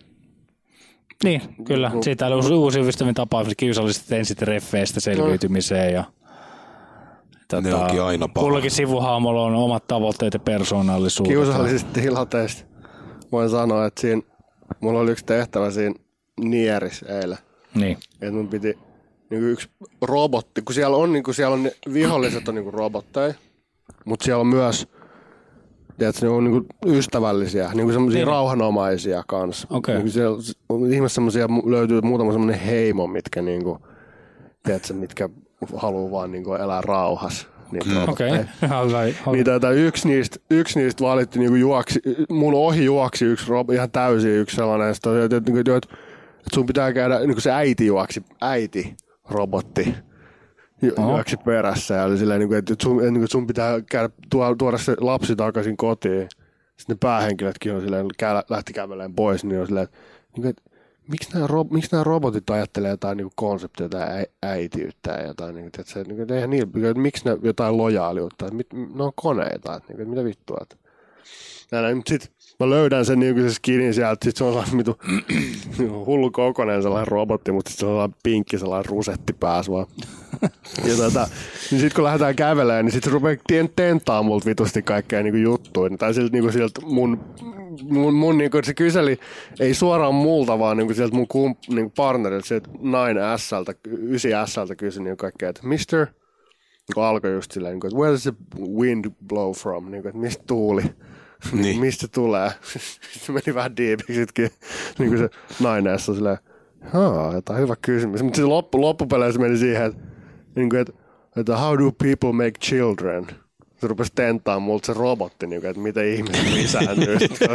Niin, kyllä. Siitä oli uusi ystävien tapaamista kiusallisista ensitreffeistä selviytymiseen. Ja, tätä, ne onkin aina paha. Kullakin sivuhaamolla on omat tavoitteet ja persoonallisuudet. Kiusallisista tilanteista voin sanoa, että siinä, mulla oli yksi tehtävä siinä Nierissä eilen. Niin. Että mun piti niin yksi robotti, kun siellä on, niin kuin, siellä on ne viholliset on niin kuin robotteja, mutta siellä on myös tiedätkö, ne on niin kuin ystävällisiä, niin kuin semmoisia niin. rauhanomaisia kanssa. Okay. Niin siellä on ihmeessä semmoisia, löytyy muutama semmoinen heimo, mitkä, niin kuin, tiedätkö, mitkä haluaa vaan niin kuin elää rauhassa. Mm. Okei. Okay. Niin tätä yksi niistä, yksi niistä valitti, niin kuin juoksi, mun ohi juoksi yksi ihan täysin yksi sellainen, että, että, että, että, että sun pitää käydä, niin kuin se äiti juoksi, äiti robotti. Juoksi perässä ja oli silleen, että sun, että sun pitää käydä, tuoda se lapsi takaisin kotiin. Sitten ne päähenkilötkin on silleen, lähti kävelemään pois, niin on silleen, että miksi nämä, miksi nämä robotit ajattelee jotain niin konseptia tai äitiyttä ja jotain, niin, että, se, että eihän niillä, että miksi ne jotain lojaaliutta, että mit, ne on koneita, että, että mitä vittua. Että. Mutta sitten mä löydän sen niin se skinin sieltä, sit se on sellainen hullu kokoinen sellainen robotti, mutta sitten se on sellainen pinkki, sellainen rusetti päässä vaan. Ja tota, niin sitten kun lähdetään kävelemään, niin sitten se rupeaa tentaa multa vitusti kaikkea niin juttuja. Tai siltä, niin sieltä mun, mun, mun niin se kyseli, ei suoraan multa, vaan niin sieltä mun kump, niin partnerilta, sieltä nine S-ltä, yhdeksän S-ltä kysyi niin kaikkea, että mister, niin alkoi just silleen, niin kuin, että where does the wind blow from, niin kuin, että mistä tuuli? Niin. Mistä tulee? Se meni vähän diipiksi sitkin. Niin kuin se nainen on silleen, haa, jotain hyvä kysymys. Mutta sitten loppu, loppupeleissä meni siihen, että, niin kuin, että, että how do people make children? Se rupesi tentaan multa se robotti, niin kuin, että miten ihmiset lisääntyy. Sitten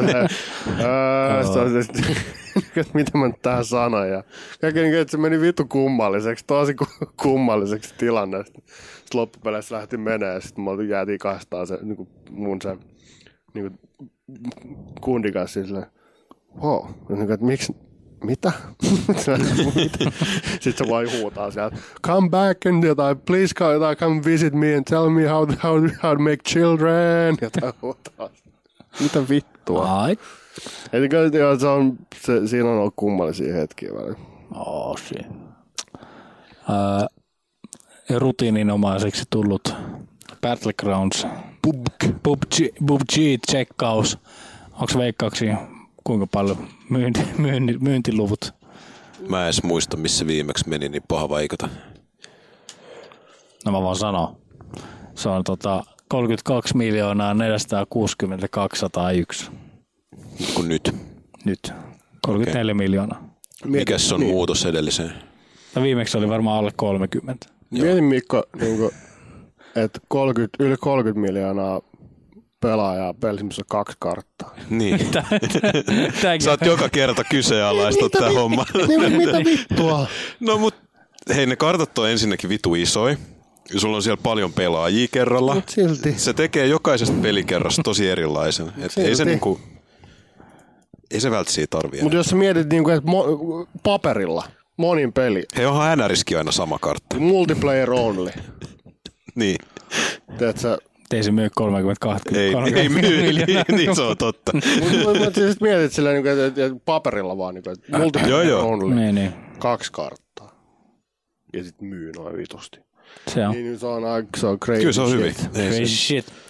että mitä mä nyt tähän sanon. Ja kaikki, niin kuin, että se meni vittu kummalliseksi, tosi kummalliseksi tilanne. Sitten loppupeleissä lähti menee ja sitten me jäätiin kahdestaan se, niin kuin mun se niin kundin kanssa silleen, wow, niin, että miksi, mitä? Sitten se vaan huutaa sieltä, come back and jotain, please come, come visit me and tell me how, how, how to make children. Jotain huutaa. Mitä vittua? Ai. Se on, se, siinä on ollut kummallisia hetkiä välillä. Oh shit. Uh, rutiininomaiseksi tullut Battlegrounds P U B G-tsekkaus. Onko veikkauksia kuinka paljon myynti, myynti, myyntiluvut? Mä en edes muista, missä viimeksi meni, niin paha vaikata. No mä vaan sanon. Se on tota kolmekymmentäkaksi miljoonaa neljäsataakuusikymmentä kaksisataayksi. Kun nyt? Nyt. kolmekymmentäneljä okay. miljoonaa. Mikäs on niin. muutos edelliseen? No viimeksi oli varmaan alle kolmekymmentä. Mietin Mikko, niin kuin, että kolmekymmentä, yli kolmekymmentä miljoonaa pelaajaa pelissä, missä on kaksi karttaa. Niin. Sä oot joka kerta kyseenalaistunut tää homma. Niin, mitä vittua? No mut hei, ne kartat on ensinnäkin vitu isoja. Sulla on siellä paljon pelaajia kerralla. Mut silti. Se tekee jokaisesta pelikerrasta tosi erilaisen. Et ei se niinku, ei se välttämättä siitä tarvii. Mutta jos sä mietit niinku, että mo- paperilla monin peli. Hei, onhan N R:skin aina sama kartta. Multiplayer only. Niin. Tiedätkö? Ei se myy kolmekymmentäkaksi Ei, ei myy, niin se on totta. Mutta siis mietit silleen, että paperilla vaan, että multiplayer only. Niin, niin. Kaksi karttaa. Ja sit myy noin vitusti. Se on. Niin se on, se on crazy Kyllä se on shit. hyvin. Crazy shit.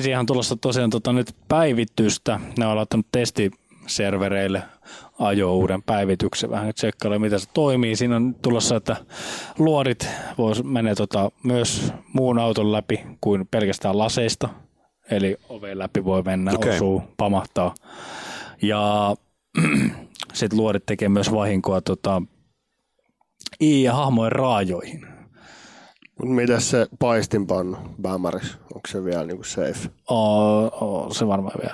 siihen on tulossa tosiaan tota, nyt päivitystä. Ne on laittanut testiservereille ajo uuden päivityksen. Vähän tsekkailla, mitä se toimii. Siinä on tulossa, että luodit vois menee tota, myös muun auton läpi kuin pelkästään laseista. Eli oven läpi voi mennä, okay. osuu, pamahtaa. Ja sitten luodit tekee myös vahinkoa tota, i- ja hahmojen raajoihin. Mitäs se paistinpannu Bämäris? Onko se vielä niinku safe? Oo, oo, se varmaan vielä.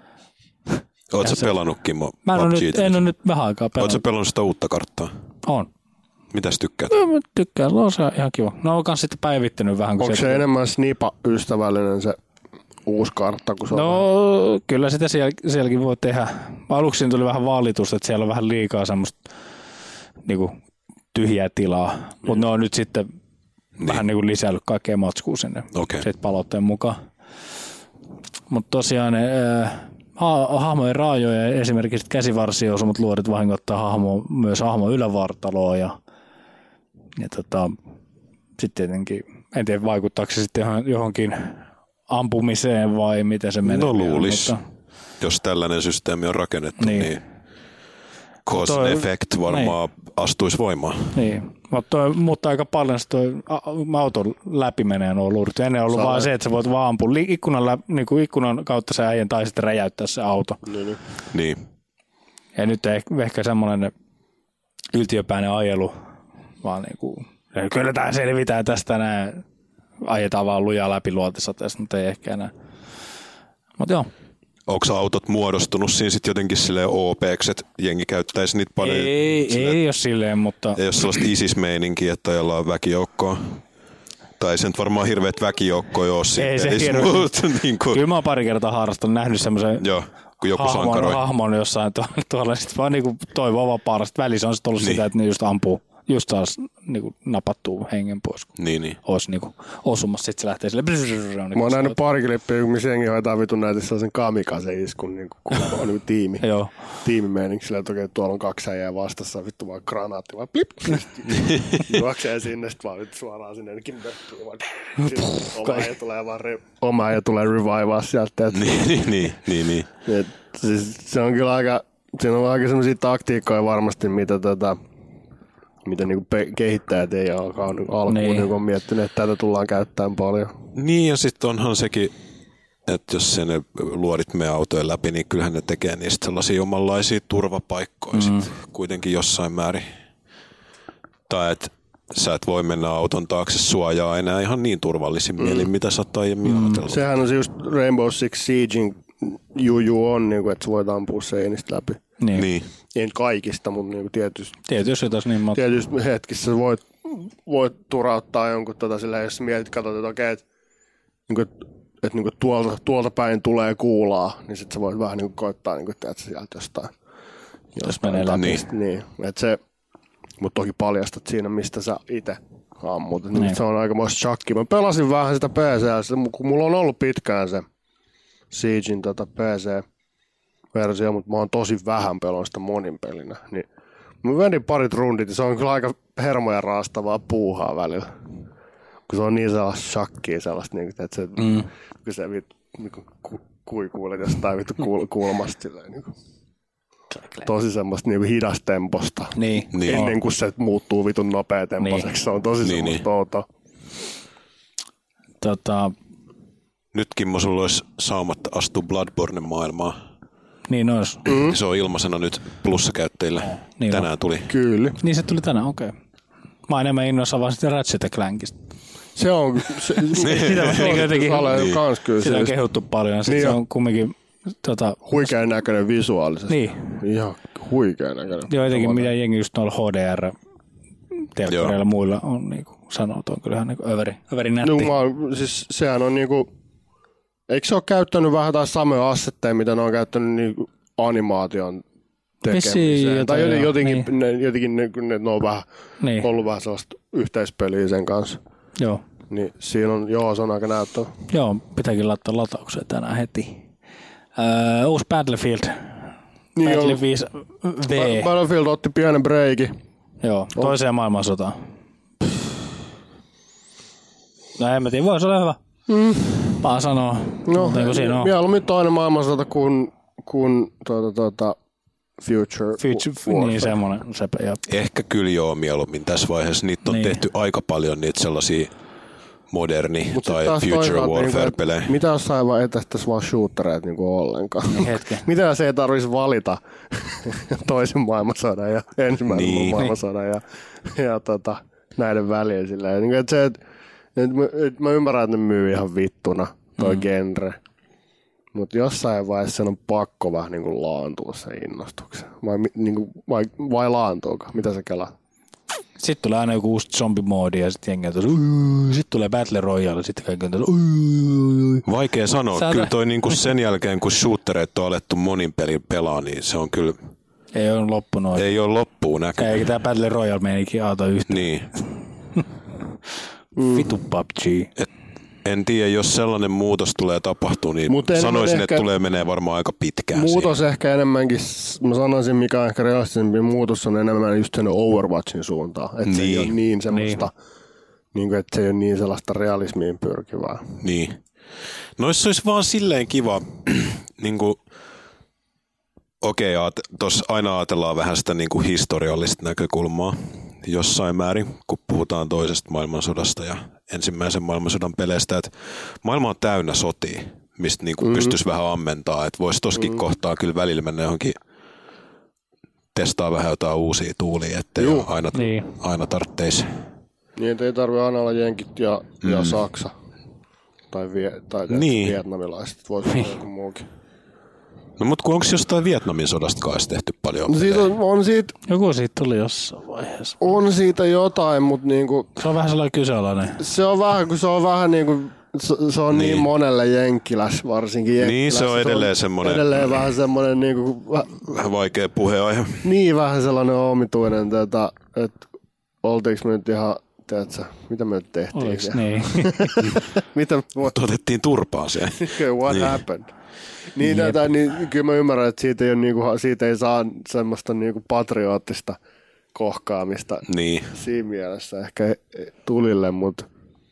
Oletko sä pelannut, Kimmo? Mä en ole nyt, en ole nyt vähän aikaa pelannut. Oletko sä pelannut sitä uutta karttaa? On. Mitäs tykkäät? No, mä tykkään, se on ihan kiva. No on kans sitten päivittänyt vähän. Onko se, se enemmän snipa-ystävällinen se uusi kartta? Kun se no on kyllä sitä siellä, sielläkin voi tehdä. Aluksi tuli vähän vaalitusta, että siellä on vähän liikaa semmoista niinku, tyhjää tilaa. Mm. Mutta ne on nyt sitten niin. vähän niinku lisännyt kaikkea matskua sinne okay. sit palautteen mukaan. Mutta tosiaan äh, ha- hahmojen raajoja ja esimerkiksi käsivarsiosumut luodit vahingoittaa hahmo, myös hahmon ylävartaloa ja, ja tota, sitten tietenkin, en tiedä vaikuttaako se sitten johonkin ampumiseen vai miten se menee. No luulisi, mutta jos tällainen systeemi on rakennettu, niin, niin cause and effect varmaan niin. astuisi voimaan. Niin, mutta mutta aika paljon se toi auton läpi menee nuo luurit. Ennen on ollut vaan se, että sä voit vaan ampua ikkunan, läpi, niin kuin ikkunan kautta se äijän tai sitten räjäyttää se auto. Niin. niin. Ja nyt ehkä semmoinen yltiöpäinen ajelu, vaan niin kuin, kyllä tämä selvitään tästä näin. Ajetaan vaan lujaa läpi luotisateesta, mutta ei ehkä enää. Mutta joo. Onko autot muodostunut siinä sitten jotenkin silleen O P:ksi, että jengi käyttäisi niitä paljon? Ei, silleen, ei ole silleen, mutta ei ole sellaista ISIS-meininkiä, että ajellaan väkijoukkoa. Tai se nyt varmaan hirveät väkijoukkoja ole sitten. Ei se hirveä. Niin kuin kyllä mä oon pari kertaa harrastanut, nähnyt semmoisen hahmon, hahmon jossain tuolla. Sitten vaan niin toivoo vapaara. Sitten välissä on sitten ollut niin. sitä, että ne just ampuu. Just taas niinku napattuu hengen pois, kun niin, niin. olisi niinku osumassa. Sitten se lähtee sille. Brrrr, mä oon nähnyt pari klippiä, missä jengi hoitaa vitun näitä sellaisen kamikaze-iskun, niinku, kun on niinku tiimi. Joo. Tiimimeininki silleen, että okei, tuolla on kaksi äijää vastassa, vittu vaan granaatti, vaan plip, juoksee sinne, sitten vaan vittu suoraan sinne, nekin möttyy, vaan oma äijä tulee vaan re- oma äijä tulee revivaa sieltä. Niin, niin, niin, niin, niin. Et, siis, se on kyllä aika, siinä on aika sellaisia taktiikkoja varmasti, mitä tota, mitä niinku pe- kehittäjät ei alkaa niinku alkuun, niin. Niin on miettinyt, että tätä tullaan käyttämään paljon. Niin, ja sitten onhan sekin, että jos se ne luodit menee autojen läpi, niin kyllähän ne tekee niistä sellaisia omanlaisia turvapaikkoja mm. sit kuitenkin jossain määrin. Tai että sä et voi mennä auton taakse suojaa enää ihan niin turvallisin mm. mielin, mitä sä oot aiemmin mm. ajatellut. Sehän on se just Rainbow Six Siegein juju on, niinku, että sä voit ampua seinistä läpi. Niin. niin. Ei kaikista, mutta niinku tietysti, tietysti, niin monta. tietysti hetkissä voit, voit turauttaa jonkun, tota, sillä, jos mietit, katsot, että okei, että niinku, et, et, niinku, tuolta, tuolta päin tulee kuulaa, niin sit sä voit vähän niinku, koittaa, niinku, että sieltä jostain. Jos menee läpi. Niin. niin. Et se, mutta toki paljastat siinä, mistä sä itse ammut. Niin. Se on aikamoista shakkia. Mä pelasin vähän sitä P C, kun mulla on ollut pitkään se Siegein tota P C-versio, mutta mä oon tosi vähän pelannut sitä monin pelinä. Niin mä vedin parit rundit ja se on kyllä aika hermoja raastavaa puuhaa välillä. Kun se on niin sellaista shakkia, sellaista, niin, että se, mm. kun se vittu niin ku, kuikuilet jostain vittu kuul, kulmasta silleen, niin kuin, tosi semmoista niin hidastemposta. Niin. Ennen kuin se muuttuu vitun nopeatempoiseksi. Niin. Se on tosi niin, semmoista niin. outoa. Tota... Nyt Kimmo, sulla olisi saumatta astua Bloodbornen maailmaan. Niin olisi. Mm. Se on ilmaisena nyt plussakäyttäjille. Niin tänään on. Tuli. Kyllä. Niin se tuli tänään, okei. Okay. Mä oon enemmän innoissa vaan sitten Ratchet and Clankista. Se on... Se, sitä on niin jotenkin niin. Kans kyllä. Sitä on kehuttu paljon. Sitten niin se on kumminkin... Tota, huikean näköinen visuaalisesti. Niin. Ihan huikean näköinen. Joo, jotenkin mitä jengi just noilla H D R-telkkareilla muilla on niinku sanoo, on kyllähän niinku överi, överi nätti. No, mä, siis sehän on niinku... Eikö se ole käyttänyt vähän taas samoja assetteja, mitä ne on käyttänyt niinku animaation tekemiseen? Tai jotenkin, jotenkin, niin. ne, jotenkin ne, ne, ne on vähän, niin. ollut vähän sellaista yhteispeliä sen kanssa. Joo. Niin siinä on, joo, se on aika näyttävä. Joo, pitääkin laittaa lataukseen tänään heti. Öö, uusi Battlefield. Niin Battlefield viisi V. Battlefield otti pienen breikin. Joo, toiseen maailmansotaan. No en mä tiedä, voisi olla hyvä. Mm. helppoa sanoa. No, mieluummin toinen maailmansota kuin, kuin tuota, tuota, Future, Future niin semmoinen sepä. Ehkä kyllä joo mieluummin tässä vaiheessa. Niitä on niin. tehty aika paljon niitä sellaisia moderni- Mut tai Future Warfare-pelejä. Niin, mitä jos aivan etästäisi vaan shootereita niin ollenkaan? Mitä jos ei tarvitsisi valita toisen maailmansodan ja ensimmäisen niin. maailmansodan ja, ja tota, näiden väliin silleen. Niin, että se, et, et, et, mä ymmärrän, että ne myy ihan vittuna toi mm. genre. Mutta jossain vaiheessa sen on pakko vähän niin kuin laantua sen innostuksen. Vai, niin kuin, vai, vai laantuuko? Mitä sä kelaat? Sitten tulee aina joku uusi zombimoodi ja sitten jengi on tuossa, sitten tulee Battle Royale, sitten kaikki on tuossa, vaikea sanoa. Sä kyllä toi niinku sen jälkeen, kun shootereet on alettu monin pelin pelaa, niin se on kyllä... Ei ole loppunut. Ei ole loppuun näkynyt. Eikä tämä Battle Royale meininkin auta yhtään. Niin. Vitu P U B G. Et en tiedä, jos sellainen muutos tulee tapahtua, niin sanoisin, että tulee menee varmaan aika pitkään. Muutos siihen. Ehkä enemmänkin, mä sanoisin, mikä on ehkä realistisempi muutos on enemmän just sen Overwatchin suuntaan. Että niin. se ei ole niin semmoista, niin. Niin kuin, että se ei ole niin sellaista realismiin pyrkivää. Niin. Noissa olisi vaan silleen kiva, niin kuin, okei, okay, tuossa aina ajatellaan vähän sitä niin kuin historiallista näkökulmaa jossain määrin, kun puhutaan toisesta maailmansodasta ja ensimmäisen maailmansodan peleistä, että maailma on täynnä sotia, mistä niin kuin mm-hmm. pystyisi vähän ammentaa, että voisi toskin mm-hmm. kohtaa kyllä välillä mennä johonkin testaa vähän jotain uusia tuulia, ettei aina, niin. aina tarvitseisi. Niin, että ei tarvitse aina olla jenkit ja, mm. ja Saksa tai, vie, tai niin. vietnamilaiset, voisi olla joku muukin. No mutta onko jostain Vietnamin sodasta kai tehty paljon? No siitä on, on siitä, joku siitä tuli jossain vaiheessa. On siitä jotain, mutta niinku... Se on vähän sellainen kyseenalainen. Se on vähän, kun se on vähän niinku... Se, se on niin. niin monelle jenkkiläs, varsinkin jenkkiläs. Niin, se on edelleen se semmoinen... Edelleen vähän semmoinen niinku... Vähän vaikea puheenaihe. Niin, vähän sellainen omituinen, että et, oltiinko me nyt ihan... Tiedätkö, mitä me nyt tehtiin? Oliko niin? mitä me... Otettiin turpaa siellä. What niin. happened? Niin, tätä, niin, kyllä mä ymmärrän, että siitä ei, ole, niinku, siitä ei saa semmoista niinku patriottista kohkaamista niin. siinä mielessä ehkä tulille, mutta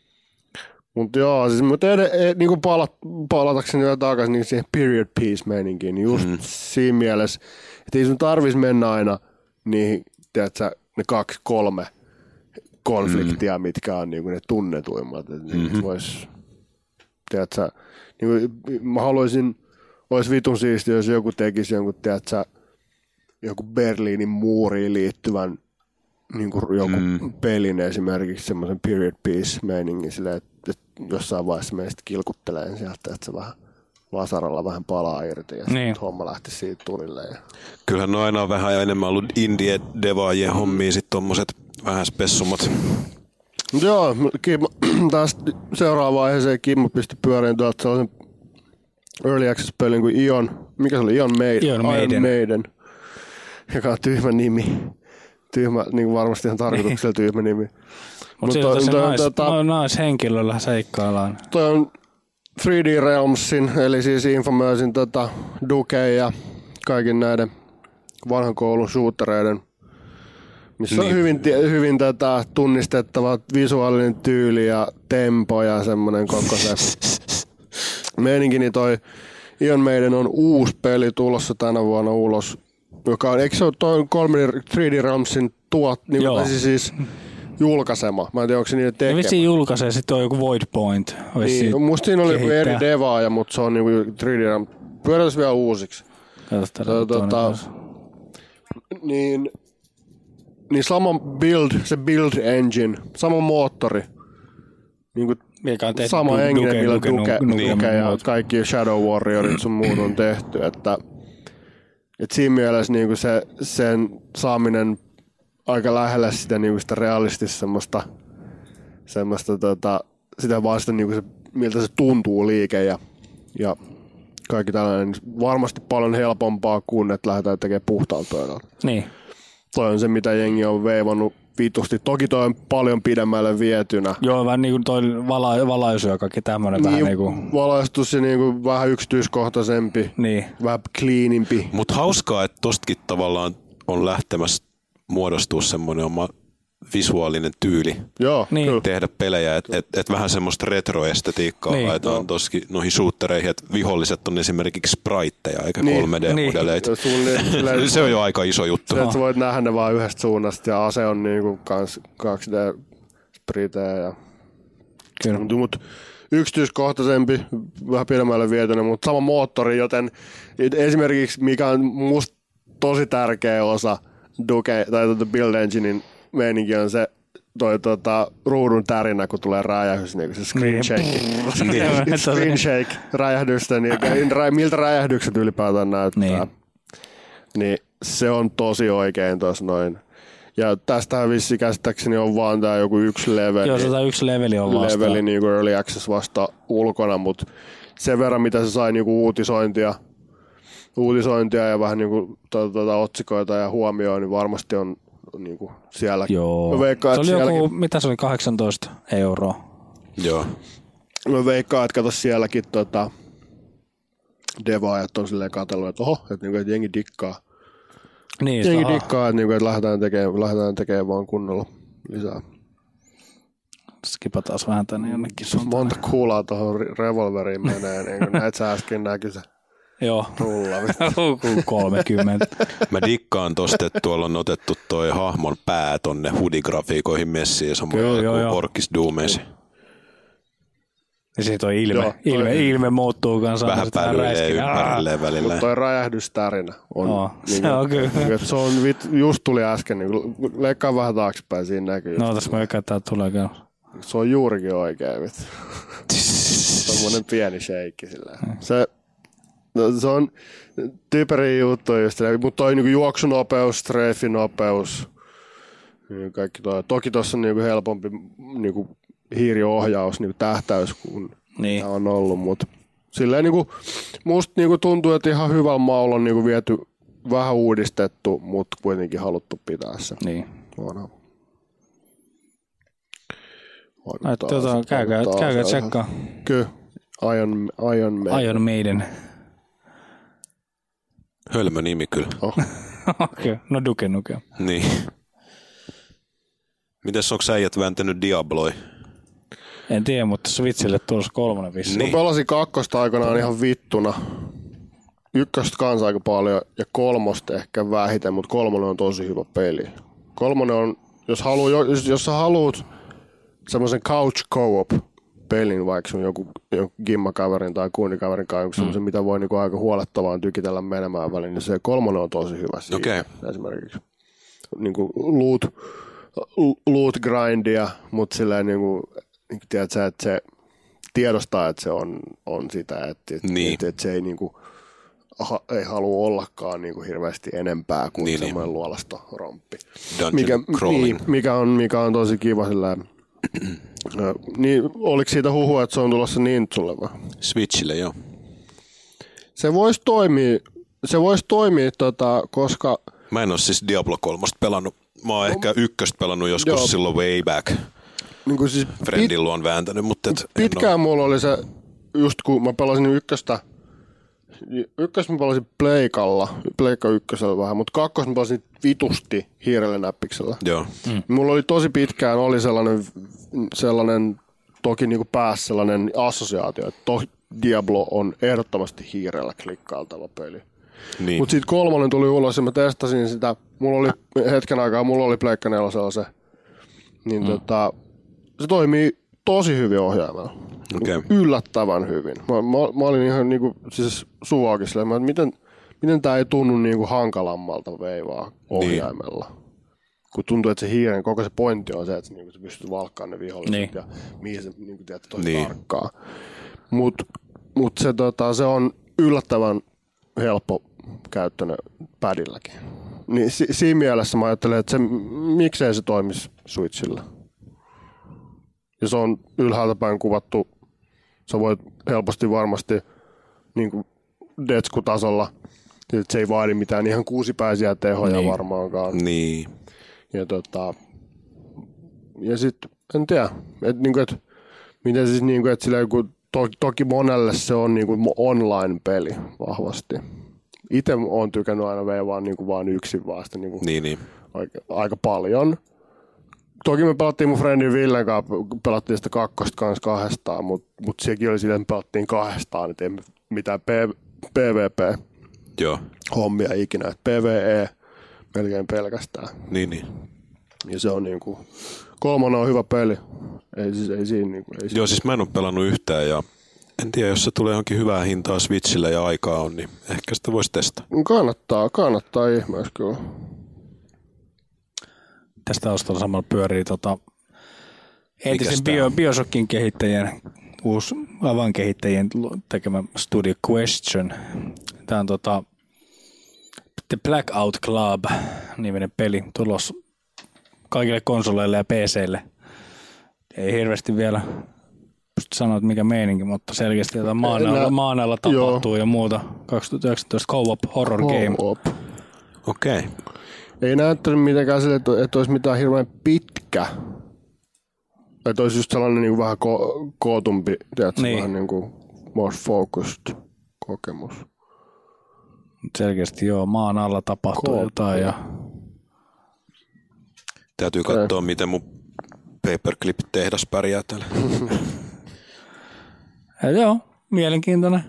mut joo, siis mutta ed- ed- niinku palat, palatakseni vielä takaisin niin siihen period piece-meininkiin, niin just mm. siinä mielessä, että ei sun tarvitsisi mennä aina niihin, tiedätkö, ne kaksi, kolme konfliktia, mm. mitkä on niinku ne tunnetuimmat, että mm-hmm. vois, tiedätkö, niinku, mä haluaisin olisi vitun siistiä, jos joku tekisi jonkun, tiedätkö, joku Berliinin muuriin liittyvän niin kuin joku mm. pelin esimerkiksi semmoisen period piece-meiningin silleen, että, että jossain vaiheessa meistä kilkuttelee sieltä, että se vähän vasaralla vähän palaa irti ja niin. sitten homma lähti siitä tulille. Ja... Kyllähän no aina on vähän enemmän ollut indie-devaajien hommia sitten tommoset vähän spessummat. Joo, Kimmo, taas seuraavaan vaiheeseen Kimmo pisti pyöriin tuolta sellaisen Early Access-pelin kuin Ion, mikä se oli? Ion Maiden. Ion Maiden. Maiden, joka on tyhmä nimi. Tyhmä, niin kuin varmasti ihan tarkoituksella tyhmä nimi. Mutta siltä se nais, tota, naishenkilöllä seikkaillaan. Toi on three D Realmsin, eli siis Infamousin tota, Duke ja kaikin näiden vanhan koulun shootereiden, missä niin. on hyvin, hyvin tätä tunnistettava visuaalinen tyyli ja tempo ja semmoinen koko se meininki, niin toi Ion Maiden on uusi peli tulossa tänä vuonna ulos, joka on, eikö se ole toi three D Realmsin tuot, niin kuin siis julkaisema. Mä en tiedä, onko se niiden tekemä. Vissiin julkaisee, sitten on joku Void Point. Niin, no, musta siinä oli joku eri devaaja, mutta se on niinku three D Realm. Pyörätäis vielä uusiksi. Katsotaan. Tota, niin, niin sama build, se build engine, sama moottori. Niinku sama engine, millä Duke, Duke, Duke, Duke ja kaikki Shadow Warriorit sun muut on tehty. Että, et siinä mielessä niinku se, sen saaminen aika lähellä sitä, niinku sitä realistista semmoista, semmoista tota, sitä vaan sitä, niinku se, miltä se tuntuu liike ja, ja kaikki tällainen. Varmasti paljon helpompaa kuin, että lähdetään tekemään puhtaalta pöydältä. Niin. Toi on se, mitä jengi on veivannut vitusti. Toki toi on paljon pidemmälle vietynä. Joo, vähän niin kuin toi vala, valaisu ja kaikki tämmöinen. Niin, vähän niin kuin... valaistus ja niin kuin vähän yksityiskohtaisempi. Niin. Vähän cleanimpi. Mutta hauskaa, että tostakin tavallaan on lähtemässä muodostua semmoinen oma visuaalinen tyyli Joo, niin. tehdä pelejä, että et, et vähän semmoista retroestetiikkaa niin. laitetaan toskin noihin shootereihin, että viholliset on esimerkiksi spriteja eikä niin. kolme D-modeleita. Niin. Se on jo aika iso juttu. Se, että sä voit nähdä ne vaan yhdestä suunnasta ja ase on niinku kans kaksi D-spritejä. Ja... Kyllä. Mut yksityiskohtaisempi, vähän pidemmälle vietynyt, mutta sama moottori, joten esimerkiksi mikä on musta tosi tärkeä osa Duke tai tuota Build Enginein meininki on se toi tota, ruudun tärinä, kun tulee räjähdys, niin se screen shake. Screen shake räjähdystä, niin miltä räjähdykset ylipäätään näyttää. Niin. Niin se on tosi oikein tuossa noin. Ja tästähän vissi käsittääkseni on vaan tää joku yksi leveli. Joo, se on yksi leveli on vasta. Leveli niinku Early Access vasta ulkona, mutta sen verran mitä se sai niinku uutisointia, uutisointia ja vähän niinku tuota, tuota, otsikoita ja huomioon, niin varmasti on niinku siellä. Joo. Mä veikkaan, se oli sielläkin... joku, mitä se oli, kahdeksantoista euroa. Joo. Mä veikkaan, että kato sielläkin tota, devaajat on silleen katsellut, että oho, että, niinku, että jengi dikkaa. Niin, jengi dikkaa, että, niinku, että lähdetään tekemään, lähdetään tekemään vaan kunnolla lisää. Skipa taas vähän tänne jonnekin suuntaan. Monta kuulaa tuohon revolveriin menee, niin kuin näet sä äsken näkyi se. Joo. Rulla. kolmekymmentä. Mä dikkaan tosta, että tuolla on otettu toi hahmon pää tonne hudigrafiikoihin messiin samoin kuin Orkis Doomeisiin. Ja sitten toi ilme, joo, toi ilme, ilme muuttuu kanssa. Vähän pälyilee ympärilleen välillä. Mutta toi räjähdystärinä on. Oh, niin, se on kyllä. Se on, just tuli äsken, niin leikkaa vähän taaksepäin, siinä näkyy. No tässä mä eikä tää tulee kyllä. Se on juurikin oikein. Tommonen pieni sheikki sillä. Se, no, se on typeriä juttu just, mutta toi niinku juoksunopeus, strafinopeus, niin kaikki toi. Toki tossa on niinku helpompi niinku hiiriohjaus, niinku tähtäys kuin niin. on ollut, mutta silleen niinku, musta niinku tuntuu, että ihan hyvällä maulla on niinku viety vähän uudistettu, mutta kuitenkin haluttu pitää se. Niin. Vanha. Tuota, käykää, käykää tsekkaa. Kyllä. Iron, Iron Maiden. Iron Maiden. Hölmö nimi kyllä. Oh. Okei, okay. No Duke Nukem. Niin. Mites onko äijät vääntänyt Diabloi? En tiedä, mutta Switchille tulossa kolmonen vissiin. Niin. Mä pelasin kakkosta aikanaan ihan vittuna. Ykköstä kanssa aika paljon ja kolmosta ehkä vähiten, mutta kolmonen on tosi hyvä peli. Kolmonen on, jos, haluu, jos, jos sä haluut semmoisen couch co-op pelin, vaikka se on joku, joku gimmakaverin tai kuunikaverin kanssa, mm. semmoisen, mitä voi niinku aika huolettavaan tykitellä menemään väliin, niin se kolmonen on tosi hyvä siinä. Okay. Esimerkiksi niinku loot, loot grindia, mutta silleen niinku, niinku tiedät sä, että se tiedostaa, että se on, on sitä, että, niin. että, että se ei niinku ha, ei halua ollakaan niinku hirveästi enempää kuin niin, semmoinen niin. luolasta romppi. Mikä, niin, mikä, on, mikä on tosi kiva silleen. Niin, oliko siitä huhua, että se on tulossa niin sulle vai? Switchille, joo. Se voisi toimia, se vois toimia tota, koska... Mä en ole siis Diablo kolmosta pelannut. Mä oon no, ehkä ykköstä pelannut joskus joo. silloin way back. Niin siis Friendin pit, luon vääntänyt, mutta... Et pitkään mulla oli se, just kun mä pelasin ykköstä, ykköstä mä pelasin Pleikalla, Pleikka ykkösellä vähän, mutta kakkos mä pelasin vitusti hiirellä näppiksellä. Joo. Mm. Mulla oli tosi pitkään oli sellainen, sellainen toki niinku päässä sellainen assosiaatio, että to, Diablo on ehdottomasti hiirellä klikkailtava peli. Niin. Mutta sitten kolmonen tuli ulos ja mä testasin sitä. Mulla oli hetken aikaa, mulla oli Pleikka nelosella se. Niin mm. tota, se toimii tosi hyvin ohjaimella. Okay. Yllättävän hyvin. Mä, mä, mä olin ihan niinku, siis suuakin silleen, että miten, miten tää ei tunnu niinku hankalammalta veivaa ohjaimella. Niin. Kun tuntuu, että se hiiren koko se pointti on se, että niinku, sä pystyt valkkaamaan ne viholliset niin. ja mihin se niinku, tiedät, tosi niin. tarkkaa. Mutta mut se, tota, se on yllättävän helppo käyttöinen padilläkin. Niin si, siinä mielessä mä ajattelen, että se, miksei se toimisi Switchillä. Ja se on ylhäältä päin kuvattu. Sä voit helposti varmasti niin kuin Detsku-tasolla. Se ei vaadi mitään ihan kuusipäisiä tehoja niin. varmaankaan. Niin. Ja, tota, ja sitten en tiedä, että niinku, et, miten siis niinku, että silleen, kun to, toki monelle se on niinku online-peli vahvasti. Itse olen tykännyt aina veivaa niinku vaan yksin vaan sitä niinku niin, niin. Aika, aika paljon. toki me pelattiin mun friendin Villen kanssa, pelattiin sitä kakkosta kanssa kahdestaan, mutta mut sekin oli silleen, että me pelattiin kahdestaan, että ei mitään P V P-hommia ikinä, että P V E melkein pelkästään. Niin, niin. Ja se on niinku, kolmonen on hyvä peli. Ei, siis, ei siinä, niinku, ei Joo, siis mä en ole pelannut yhtään ja en tiedä, jos se tulee johonkin hyvää hintaa Switchille ja aikaa on, niin ehkä sitä voisi testata. Kannattaa, kannattaa ihmeessä kyllä. Tästä taustalla samalla pyörii tota, entisen bio, Bioshockin kehittäjien, uusi avainkehittäjien tekemä Studio Question. Tämä on tota, The Blackout Club-niminen peli tulos kaikille konsoleille ja P C:lle. Ei hirveästi vielä pysty sanoa, että mikä meininki, mutta selkeästi jotain maan alla, maan alla tapahtuu ja muuta. kaksituhattayhdeksäntoista co-op horror game. Okei. Okay. Ei näyttänyt mitenkään sille, että, että olisi mitään hirveän pitkä. Että olisi just sellainen niin kuin vähän ko- kootumpi, tiedätkö, niin. Vähän niin kuin more focused kokemus. Selkeästi joo, maan alla tapahtuu Ko- jotain. Ja... Täytyy katsoa, miten mun paperclip-tehdas pärjää täällä. Ja joo, mielenkiintoinen.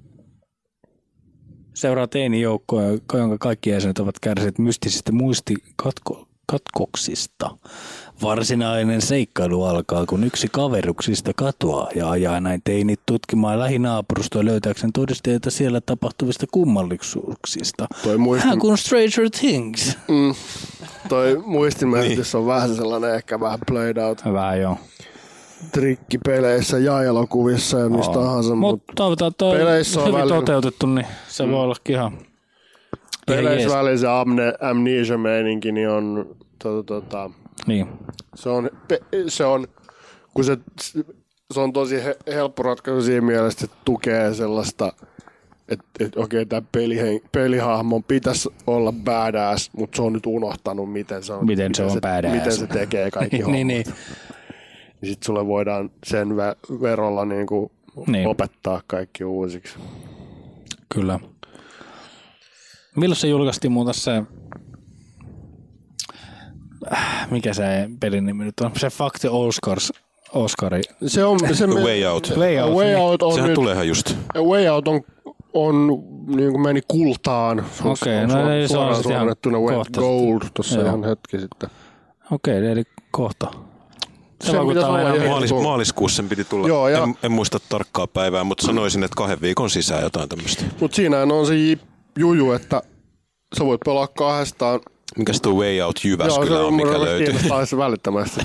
Seuraa teinijoukkoa, jonka kaikki jäsenet ovat kärsineet mystisistä muistikatkoksista. Varsinainen seikkailu alkaa, kun yksi kaveruksista katoaa ja ajaa näin teinit tutkimaan lähinaapurustoa löytääkseen todisteita siellä tapahtuvista kummallisuuksista. Muistin... Vähän kuin Stranger Things. Mm. Toi muistimerkitys on vähän sellainen ehkä vähän played out. Vähän joo. Trikkipeleissä ja elokuvissa ja mistä tahansa. Mutta toivotaan, että on hyvin välillä toteutettu, niin se mm. voi olla ihan peleissä välillä se amne, amnesia-meininki niin on tota, tota, niin. Se on, se on, kun se, se on tosi he, helppo ratkaisu siinä mielessä, että tukee sellaista, että et, okei, tämä pelihahmon pitäisi olla badass, mutta se on nyt unohtanut, miten se on, miten miten se, on se, badass. Miten se tekee kaikki hommat. niin, niin. Sitten sulle voidaan sen vä- verolla niinku niin. opettaa kaikki uusiksi. Kyllä. Milloin se julkaistiin muuta se, mikä se pelin nimi nyt on? Se Fuck the Oscars. Oscari. Se on se me, Way Out. Way Out, Way Out on sehän nyt, tuleehan just. Way Out on, on niin kuin meni kultaan. Okei, okay, no ei se on sitten ihan kohta. Gold tuossa ihan hetki sitten. Okei, okay, eli kohta. Se, se Maalis, maaliskuussa sen piti tulla. Joo, en, en muista tarkkaa päivää, mutta sanoisin, että kahden viikon sisään jotain tämmöistä. Mutta siinä on se juju, että sä voit pelaa kahdestaan. Mikäs tuo Way Out Jyväskylä on, mikä löytyy? Joo, se välittömästi.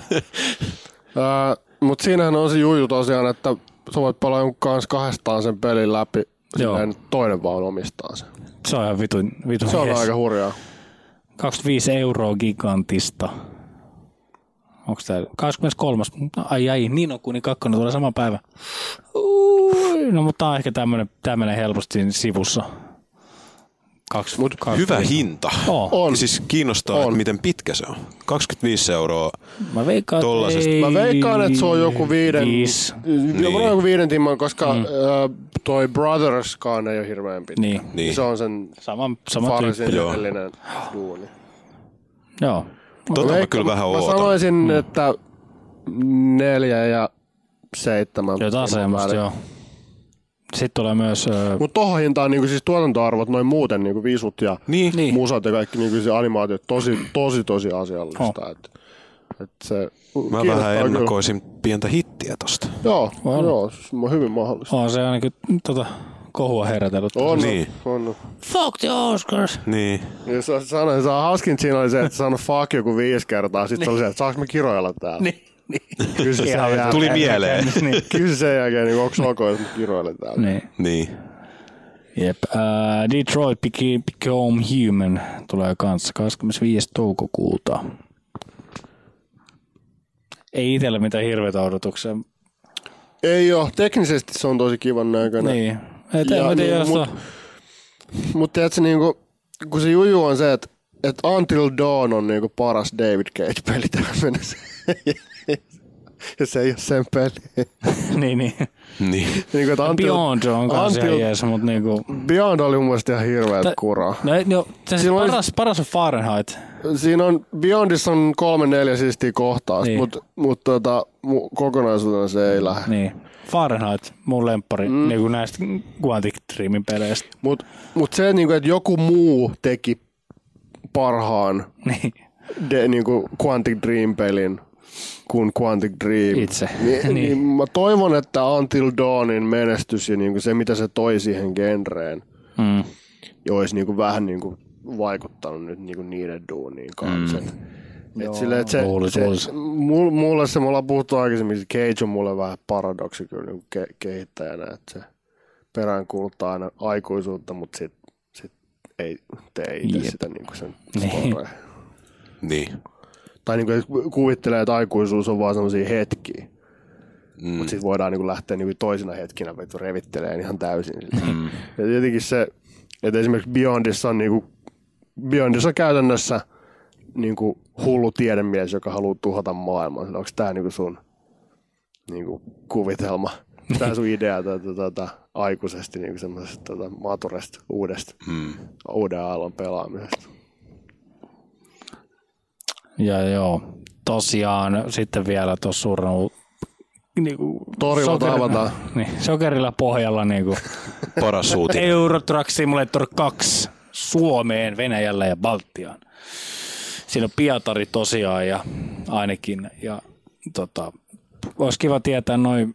Mutta siinähän on se juju tosiaan, että sä voit pelaa jonkun kanssa kahdestaan sen pelin läpi. Silleen toinen vaan omistaa sen. Se on ihan vitun, vitun Se on hes. aika hurjaa. kaksikymmentäviisi euroa gigantista. Onko tämä kahdeskymmeneskolmas? Ai ai, niin on, kun niin kakkonen tulee sama päivä. Ui, no mutta tämä on ehkä tämmöinen helposti siinä sivussa. Kaksi, Mut kaksi hyvä viisi. Hinta. Oh. On. Siis kiinnostaa, on. Että miten pitkä se on. kaksikymmentäviisi euroa. Mä veikkaan, ei, Mä veikkaan, että se on joku viiden, viis. Niin. joku viiden timman, koska mm. äh, toi Brotherskaan ei ole hirveän pitkä. Niin. niin. Se on sen sama, sama farsin edellinen duuni. Joo. Tota mä kyllä vähän ootan. Mä sanoisin, mm. että neljä ja seitsemän. Jotain semmoista, joo. Sitten tulee myös... Äh... Mutta tohon hintaan niinku siis tuotantoarvot noin muuten niinku visut ja niin. musat ja kaikki niinku se animaatiot tosi tosi tosi asiallista. Oh. Et, et se mä vähän ennakoisin kyllä. Pientä hittiä tosta. Joo, on. joo, se on hyvin mahdollista. On se ainakin tota kohua herätellyt. On, niin. on. Fuck the Oscars! Niin. Ja se, sanoin, se on hauskin siinä oli se, että sanoi fuck joku viisi kertaa. Sitten se oli se, että saanko me kiroilla täällä? Niin. Niin. Kyllä se jälkeen, tuli mieleen. Niin. Kyllä sen jälkeen, niin onko ok, jos mä kiroilen täällä. Niin. niin. Jep. Uh, Detroit Become Human tulee kanssa kahdeskymmenesviides toukokuuta. Ei itsellä mitään hirveitä odotuksia. Ei oo. Teknisesti se on tosi kivan näköinen. Niin. Ei tiedä, niin, mutta mut tiedätkö, niinku, kun se juju on se, että et Until Dawn on niinku paras David Cage-peli tähän mennessä. ja se ei ole sen peli. niin, niin. niin. niin kuin, Until, Beyond on kanssa ihan jees, mutta niinku... Beyond oli mun mielestä ihan hirveät Ta- kuraa. No, no, se paras, olisi, paras on Fahrenheit. Siinä on, Beyondissa on kolme neljä siistiä kohtaa, niin. mutta mut, tota, kokonaisuutena se ei lähde. Niin. Fahrenheit, mun lemppari, mm. niin kuin näistä Quantic Dreamin peleistä. Mutta mut se, niin kuin, että joku muu teki parhaan niin. de, niin kuin Quantic Dream-pelin kuin Quantic Dream. Itse. Niin, niin. niin mä toivon, että Until Dawnin menestys ja niin kuin se, mitä se toi siihen genreen, mm. olisi niin kuin vähän niin kuin vaikuttanut nyt niin kuin niiden duuniin kanssa. Mm. Et sille, et se, luulis, se, luulis. mulle se, me ollaan puhuttu aikaisemmin, että Cage on mulle vähän paradoksi kyllä niin ke, kehittäjänä, että se peräänkuuluttaa aina aikuisuutta, mutta sit, sit ei tee itse yep. sitä niin kuin sen storeen. Niin. Tai niin kuin kuvittelee, että aikuisuus on vaan sellaisia hetkiä, mm. mutta sitten voidaan niin kuin lähteä niin kuin toisina hetkinä revittelemään ihan täysin. Mm. Ja tietenkin se, että esimerkiksi Beyondissa on, niin kuin, Beyondissa on käytännössä niin kuin hullu tiedemies, joka haluaa tuhota maailmaa. Onko tämä niin kuin sun niin kuin kuvitelma, tämä sun idea tuota, tuota, aikuisesti niin kuin semmoisesta tuota, maturesta, uudesta, mm. uuden aallon pelaamisesta? Ja joo, tosiaan sitten vielä tuossa suuren niinku, torilla tavataan. Niin, sokerilla pohjalla niinku, paras uutinen. Euro Truck Simulator kaksi Suomeen, Venäjällä ja Baltiaan. Siinä on Pietari tosiaan ja ainakin. Ja, tota, olisi kiva tietää noin,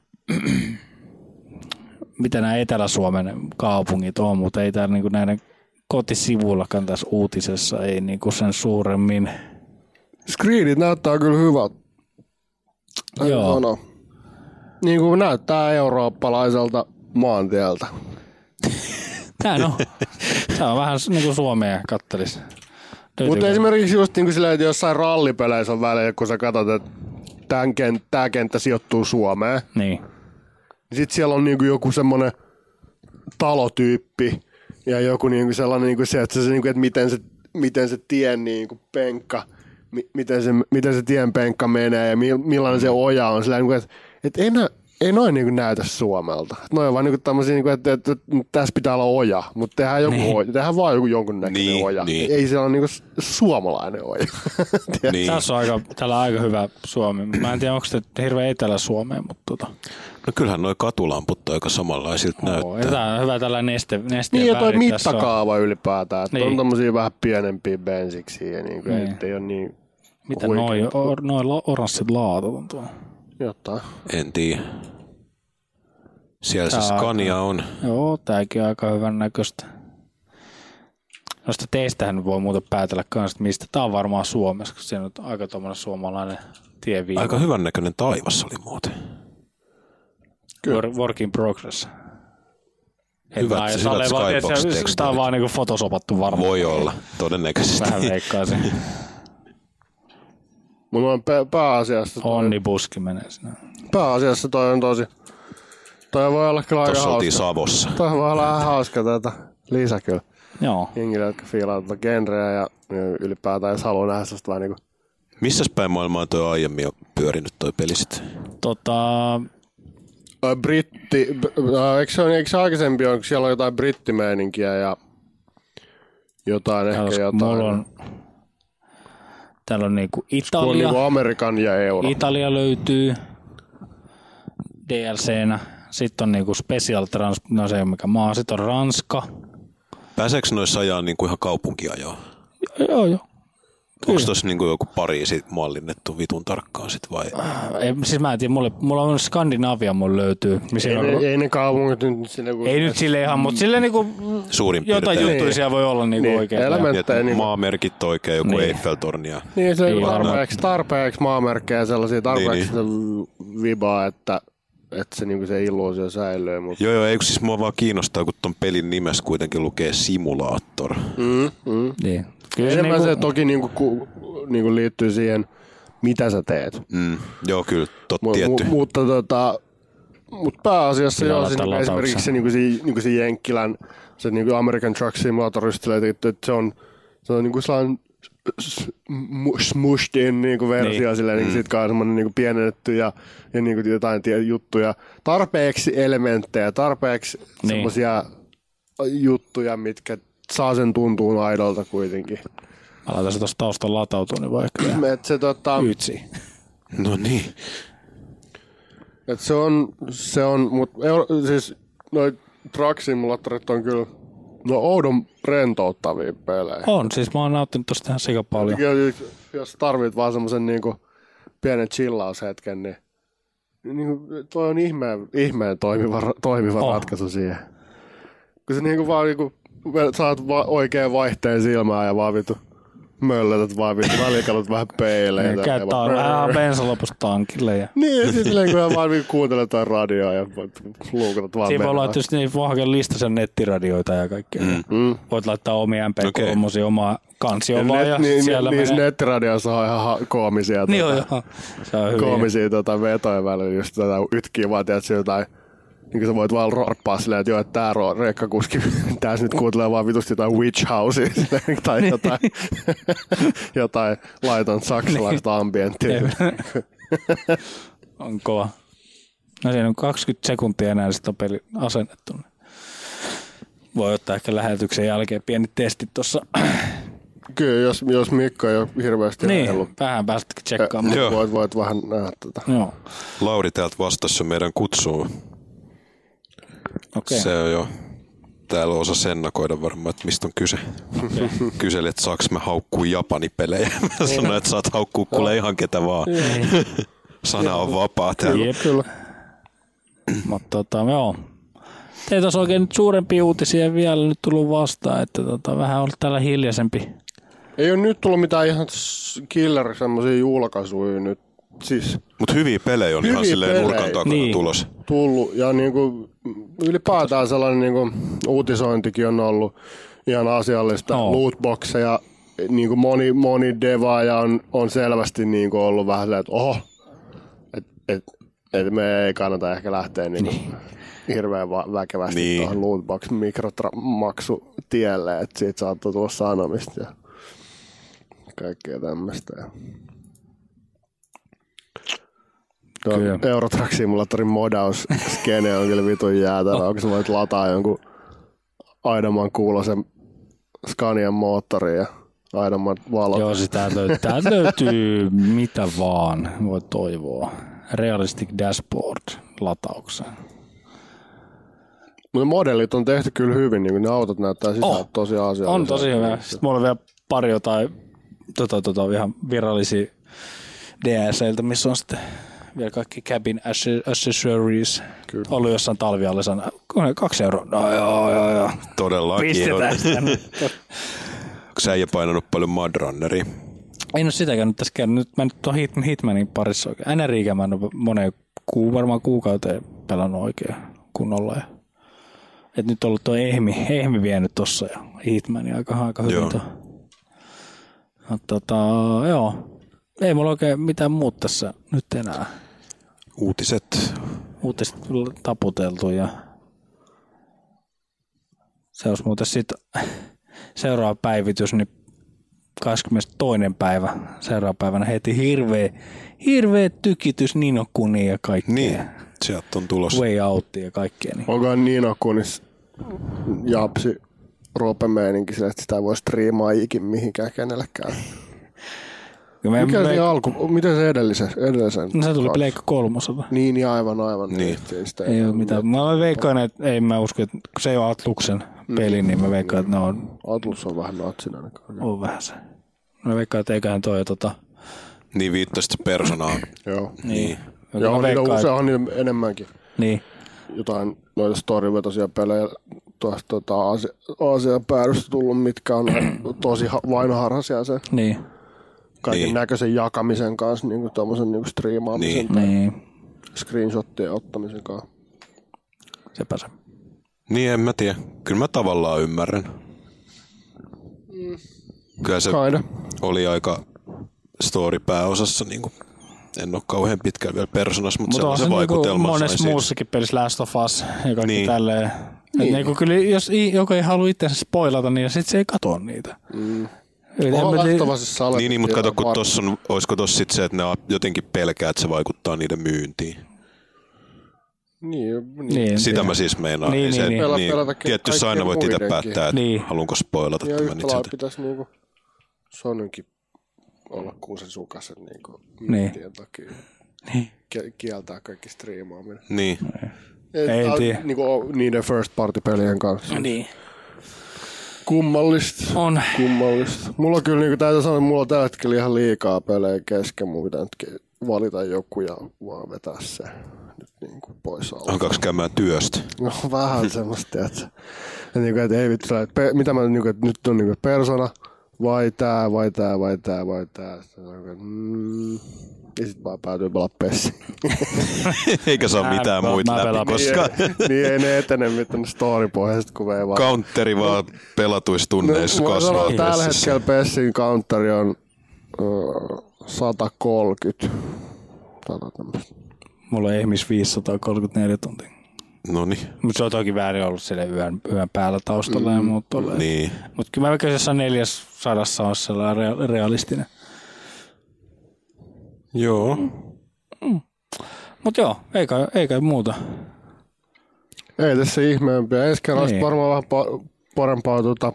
mitä nämä Etelä-Suomen kaupungit on, mutta ei täällä niinku näiden kotisivuillakaan tässä uutisessa ei niinku sen suuremmin. Screenit näyttää kyllä hyvät. Joo. No. Niin kuin näyttää eurooppalaiselta maantieltä. Tämä on. Tämä on vähän niin kuin Suomea kattelisi. Mutta esimerkiksi just niin kuin silleen, että jossain rallipeleissä on väliä, kun sä katsot, että tämän kent, tämä kenttä sijoittuu Suomeen. Niin. Sitten siellä on niin kuin joku semmoinen talotyyppi ja joku niin kuin sellainen, niin kuin se, että, se, niin kuin, että miten se, miten se tien niin kuin penkka, miten se, miten se tien penkka menee ja millainen se oja on. Sillä, niin kuin, että, että ei, nä, ei noin niin kuin näytä Suomelta. Noin on vaan niin tämmöisiä, niin kuin, että, että, että tässä pitää olla oja, mutta tehdään, joku niin. oja, tehdään vaan joku jonkun näköinen niin, oja. Niin. Ei se ole niin kuin suomalainen oja. niin. Tässä on aika, tällä on aika hyvä Suomi. Mä en tiedä, onko se hirveän Etelä-Suomeen, mutta tota. No kyllähän noi katulamput aika samanlaisilta oh, näyttää. Tämä on hyvä tällainen neste, nesteen niin, ja toi väri mittakaava on ylipäätään. Että niin. on tommosia vähän pienempiä bensiksiä, niin kuin, niin. ettei ole niin mitä noi, or, noi oranssit laatat on tuolla? Jotain. En tiedä. Siellä tää se Scania on. Joo, tääkin on aika hyvän näköistä. Noista teistähän voi muuten päätellä kanssa, mistä. Tää on varmaan Suomessa, koska siinä on aika tommoinen suomalainen tieviiva. Aika hyvän näköinen taivas oli muuten. Work in progress. Hyvät, hyvät Skybox-tekstit. Tämä on vaan niinku fotosopattu varmaan. Voi olla, todennäköisesti. Vähän veikkaisin. Mulla on pääasiassa... Onni buski menee sinne. Pääasiassa toi on tosi... Toi voi olla kyllä aika hauska. Tuossa oltiin Savossa. Toi voi olla vähän hauska tätä lisä kyllä. Joo. Jengille, jotka fiilaa tuota genreä ja ylipäätään, jos haluaa nähdä sellaista vähän niinku... Missäs päin maailmaa toi aiemmin on pyörinyt toi peli sitten? Tota... Britti... Eikö se, eikö se aikaisempi ole, kun siellä on jotain brittimeininkiä ja jotain ehkä Täällä jotain... Mulla on... Täällä on niinku Italia. On niinku Amerikan ja euro. Italia löytyy D L C-nä. Sitten on niinku Special Trans... No se ei ole mikä maa. Sitten on Ranska. Pääseekö noissa ajaa niinku ihan kaupunkiajoa? Joo, joo. Onko tuossa niinku joku Pariisi mallinnettu vitun tarkkaan sit vai? Ei, siis mä en tiedä, mulla, mulla on Skandinavia, mulla löytyy. Ei, on, ei, ei ne kaupungit nyt sille... Ei nyt sille ihan, mutta sille niinku... Suurin jotain piirtein. juttuja siellä voi olla niinku niin, oikein. Elementtejä. Niin, maamerkit oikein, joku niin. Eiffel-tornia. Niin, se on tarpeeksi, tarpeeksi maamerkkejä sellaisia, tarpeeksi niin, niin. vibaa, että... Että se, niin se illuusio säilyy. Mutta... Joo, joo, eikö siis mua vaan kiinnostaa, kun ton pelin nimessä kuitenkin lukee simulaattor. Mm, mm. Niin. Kyllä se, niinku... se toki niinku, ku, niinku liittyy siihen, mitä sä teet. Mm, joo, kyllä, totta M- tietty. M- mutta tota, mut pääasiassa joo, se, niinku, esimerkiksi se, niinku, se, niinku se Jenkkilän, se niinku American Truck Simulator, että se on, se on niinku sellainen smushed in niinku versio niin. silleen, niin mm. sit kai semmoinen niinku pienennetty ja, ja niinku jotain tie, juttuja. Tarpeeksi elementtejä, tarpeeksi niin. semmoisia juttuja, mitkä saa sen tuntuun aidolta kuitenkin. Mä laitan se tuossa taustalla latautua, niin vaikka et se tota... Ytsi. No niin. Et se on, se on, mut euro, siis noi Truck-simulaattorit on kyllä no oudon rentouttavia pelejä. On, siis mä oon nauttinut tosta ihan sika paljon. Jos tarvit vaan semmosen niinku pienen chillaushetken, niin, niin toi on ihmeen, ihmeen toimiva, toimiva oh. ratkaisu siihen. Kun sä niinku vaan niinku saat va- oikean vaihteen silmään ja vaan vittu möllätät vaan vittu välikalut vähän peileitä. Käyttää vähän bensa lopusta tankille. Ja... niin, ja sitten kun vaan kuuntelet jotain radioa ja luukutat vaan. Siinä voi laittaa niin vahvan listasen nettiradioita ja kaikkea. Mm. Voit laittaa omia M P kolme, okay. omaa kansioon vaan. Ja niin, siellä niissä menee... nettiradioissa on ihan koomisia, niin tuota, on, se on koomisia tuota, vetoja välillä. Just tätä ytkiä vaan, tiedätkö, jotain. Niin sä voit vaan rorppaa silleen, että joo, että tää rekkakuski tässä nyt kuuntelee vaan vitusti jotain Witch Housea tai jotain, jotain laiton saksalaista ambienttia. On kova. No siinä on kaksikymmentä sekuntia enää sitä on peli asennettu. Voi ottaa ehkä lähetyksen jälkeen pieni testi tuossa. Kyllä, jos, jos Mikko ei ole hirveästi niin, ajellut. vähän päästäkin tsekkaamaan. Äh, voit, voit vähän nähdä tätä. Joo. Lauri täältä vastasi meidän kutsuun. Okay. Se on jo. Täällä osasi ennakoida varmaan, että mistä on kyse. Okay. Kyseli, että saaks mä haukkuu Japani-pelejä. Mä sanoin, että saat haukkuu kuule ihan ketä vaan. Sana on vapaa täällä. Jep, kyllä. Mutta tota, joo. Teitä olisi oikein nyt suurempia uutisia vielä nyt tullut vastaan, että tota, vähän ollut täällä hiljaisempi. Ei ole nyt tullut mitään ihan killer semmoisia julkaisuja nyt. Siis, mut hyviä pelejä on hyviä ihan silleen pelejä. Nurkan takana niin. tulos. Tullut ja niinku, ylipäätään sellainen niinku, uutisointikin on ollut ihan asiallista. Oh. Lootboxeja, niinku moni, moni devaaja on, on selvästi niinku ollut vähän silleen, että oho, että et, et me ei kannata ehkä lähteä niinku niin. hirveän va- väkevästi niin. tuohon lootbox mikromaksutielle, että siitä saattaa tulla sanomista ja kaikkea tämmöistä. Euro Truck Simulatorin modaus-skene on kyllä vitun jäätävä. Onko sä voit lataa jonkun aidoman kuulosen Scanian moottorin ja aidoman valot? Joo, sitä löytyy, täältä löytyy mitä vaan, voi toivoa. Realistic dashboard lataukseen. Mutta modellit on tehty kyllä hyvin, niin ne autot näyttää sisään oh, tosi asiallisia. On tosi hyvä. Sitten mulla on vielä pari jotain tota, tota, ihan virallisia D S L:tä, missä on sitten vielä kaikki cabin accessories. Kyllä. Ollut jossain talviallisena. Kaksi euroa. No joo, joo, joo. Todellakin. Pistetään sitä. Onko sä äijä painanut paljon Mudrunneria? Ei ole sitäkään nyt tässä käynyt. Nyt mä nyt oon Hit, Hitmanin parissa oikein. N R I-kä mä en ole moneen kuu, varmaan kuukauteen pelannut oikein kunnolla. Ja et nyt on ollut tuo Ehmi, Ehmi vienyt tossa ja Hitmani aika, aika hyvin. Joo. No, tota, joo. Ei mulla oikein mitään muuta tässä nyt enää. Uutiset. Uutiset taputeltu ja se olisi muuten sitten seuraava päivitys, niin kahdeskymmenestoinen päivä seuraava päivänä heti hirveä, hirveä tykitys Nino Kuni ja kaikkea. Niin, sieltä on tulossa. Way Out ja kaikkea. Niin. Onko Nino Kunis japsi roopemeininki sille, että sitä voi striimaa ikin mihinkään kenellekään? Me, Mikä me, se alku, miten se edellisen? edellisen no se tuli Pleikka kolmosella. Niin, niin aivan, aivan. Niin. Sitä ei, ei ole mitään. Mä veikkaan, että ei mä usko, että kun se ei ole Atluksen peli, mm. niin mä veikkaan, että ne on... Atlus on vähän natsina. On vähän se. Mä veikkaan, että eiköhän toi tota... Niin viittasit Personaan. Joo. Niin. Ja on niitä usein on enemmänkin. Niin. Jotain noita storyvetoisia pelejä tuosta tota, Aasian päädystä tullut, mitkä on tosi vainoharhaisia sen. Niin. Kaiken niin. näköisen jakamisen kanssa, niin kuin tommosen niin kuin striimaamisen niin. tai niin. screenshottien ottamisen kanssa. Sepä se. Niin, en mä tiedä. Kyllä mä tavallaan ymmärrän. Mm. Kyllä se Kaida. oli aika story pääosassa, niin kuin en ole kauhean pitkään vielä Personassa, mutta, mutta sellaisen vaikutelman sai monessa muussakin pelissä Last of Us ja kaikki niin. tälleen. Niin. Niin kyllä, jos joku ei halua itsensä spoilata, niin sitten se ei katoa niitä. Mm. Niin, niin mutta kato, kun tossa on, olisiko tossa sit se, että ne jotenkin pelkää, että se vaikuttaa niiden myyntiin. Niin, niin. Sitä mä siis meinaan. Niin, se, niin, niin. niin. Tietysti aina voit itse päättää, että niin. haluanko spoilata ja tämän itseltä. Ja pitäisi niinku Sonynkin olla kuusen sukasen niinku myyntien takia. Niin. Kieltää kaikki striimaaminen. Niin. Et, ei a, tiedä. Niinku niiden first party pelien kanssa. Niin. Kummallista. On. Kummallista. Mulla kyllä niinku täytyy sanoa, että mulla on tällä hetkellä ihan liikaa pelejä kesken. Mun pitää nyt valita joku ja vaan vetää se nyt niinku pois alta. Alkaako käymään työstä? No vähän semmoista, että, että, niinku, että ei vittu, että pe, mitä mä niinku, että nyt on niinku Persona, vai tää, vai tää, vai tää, vai tää. Mm, ja sit vaan päätyy pelaa Pessi. Eikä saa mitään mä, muita mä läpi, koska... Niin, niin ei ne etene mitään storypohjaiset, kun ei vaan... Counteri vaan pelatuissa tunneissa no, kasvaa. Tällä hetkellä Pessin counteri on uh, sata kolmekymmentä. Mulla on ehmis viisisataakolmekymmentäneljä tuntia. Noniin. Mutta se on toki väärin ollut sille yön, yön päällä taustalla mm, ja muut tolleen. Niin. Mutta kyllä mä vaikka jossain neljäs sadassa on sellainen rea- realistinen. Joo. Mm. Mutta joo, ei kai, ei kai muuta. Ei tässä ihmeempiä. Ensi kerralla niin. Varmaan vähän pa- parempaa tuota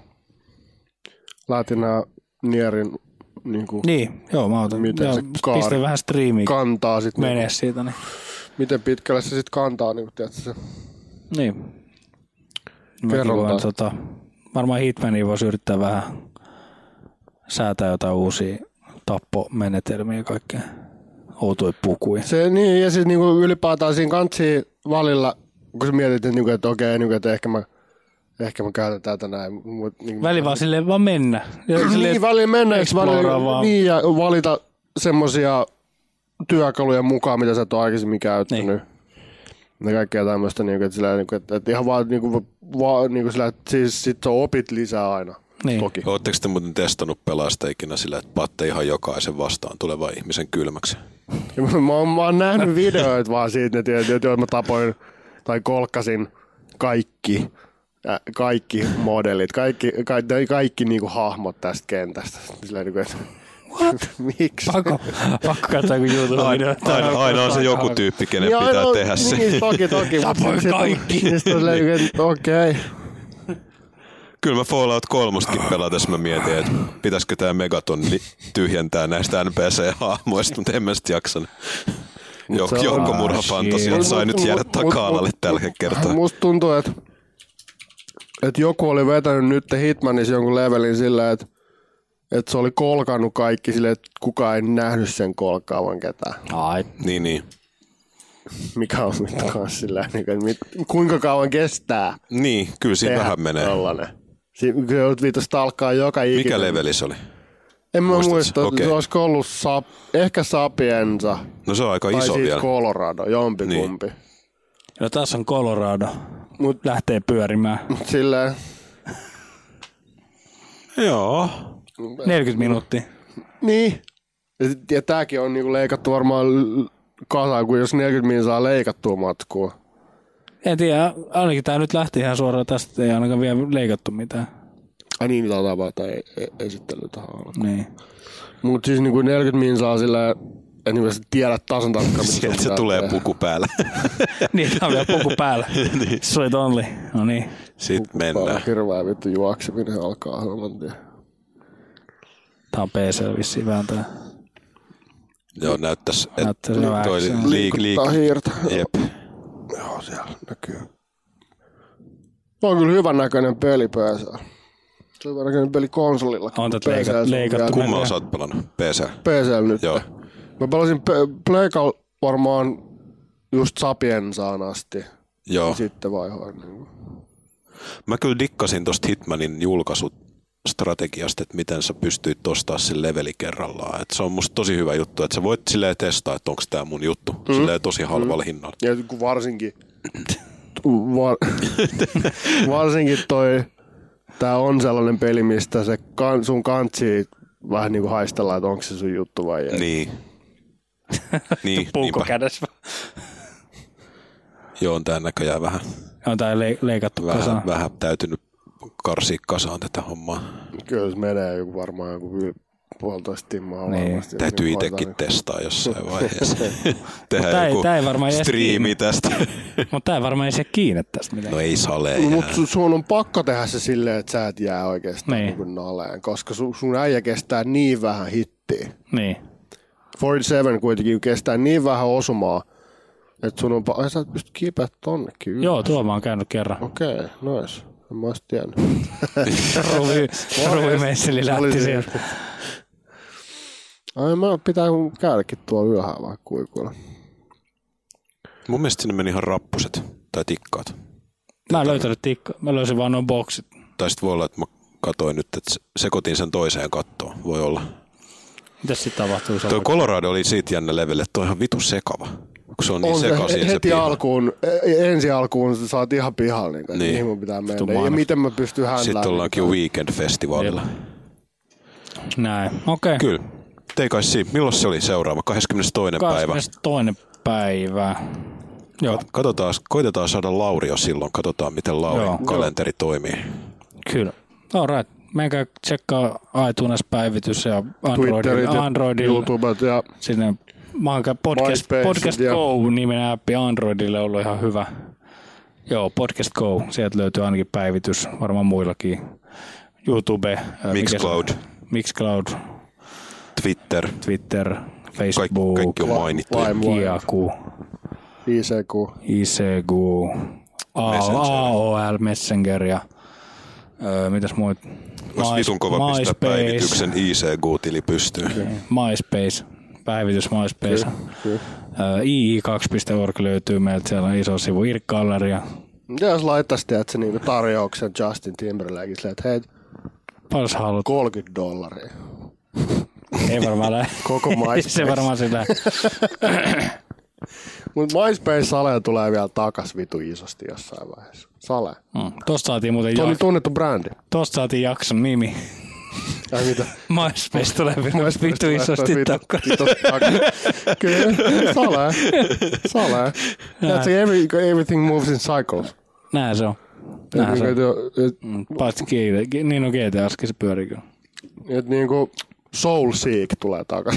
Lätinää Nierin niin, kuin, niin, joo, mä otan. Miten joo, se kaari pistän vähän striimiä. Kantaa sit. Menee niin, siitä. Niin. Miten pitkälle se sitten kantaa, niin tiedätkö se? Niin. Voin, tota, varmaan Hitmania voisi yrittää vähän säätää jotain uusia tappomenetelmiä ja kaikkea outoja pukuja. Se niin, ja siis niinku ylipäätään siinä kantsiin valilla, kun sä mietit, että, niinku, että okei, niinku, että ehkä mä Ehkä mä käytän tätä näin. Niin, väli vaan silleen vaan mennä. Niin, väliin mennä, väliin, niin, ja valita semmosia työkaluja mukaan, mitä sä et ole aikaisemmin käyttänyt. Niin. Ja kaikkea tämmöistä, niin, että, sillä, niin, että, että ihan vaan, niin kuin, vaan niin kuin sillä, että siis sit sä opit lisää aina. Niin. Toki. Oletteko te muuten testannut pelasta ikinä sillä, että paatte ihan jokaisen vastaan tulevan ihmisen kylmäksi? mä, mä, oon, mä oon nähnyt videoita vaan siitä, että, että, että mä tapoin tai kolkkasin kaikki. Ja kaikki modelit, kaikki, kaikki, kaikki niinku hahmot tästä kentästä. Sillä niinku, että miksi? Pakko, pakko katsoa joku YouTube-video. Aina, aina on se joku tyyppi, kenen niin pitää aina, tehdä se. Niin, toki, toki. Tapoin kaikki. Okei. Kyllä mä Fallout kolmostakin pelatessa mä mietin, että pitäisikö tää Megaton tyhjentää näistä N P C-hahmoista, mutta en mä sit jaksanut. Jok, joukkomurhafantasiat sai nyt jäädä taka-alalle tällä kertaa. Musta tuntuu, että että joku oli vetänyt nyt Hitmanissa jonkun levelin sillä, että, että se oli kolkannut kaikki silleen, että kukaan ei nähnyt sen kolkkaavan ketään. Ai. Niin, niin. Mikä on nyt kanssa sillä, että mit, kuinka kauan kestää? Niin, kyllä siinä vähän menee. Tollanen. Kyllä joudut viitos talkkaa joka ikinen. Mikä leveli se oli? En mä Muistat? muista, okay. Se olisiko ollut sap, ehkä Sapienza. No se on aika iso vielä. Tai Colorado, jompikumpi. Niin. No tässä on Colorado. Mut lähtee pyörimään. Mut silleen. Joo. neljäkymmentä minuuttia. Niin. Ja, ja tääkin on niinku leikattu varmaan kasaan, kun jos neljäkymmentä minuuttia saa leikattua matkua. En tiedä, ainakin tää nyt lähti ihan suoraan tästä, ei ainakaan vielä leikattu mitään. Ai niin, mitä otetaan vaan tai esittely tähän alkuun. Niin. Mut siis niinku neljäkymmentä minuuttia saa silleen, en niin tiedä tasan tarkkaan, mitä sieltä se tulee tehdä. Puku päällä. Niin, tää on vielä puku päällä. Niin. Sweet only. No niin. Sitten mennään. Hirveä vittu juokseminen alkaa helman. Tää on P C vissiin vääntää. Joo, näyttäis, että näyttäis toi liik, liik. hiirtä. Jep. Joo, siellä näkyy. On kyllä hyvän näköinen peli P C. Se on hyvän näköinen peli konsolilla. On tätä leikattu. leikattu Kummalla sä oot pelannut? P C? P C nyt. Joo. Mä pelasin Pleikalla varmaan just Sapiensaan asti. Joo. Ja sitten vaihoin. Niin. Mä kyllä dikkasin tosta Hitmanin julkaisustrategiasta, että miten sä pystyit ostaa sen leveli kerrallaan. Et se on musta tosi hyvä juttu, että sä voit silleen testaa, että onko tää mun juttu. Mm. Silleen tosi halvalla mm. hinnalla. Ja kun varsinkin, var, varsinkin toi, tää on sellainen peli, mistä se kan, sun kantsii vähän niinku haistellaan, että onko se sun juttu vai ei. Niin. Niin, puukko kädessä. Joo, on tää näköjään vähän. On tää le- leikattu vähän, kasaan. Vähän täytynyt karsia kasaan tätä hommaa. Kyllä se menee joku varmaan joku puolitoista timmaa. Niin. Täytyy niin itsekin niin. testaa jossain vaiheessa. Tehdään joku tää ei striimi tästä. Mutta tää ei varmaan ei se kiinni tästä mitään. No ei sale. No, mutta sun on pakko tehdä se silleen, että sä et jää oikeastaan niin. Niin naleen, koska sun, sun äijä kestää niin vähän hittiä. Niin. neljäkymmentäseitsemän kuitenkin kestää niin vähän osumaa, että sun on pakko... Ai sä et pysty kiipeä tonnekin. Joo, tuo mä oon käynyt kerran. Okei, okay, nois. En mä ois tiennyt. Ruvimeisseli lähti sieltä. Ai mä pitää käydäkin tuolla ylhäällä vaikka kuikuilla. Mun mielestä sinne meni ihan rappuset tai tikkaat. Mä en löytänyt tikkaa. Mä löysin vaan noin boksit. Tai sit voi olla, että mä katoin nyt, että sekoitin sen toiseen kattoon. Voi olla. Mitäs sit tapahtuu? Tuo Colorado oli siitä jännä level, että toi on ihan vitu sekava. Kun se on niin on sekaisin se, heti se alkuun, ensi alkuun sä saat ihan pihalle, niin, niin. mihin mun pitää mennä. Ja miten mä pystyn händlään. Sitten ollaankin Weekend-festivaalilla. Näin, okei. Okay. Kyllä. Take I see. Milloin se oli seuraava? kahdeskymmenestoinen päivä. kahdeskymmenestoinen päivä. Joo. Katsotaan, koitetaan saada Lauri jo silloin. Katsotaan, miten Laurin Joo. kalenteri toimii. Kyllä. All right. Menkää tsekkaa iTunes-päivitys ja Androidilla. Androidilla. YouTubet ja... Sinne podcast, podcast Go-niminen appi Androidille on ollut ihan hyvä. Joo, Podcast Go. Sieltä löytyy ainakin päivitys. Varmaan muillakin. YouTube. Mixcloud. Mixcloud. Twitter. Twitter. Facebook. Kaikki on mainittu. Kiaku. I C Q. I C Q. A O L Messenger ja öö, mitäs muut? Olisi vitun kova pistää päivityksen I C Q-tili pystyyn. Okay. MySpace. Päivitys MySpace. I I kaksi piste org löytyy meiltä. Siellä on iso sivu. Irk-galleria. Mitä jos laittaisi teet se niinku tarjouksen Justin Timberlakeille, että hei, paljon sä haluat? kolmekymmentä dollaria. Ei varmaan lähe. Koko MySpace. Se varmaan sillä. Mutta MySpace-sale tulee vielä takas vitu isosti jossain vaiheessa. Sale. Mm. Tosta saatiin muuten jakson. Tunnettu brändi. Tosta saatiin jakson nimi. Ai mitä? MySpace tulee vitu isosti takas. Kyllä, sale. Sale. That's every, everything moves in cycles. Näin se on. Näin se on. Paitsi G T A. Niin on G T A:skin se pyörii kyllä. Et niinku Soul Seek tulee takas.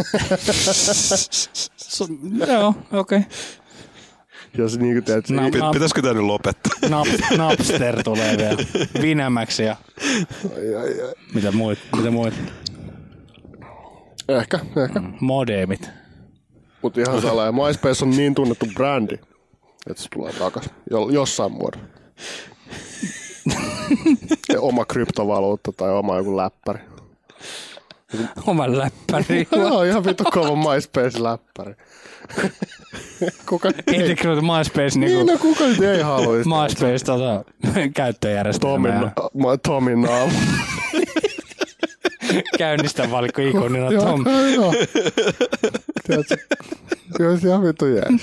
so, joo, okei. Okay. Jos niinku teet... Nap, nap, pitäisikö tää nyt lopettaa? Nap, Napster tulee vielä. Winamax ja... Ai, ai, ai. Mitä muut? Mitä muut? Ehkä, ehkä. Modemit. Mut ihan salaa. MySpace on niin tunnettu brändi, että se tulee takas. Jossain muodossa. Oma kryptovaluutta tai oma joku läppäri. Oman läppäri. Joo, ihan vittu kova MySpace-läppäri. Kuka integroitu MySpace niinku... Niin, no kuka nyt ei haluisi. MySpace tota, käyttöjärjestelmää. Tomin, Tomin naama. Käynnistä valikko ikonina Tom. Joo, joo. Tiedätkö, kyllä se ihan vittu jees.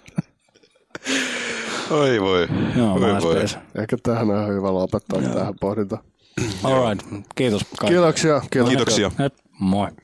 Oi voi. Joo, voi, voi. Ehkä tähän on hyvä lopettaa tähän pohdintaan. All right. Kiitos kaikille. Kiitoksia. Kiitoksia. Moi.